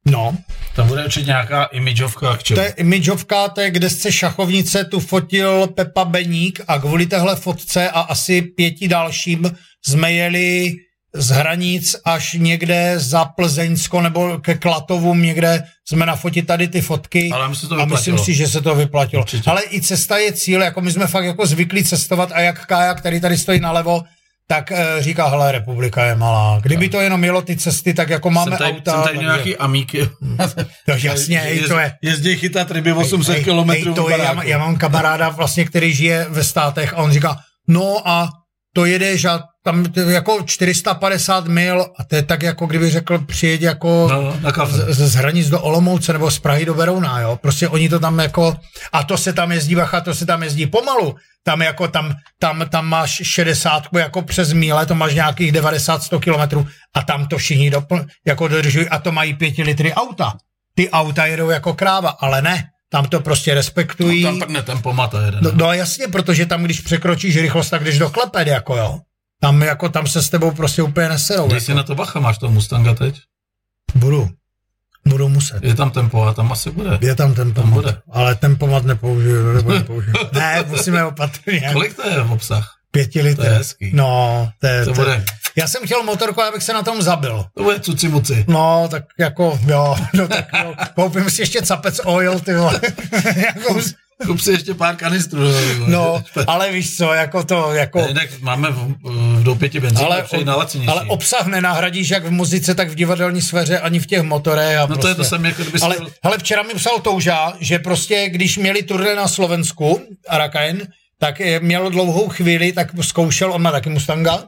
No. Tam bude určitě nějaká imidžovka k čemu. To je imidžovka, to je kde z šachovnice tu fotil Pepa Beník a kvůli téhle fotce a asi pěti dalším jsme jeli z hranic až někde za Plzeňsko nebo ke Klatovům někde jsme nafotit tady ty fotky. Ale myslím, to a myslím si, že se to vyplatilo. Určitě. Ale i cesta je cíl, jako my jsme fakt jako zvyklí cestovat a jak Kája, který tady stojí nalevo, tak e, říká, hele, republika je malá. Kdyby to jenom jelo ty cesty, tak jako máme jsem tady, auta. Jsem tady nějaký amíky. To jasně, hej, to je. Jezdí chytat ryby osm set kilometrů. To je, já, já mám kamaráda vlastně, který žije ve státech a on říká, no a to jedeš a tam jako čtyři sta padesát mil a to je tak jako kdyby řekl přijeď jako no, na kafe. z, z hranic do Olomouce nebo z Prahy do Berouna, jo. Prostě oni to tam jako, a to se tam jezdí, bacha, to se tam jezdí pomalu. Tam jako tam, tam, tam máš šedesátku jako přes míle, to máš nějakých devadesát sto kilometrů a tam to všichni dopl, jako dodržují a to mají pěti litry auta. Ty auta jedou jako kráva, ale ne. Tam to prostě respektují. No, tam prdne tempomat a jede. No, no jasně, protože tam, když překročíš rychlost, tak jdeš do klepet, jako jo. Tam jako, tam se s tebou prostě úplně neserou. Když jako. si na to bacha, máš toho Mustanga teď? Budu. Budu muset. Je tam tempomat, tam asi bude. Je tam tempomat, tam bude. ale tempomat nepoužiju, nebo nepoužiju. Ne, musíme opatrně. Kolik to je v obsah? Pěti litr. To je hezký. No, to je, to to bude. Já jsem chtěl motorku, abych se na tom zabil. To bude cuci muci. No, tak jako, jo, no tak jo. Koupím si ještě capec oil, ty vole. jako, Kup si ještě pár kanistrů. No, ale víš co, jako to, jako... Ne, tak máme v, v doupěti benzín, ale, ale obsah nenahradíš jak v muzice, tak v divadelní sféře, ani v těch motorech. A no prostě. to je to samé, jako kdyby ale, jsi... ale včera mi psal Touža, že prostě, když měli turné na Slovensku, Arakain, tak měl dlouhou chvíli, tak zkoušel, on má taky Mustanga,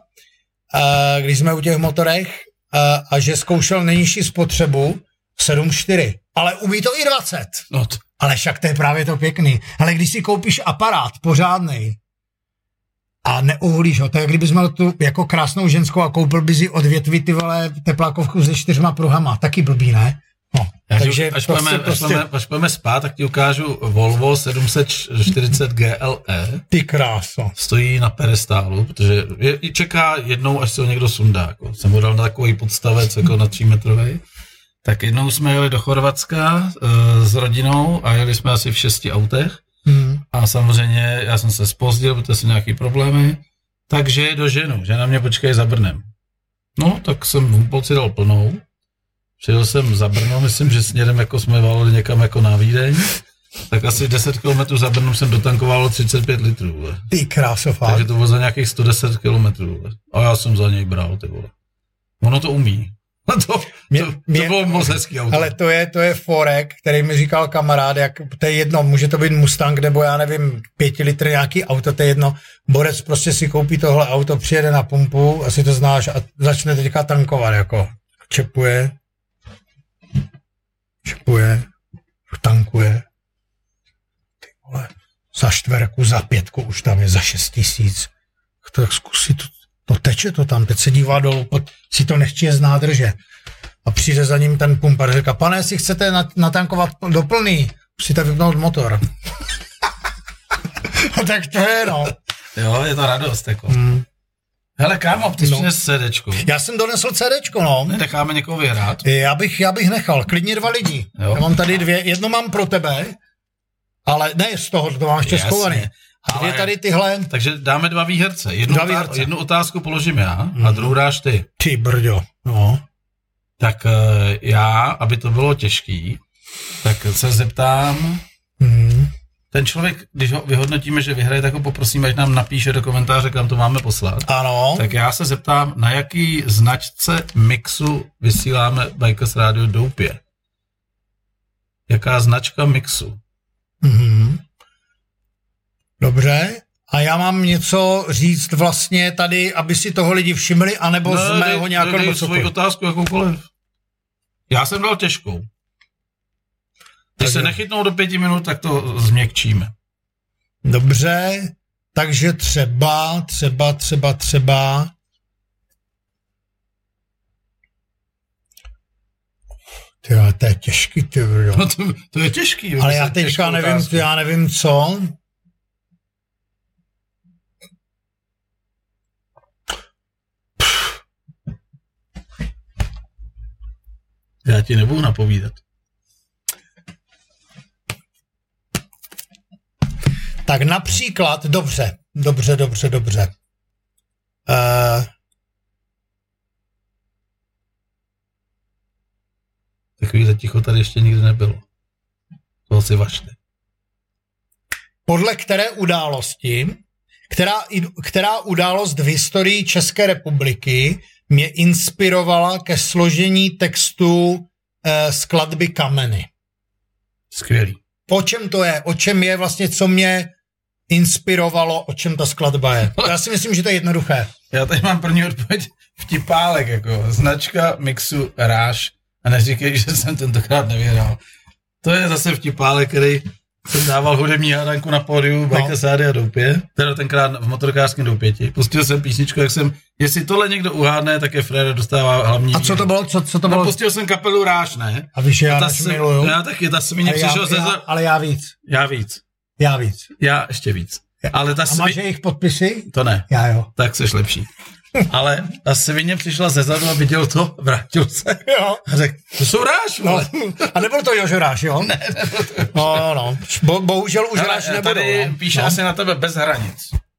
a když jsme u těch motorech, a, a že zkoušel nejnižší spotřebu sedm čtyři, ale umí to i dvacet. No to... Ale však to je právě to pěkný. Ale když si koupíš aparát pořádnej a neuhlíš ho, to je jak kdybys měl tu jako krásnou ženskou a koupil bys si od větví ty vole teplákovku se čtyřma pruhama. Taky blbý, ne? No, takže až, prostě, pojeme, prostě... až, pojeme, až pojeme spát, tak ti ukážu Volvo sedm set čtyřicet G L E. Ty kráso. Stojí na pedestálu, protože je, čeká jednou, až se ho někdo sundá. Jako. Jsem ho dal na takový podstavec, jako na třímetrovej. Tak jednou jsme jeli do Chorvatska e, s rodinou a jeli jsme asi v šesti autech. Hmm. A samozřejmě já jsem se zpozdil, protože jsem nějaký problémy. Takže do ženu, že na mě počkej za Brnem. No, tak jsem v Humpolci dal plnou. Přijel jsem za Brno, myslím, že směrem jako jsme valili někam jako na Vídeň. Tak asi deset kilometrů za Brnem jsem dotankoval třicet pět litrů. Ve. Ty kráso, fakt. Takže to bylo za nějakých sto deset kilometrů. Ve. A já jsem za něj bral, ty vole. Ono to umí. To, mě, to, to mě, bylo moc hezký auto. Ale to je, to je forek, který mi říkal kamarád, jak to je jedno, může to být Mustang, nebo já nevím, pěti litr nějaký auto, to je jedno. Borec prostě si koupí tohle auto, přijede na pumpu, asi to znáš, a začne teďka tankovat, jako čepuje, čepuje, tankuje. Ty vole, za čtverku, za pětku, už tam je za šest tisíc. Tak zkusí to. To teče to tam, teď se dívá dolů, si to nechtěje z nádrže. A přijde za ním ten pumpar, říká, pane, jestli chcete natankovat do plný, musíte vypnout motor. Tak to je, no. Jo, je to radost, jako. Hmm. Hele, kámo, ty no. přines CDčko. Já jsem donesl CDčko, no. Necháme někoho vyhrát? Já bych, já bych nechal, klidně dva lidi. Jo. Já mám tady dvě, jedno mám pro tebe, ale ne z toho, to mám ještě schovaný. A dvě tady tyhle. Takže dáme dva výherce. Jednu, dva výherce. jednu otázku položím já a druhou dáš ty. Ty brďo, no. Tak uh, já, aby to bylo těžký, tak se zeptám, mm. ten člověk, když ho vyhodnotíme, že vyhraje, tak ho poprosíme, ať nám napíše do komentáře, kam to máme poslat. Ano. Tak já se zeptám, na jaký značce mixu vysíláme Bikers Radio Doupě? Jaká značka mixu? Mhm. Dobře, a já mám něco říct vlastně tady, aby si toho lidi všimli, anebo ne, z mého nějakého... Ne, svoji otázku jakoukoliv. Já jsem dal těžkou. Když takže... se nechytnou do pěti minut, tak to změkčíme. Dobře, takže třeba, třeba, třeba, třeba... Ty, ale to je těžký, ty bro. No to, to je těžký. Ale já teďka nevím, já nevím co... Já ti nebudu napovídat. Tak například, dobře, dobře, dobře, dobře. Uh, Takový zaticho tady ještě nikdy nebylo. Toho si vašte. Podle které události, která, která událost v historii České republiky mě inspirovala ke složení textu eh, skladby Kameny? Skvělý. O čem to je? O čem je vlastně, co mě inspirovalo, o čem ta skladba je? Já si myslím, že to je jednoduché. Já tady mám první odpověď vtipálek, jako značka mixu Ráž. A neříkej, že jsem tentokrát nevyhrál. To je zase vtipálek, který jsem dával hudební hádanku na pódiu Bajka Sády a Doupě, teda tenkrát v motorkářském Doupěti. Pustil jsem písničku, jak jsem, jestli tohle někdo uhádne, tak je Freda dostává hlavní. A co to bylo? Co, co to bylo? No, pustil jsem kapelu Ráž, ne? A víš, já se, miluju. Já taky, ta se mi přišel ze... Ale já víc. Já víc. Já víc. Já ještě víc. Ale ta a máš svi... jejich podpisy? To ne. Já jo. Tak seš lepší. Ale ta svině přišla zezadu a viděl to, vrátil se. Jo. A řekl, to jsou Ráž, vole. No. A nebyl to Jožo Ráž, jo? Ne, nebyl to Jožo. No, no. Bo, bohužel už Ráž nebudou. Tady no. píše no. asi na tebe bez hranic.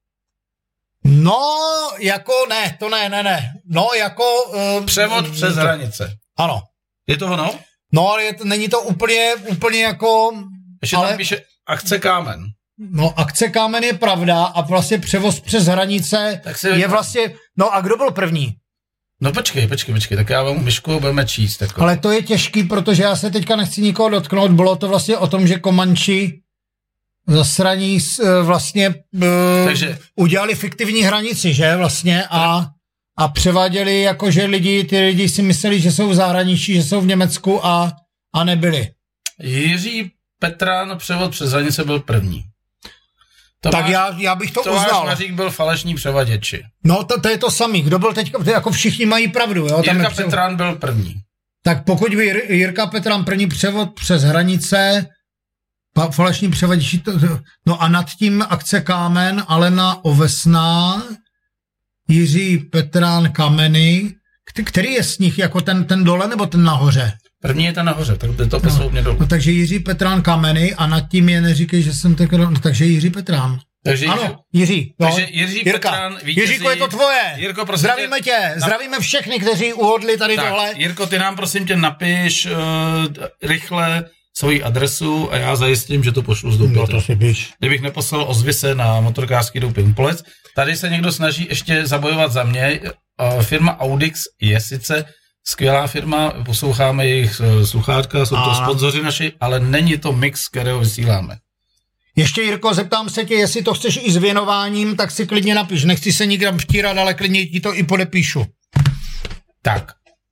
No, jako ne, to ne, ne, ne. No, jako... Uh, Převod přes to, hranice. Ano. Je to ono? No, ale je to, není to úplně, úplně jako... Ještě ale, tam píše akce Kámen. No, akce Kámen je pravda a vlastně převoz přes hranice je vlastně... No a kdo byl první? No počkej, počkej, počkej, tak já vám myšku budeme číst. Jako. Ale to je těžký, protože já se teďka nechci nikoho dotknout, bylo to vlastně o tom, že Komanči zasraní vlastně Takže... udělali fiktivní hranici, že vlastně a, a převáděli jako, že lidi, ty lidi si mysleli, že jsou v zahraničí, že jsou v Německu a, a nebyli. Jiří Petrán převod přes hranice byl první. Tomáš, tak já, já bych to Tomáš uznal. Tomáš Mařík byl falešní převaděči. No to, to je to samý. Kdo byl teď, jako všichni mají pravdu. Jo? Jirka převod... Petrán byl první. Tak pokud by Jirka Petrán první převod přes hranice, pa, falešní převaděči, to, to, no a nad tím akce Kámen, Alena Ovesná, Jiří Petrán Kameny, který je z nich, jako ten, ten dole nebo ten nahoře? První je ten nahoře, tak to posloupně dolů. No takže Jiří Petrán Kameny a nad tím je neříkej, že jsem tak... No, takže Jiří Petrán. Takže ano, Jiří. No. Takže Jiří Jirka. Petrán vítězí. Jiříko, je to tvoje. Jirko, prosím zdravíme tě. tě. Na... Zdravíme všechny, kteří uhodli tady tak, tohle. Jirko, ty nám prosím tě napiš uh, rychle svoji adresu a já zajistím, že to pošlu z Doupěte. No to si běž. Kdybych neposlal ozvy se na motorkářský Doupě Impolec. Tady se někdo snaží ještě zabojovat za mě. Uh, firma Audix je sice skvělá firma, posloucháme jejich sluchátka, jsou to sponzoři naši, ale není to mix, kterého vysíláme. Ještě, Jirko, zeptám se tě, jestli to chceš i s věnováním, tak si klidně napiš. Nechci se nikam vtírat, ale klidně ti to i podepíšu. Tak.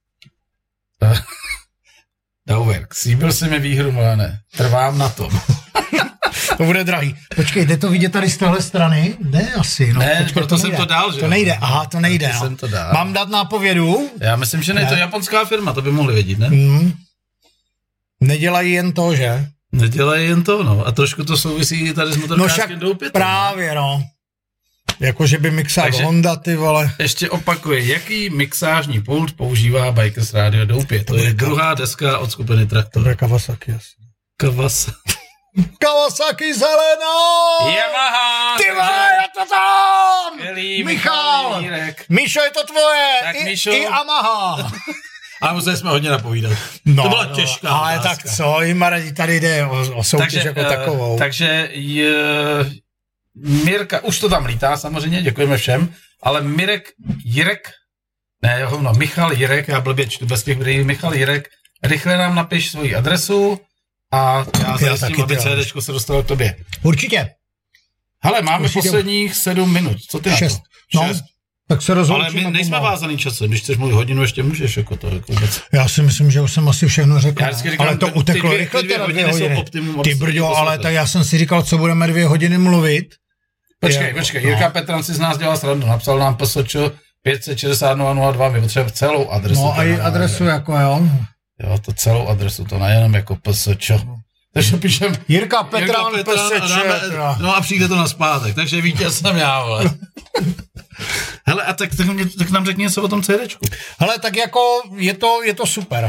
Dauverk, slíbil jsi mi výhru, Milane. Trvám na tom. To bude drahý. Počkej, jde to vidět tady z téhle strany? Jde asi. No. Ne, Počkej, proto to jsem nejde. to dál, že To nejde, aha, to nejde. No. Jsem to dál. Mám dát nápovědu? Já myslím, že ne, ne. To je japonská firma, to by mohli vědět, ne? Hmm. Nedělají jen to, že? Nedělají jen to, no. A trošku to souvisí tady s motorkářským no Doupětem. Právě, no. Jakože by mixáž Takže Honda, ty vole. Ještě opakuji, jaký mixážní pult používá Bikers Radio Doupě? To, to je druhá deska od skupiny Traktor. To je Kawasaki, jasně. Kawasaki. Kawasaki zelenou! Yamaha! Ty vole, je to tam! Skvělý, Michal! Mírek. Míšo, je to tvoje! Tak, I, Míšo. I Yamaha! Ale museli jsme hodně napovídat. No, to byla no, těžká ale otázka. tak co, Imara, tady jde o, o soutěž takže, jako uh, takovou. Takže je, Mirka, už to tam lítá samozřejmě, děkujeme všem, ale Mirek, Jirek, ne, hovno, Michal Jirek, já blbě čtu bez těch videí, Michal Jirek, rychle nám napiš svoji adresu a já zajistím, aby CDčko se dostalo k tobě. Určitě. Hele, máme Určitě. posledních sedm minut, co ty Šest. na to? No, Šest. Tak se rozhodneme. Ale my nejsme vázaný časem, když chceš mluvit hodinu, ještě můžeš jako to. Jako vůbec. Já si myslím, že už jsem asi všechno řekl. Říkám, ale to uteklo dvě, rychle dvě teda hodiny. dvě hodiny. Optimum, ty brďo, ale tak já jsem si říkal, co budeme dvě hodiny mluvit. Počkej, je, počkej, no. Jirka Petran si z nás dělal srandu, napsal nám P S Č pět set šedesát nula nula dva, my potřebujeme celou adresu. No a i adresu jako jo. Jo, to celou adresu, to nejenom jako P S Č. Takže píšem Jirka Petran, P S Č. No a přijde to na zpátek, takže vítěz jsem já, vole. Hele, Hele, a tak, tak, mě, tak nám řekni něco o tom CDčku. Hele, tak jako je to, je to super.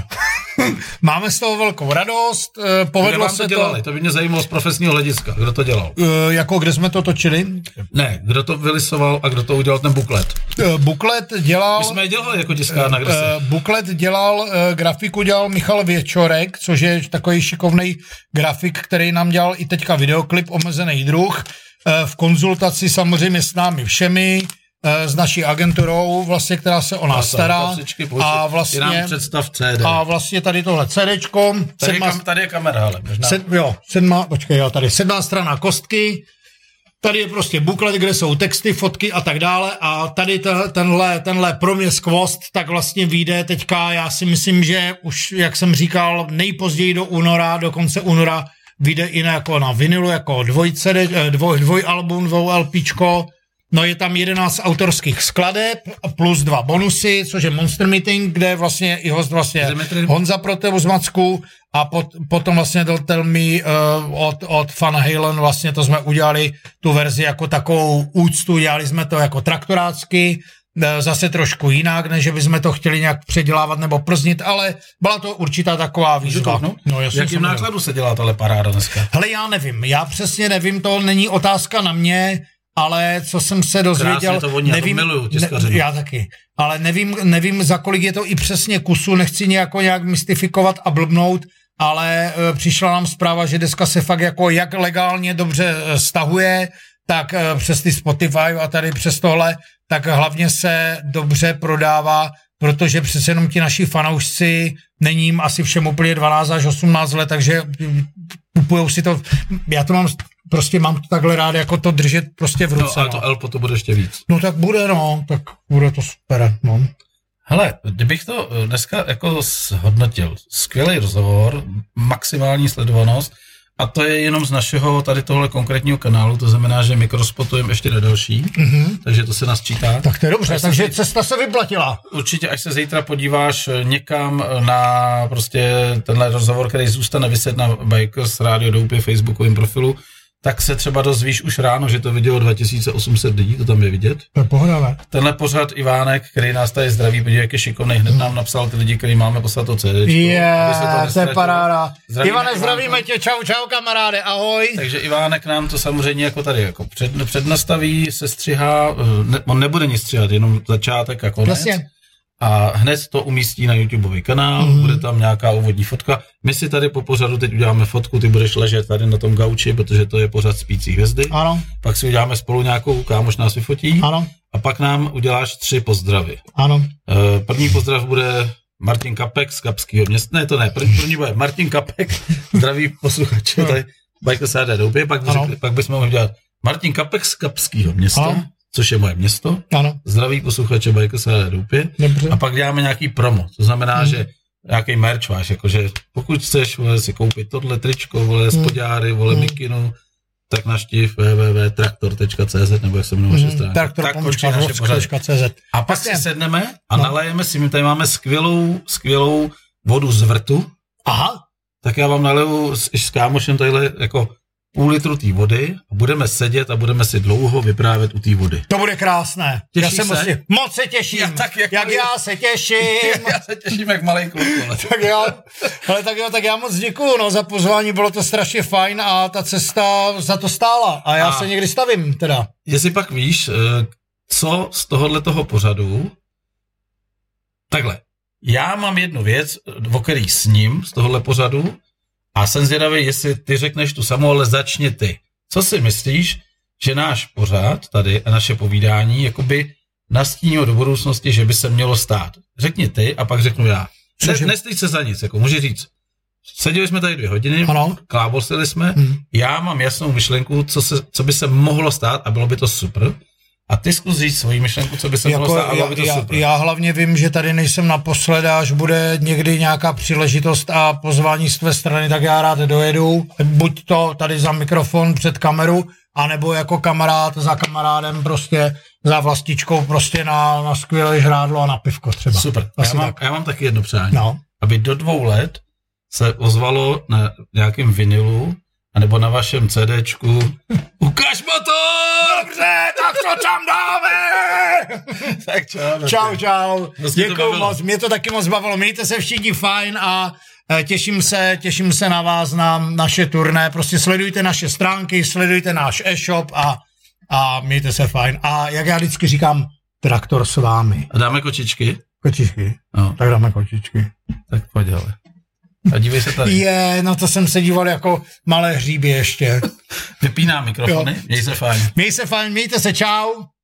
Máme z toho velkou radost, povedlo se to... Dělali? To by mě zajímalo z profesního hlediska. Kdo to dělal? Uh, jako kde jsme to točili? Ne, kdo to vylisoval a kdo to udělal ten buklet? Uh, buklet dělal... My jsme je dělali jako tiskárna, kde se... Uh, buklet dělal, uh, grafiku dělal Michal Věčorek, což je takový šikovný grafik, který nám dělal i teďka videoklip Omezený druh. Uh, v konzultaci samozřejmě s námi všemi, s naší agenturou, vlastně, která se o nás stará. A vlastně, představ C D. A vlastně tady tohle CDčko. Tady, sedma, kam, tady je kamera, ale možná. Sed, jo, sedma, počkej, jo, tady sedmá strana kostky, tady je prostě buklet, kde jsou texty, fotky a tak dále a tady t- tenhle, tenhle pro mě skvost, tak vlastně vyjde teďka, já si myslím, že už, jak jsem říkal, nejpozději do února, do konce února vyjde i na, jako na vinilu, jako dvoj, C D, dvoj, dvoj album, dvou LPčko. No je tam jedenáct autorských skladeb plus dva bonusy, což je Monster Meeting, kde je vlastně i host vlastně Dimitri. Honza Proteus z Macku a pot, potom vlastně do Tell Me uh, od, od Van Halen vlastně to jsme udělali tu verzi jako takovou úctu, dělali jsme to jako traktorácky, zase trošku jinak, než bychom to chtěli nějak předělávat nebo prznit, ale byla to určitá taková výzva. No, jakým nákladu se dělá tahle paráda dneska? Hele, já nevím, já přesně nevím, to není otázka na mě, ale co jsem se dozvěděl, to voní, nevím, já, to miluju, ne, já taky, ale nevím, nevím, za kolik je to i přesně kusů, nechci nějako nějak mystifikovat a blbnout, ale e, přišla nám zpráva, že deska se fakt jako jak legálně dobře e, stahuje, tak e, přes ty Spotify a tady přes tohle, tak hlavně se dobře prodává, protože přece jenom ti naši fanoušci, není jim asi všem úplně dvanáct až osmnáct let, takže kupujou si to, já to mám, prostě mám to takhle rád, jako to držet prostě v ruce. No, ale to Elpo to bude ještě víc. No tak bude, no, tak bude to super, no. Hele, kdybych to dneska jako zhodnotil, skvělý rozhovor, maximální sledovanost, a to je jenom z našeho tady tohle konkrétního kanálu, to znamená, že mikrospotujeme ještě na další, mm-hmm. takže to se nás čítá. Tak to je dobře, takže se, cesta se vyplatila. Určitě, až se zítra podíváš někam na prostě tenhle rozhovor, který zůstane vyset na Bikers Radio Doupě Facebookovém profilu, tak se třeba dozvíš už ráno, že to vidělo dva tisíce osm set lidí, to tam je vidět. To je pohoda. Tenhle pořad Ivánek, který nás tady zdraví, podívej, jak je šikovnej, hned nám napsal ty lidi, který máme poslat to CDčko. Je, yeah, to je paráda. Ivane, zdravíme tě, čau, čau kamaráde, ahoj. Takže Ivánek nám to samozřejmě jako tady jako před, přednastaví, se střihá, ne, on nebude nic stříhat, jenom začátek a konec. Jasně. A hned to umístí na YouTubeový kanál, mm. bude tam nějaká úvodní fotka. My si tady po pořadu teď uděláme fotku, ty budeš ležet tady na tom gauči, protože to je pořad Spící hvězdy. Ano. Pak si uděláme spolu nějakou, kámoš nás vyfotí. Ano. A pak nám uděláš tři pozdravy. Ano. První pozdrav bude Martin Kapek z Kapského města. Ne, to ne, první, první bude Martin Kapek, zdraví posluchače, tady Bikers Radio Doupě, pak, pak bychom mohli dělat Martin Kapek z Kapského města. Ano. Což je moje město. Ano. Zdraví posluchače Bikers Radio Doupě. A pak děláme nějaký promo. To znamená, hmm. že nějaký merch máš, jakože pokud chceš vole, si koupit tohle tričko, vole, hmm. spodňáry, vole, hmm. mikinu, tak naštív w w w tečka traktor tečka c z nebo jak se mluví naše stránky. Traktor tečka c z. A pak si sedneme a no. nalejeme si, my tady máme skvělou, skvělou vodu z vrtu. Aha. Tak já vám naleju s, s kámošem tadyhle jako půl litru té vody a budeme sedět a budeme si dlouho vyprávět u té vody. To bude krásné. Těšíš já se? Moc, moc se těším. Já tak, jak, jak já se těším. Já se těším jak malej kluk. tak jo, ale tak jo, tak já moc děkuju no, za pozvání, bylo to strašně fajn a ta cesta za to stála a já a se někdy stavím teda. Jestli pak víš, co z tohohle toho pořadu, takhle, já mám jednu věc, o který sním z tohohle pořadu, a jsem zvědavý, jestli ty řekneš tu samou, ale začni ty. Co si myslíš, že náš pořad tady a naše povídání jakoby nastínilo do budoucnosti, že by se mělo stát? Řekni ty a pak řeknu já. Ne, nestýď se za nic, jako může říct. Seděli jsme tady dvě hodiny, klábosili jsme, hmm. já mám jasnou myšlenku, co, se, co by se mohlo stát a bylo by to super. A ty zkus říct svoji myšlenku, co by se jako, mohlo stát a bylo by to já, super. Já hlavně vím, že tady nejsem naposled, až bude někdy nějaká příležitost a pozvání z tvé strany, tak já rád dojedu. Buď to tady za mikrofon před kameru, anebo jako kamarád za kamarádem prostě za vlastičkou prostě na, na skvělé žrádlo a na pivko třeba. Super. Já mám, tak. já mám taky jedno přání. No. Aby do dvou let se ozvalo na nějakém vinilu anebo na vašem CDčku. Ukaž motor! Dobře, tak to tam dáme! Tak čau. Čau, čau. Děkuju moc, mě to taky moc bavilo. Mějte se všichni fajn a těším se, těším se na vás na naše turné. Prostě sledujte naše stránky, sledujte náš e-shop a, a mějte se fajn. A jak já vždycky říkám, traktor s vámi. A dáme kočičky? Kočičky? No. Tak dáme kočičky. Tak pojď, hele. A dívej se tady. Je, no to jsem se díval jako malé hříby ještě. Vypínám mikrofony, jo. Měj se fajn. Měj se fajn, mějte se, čau.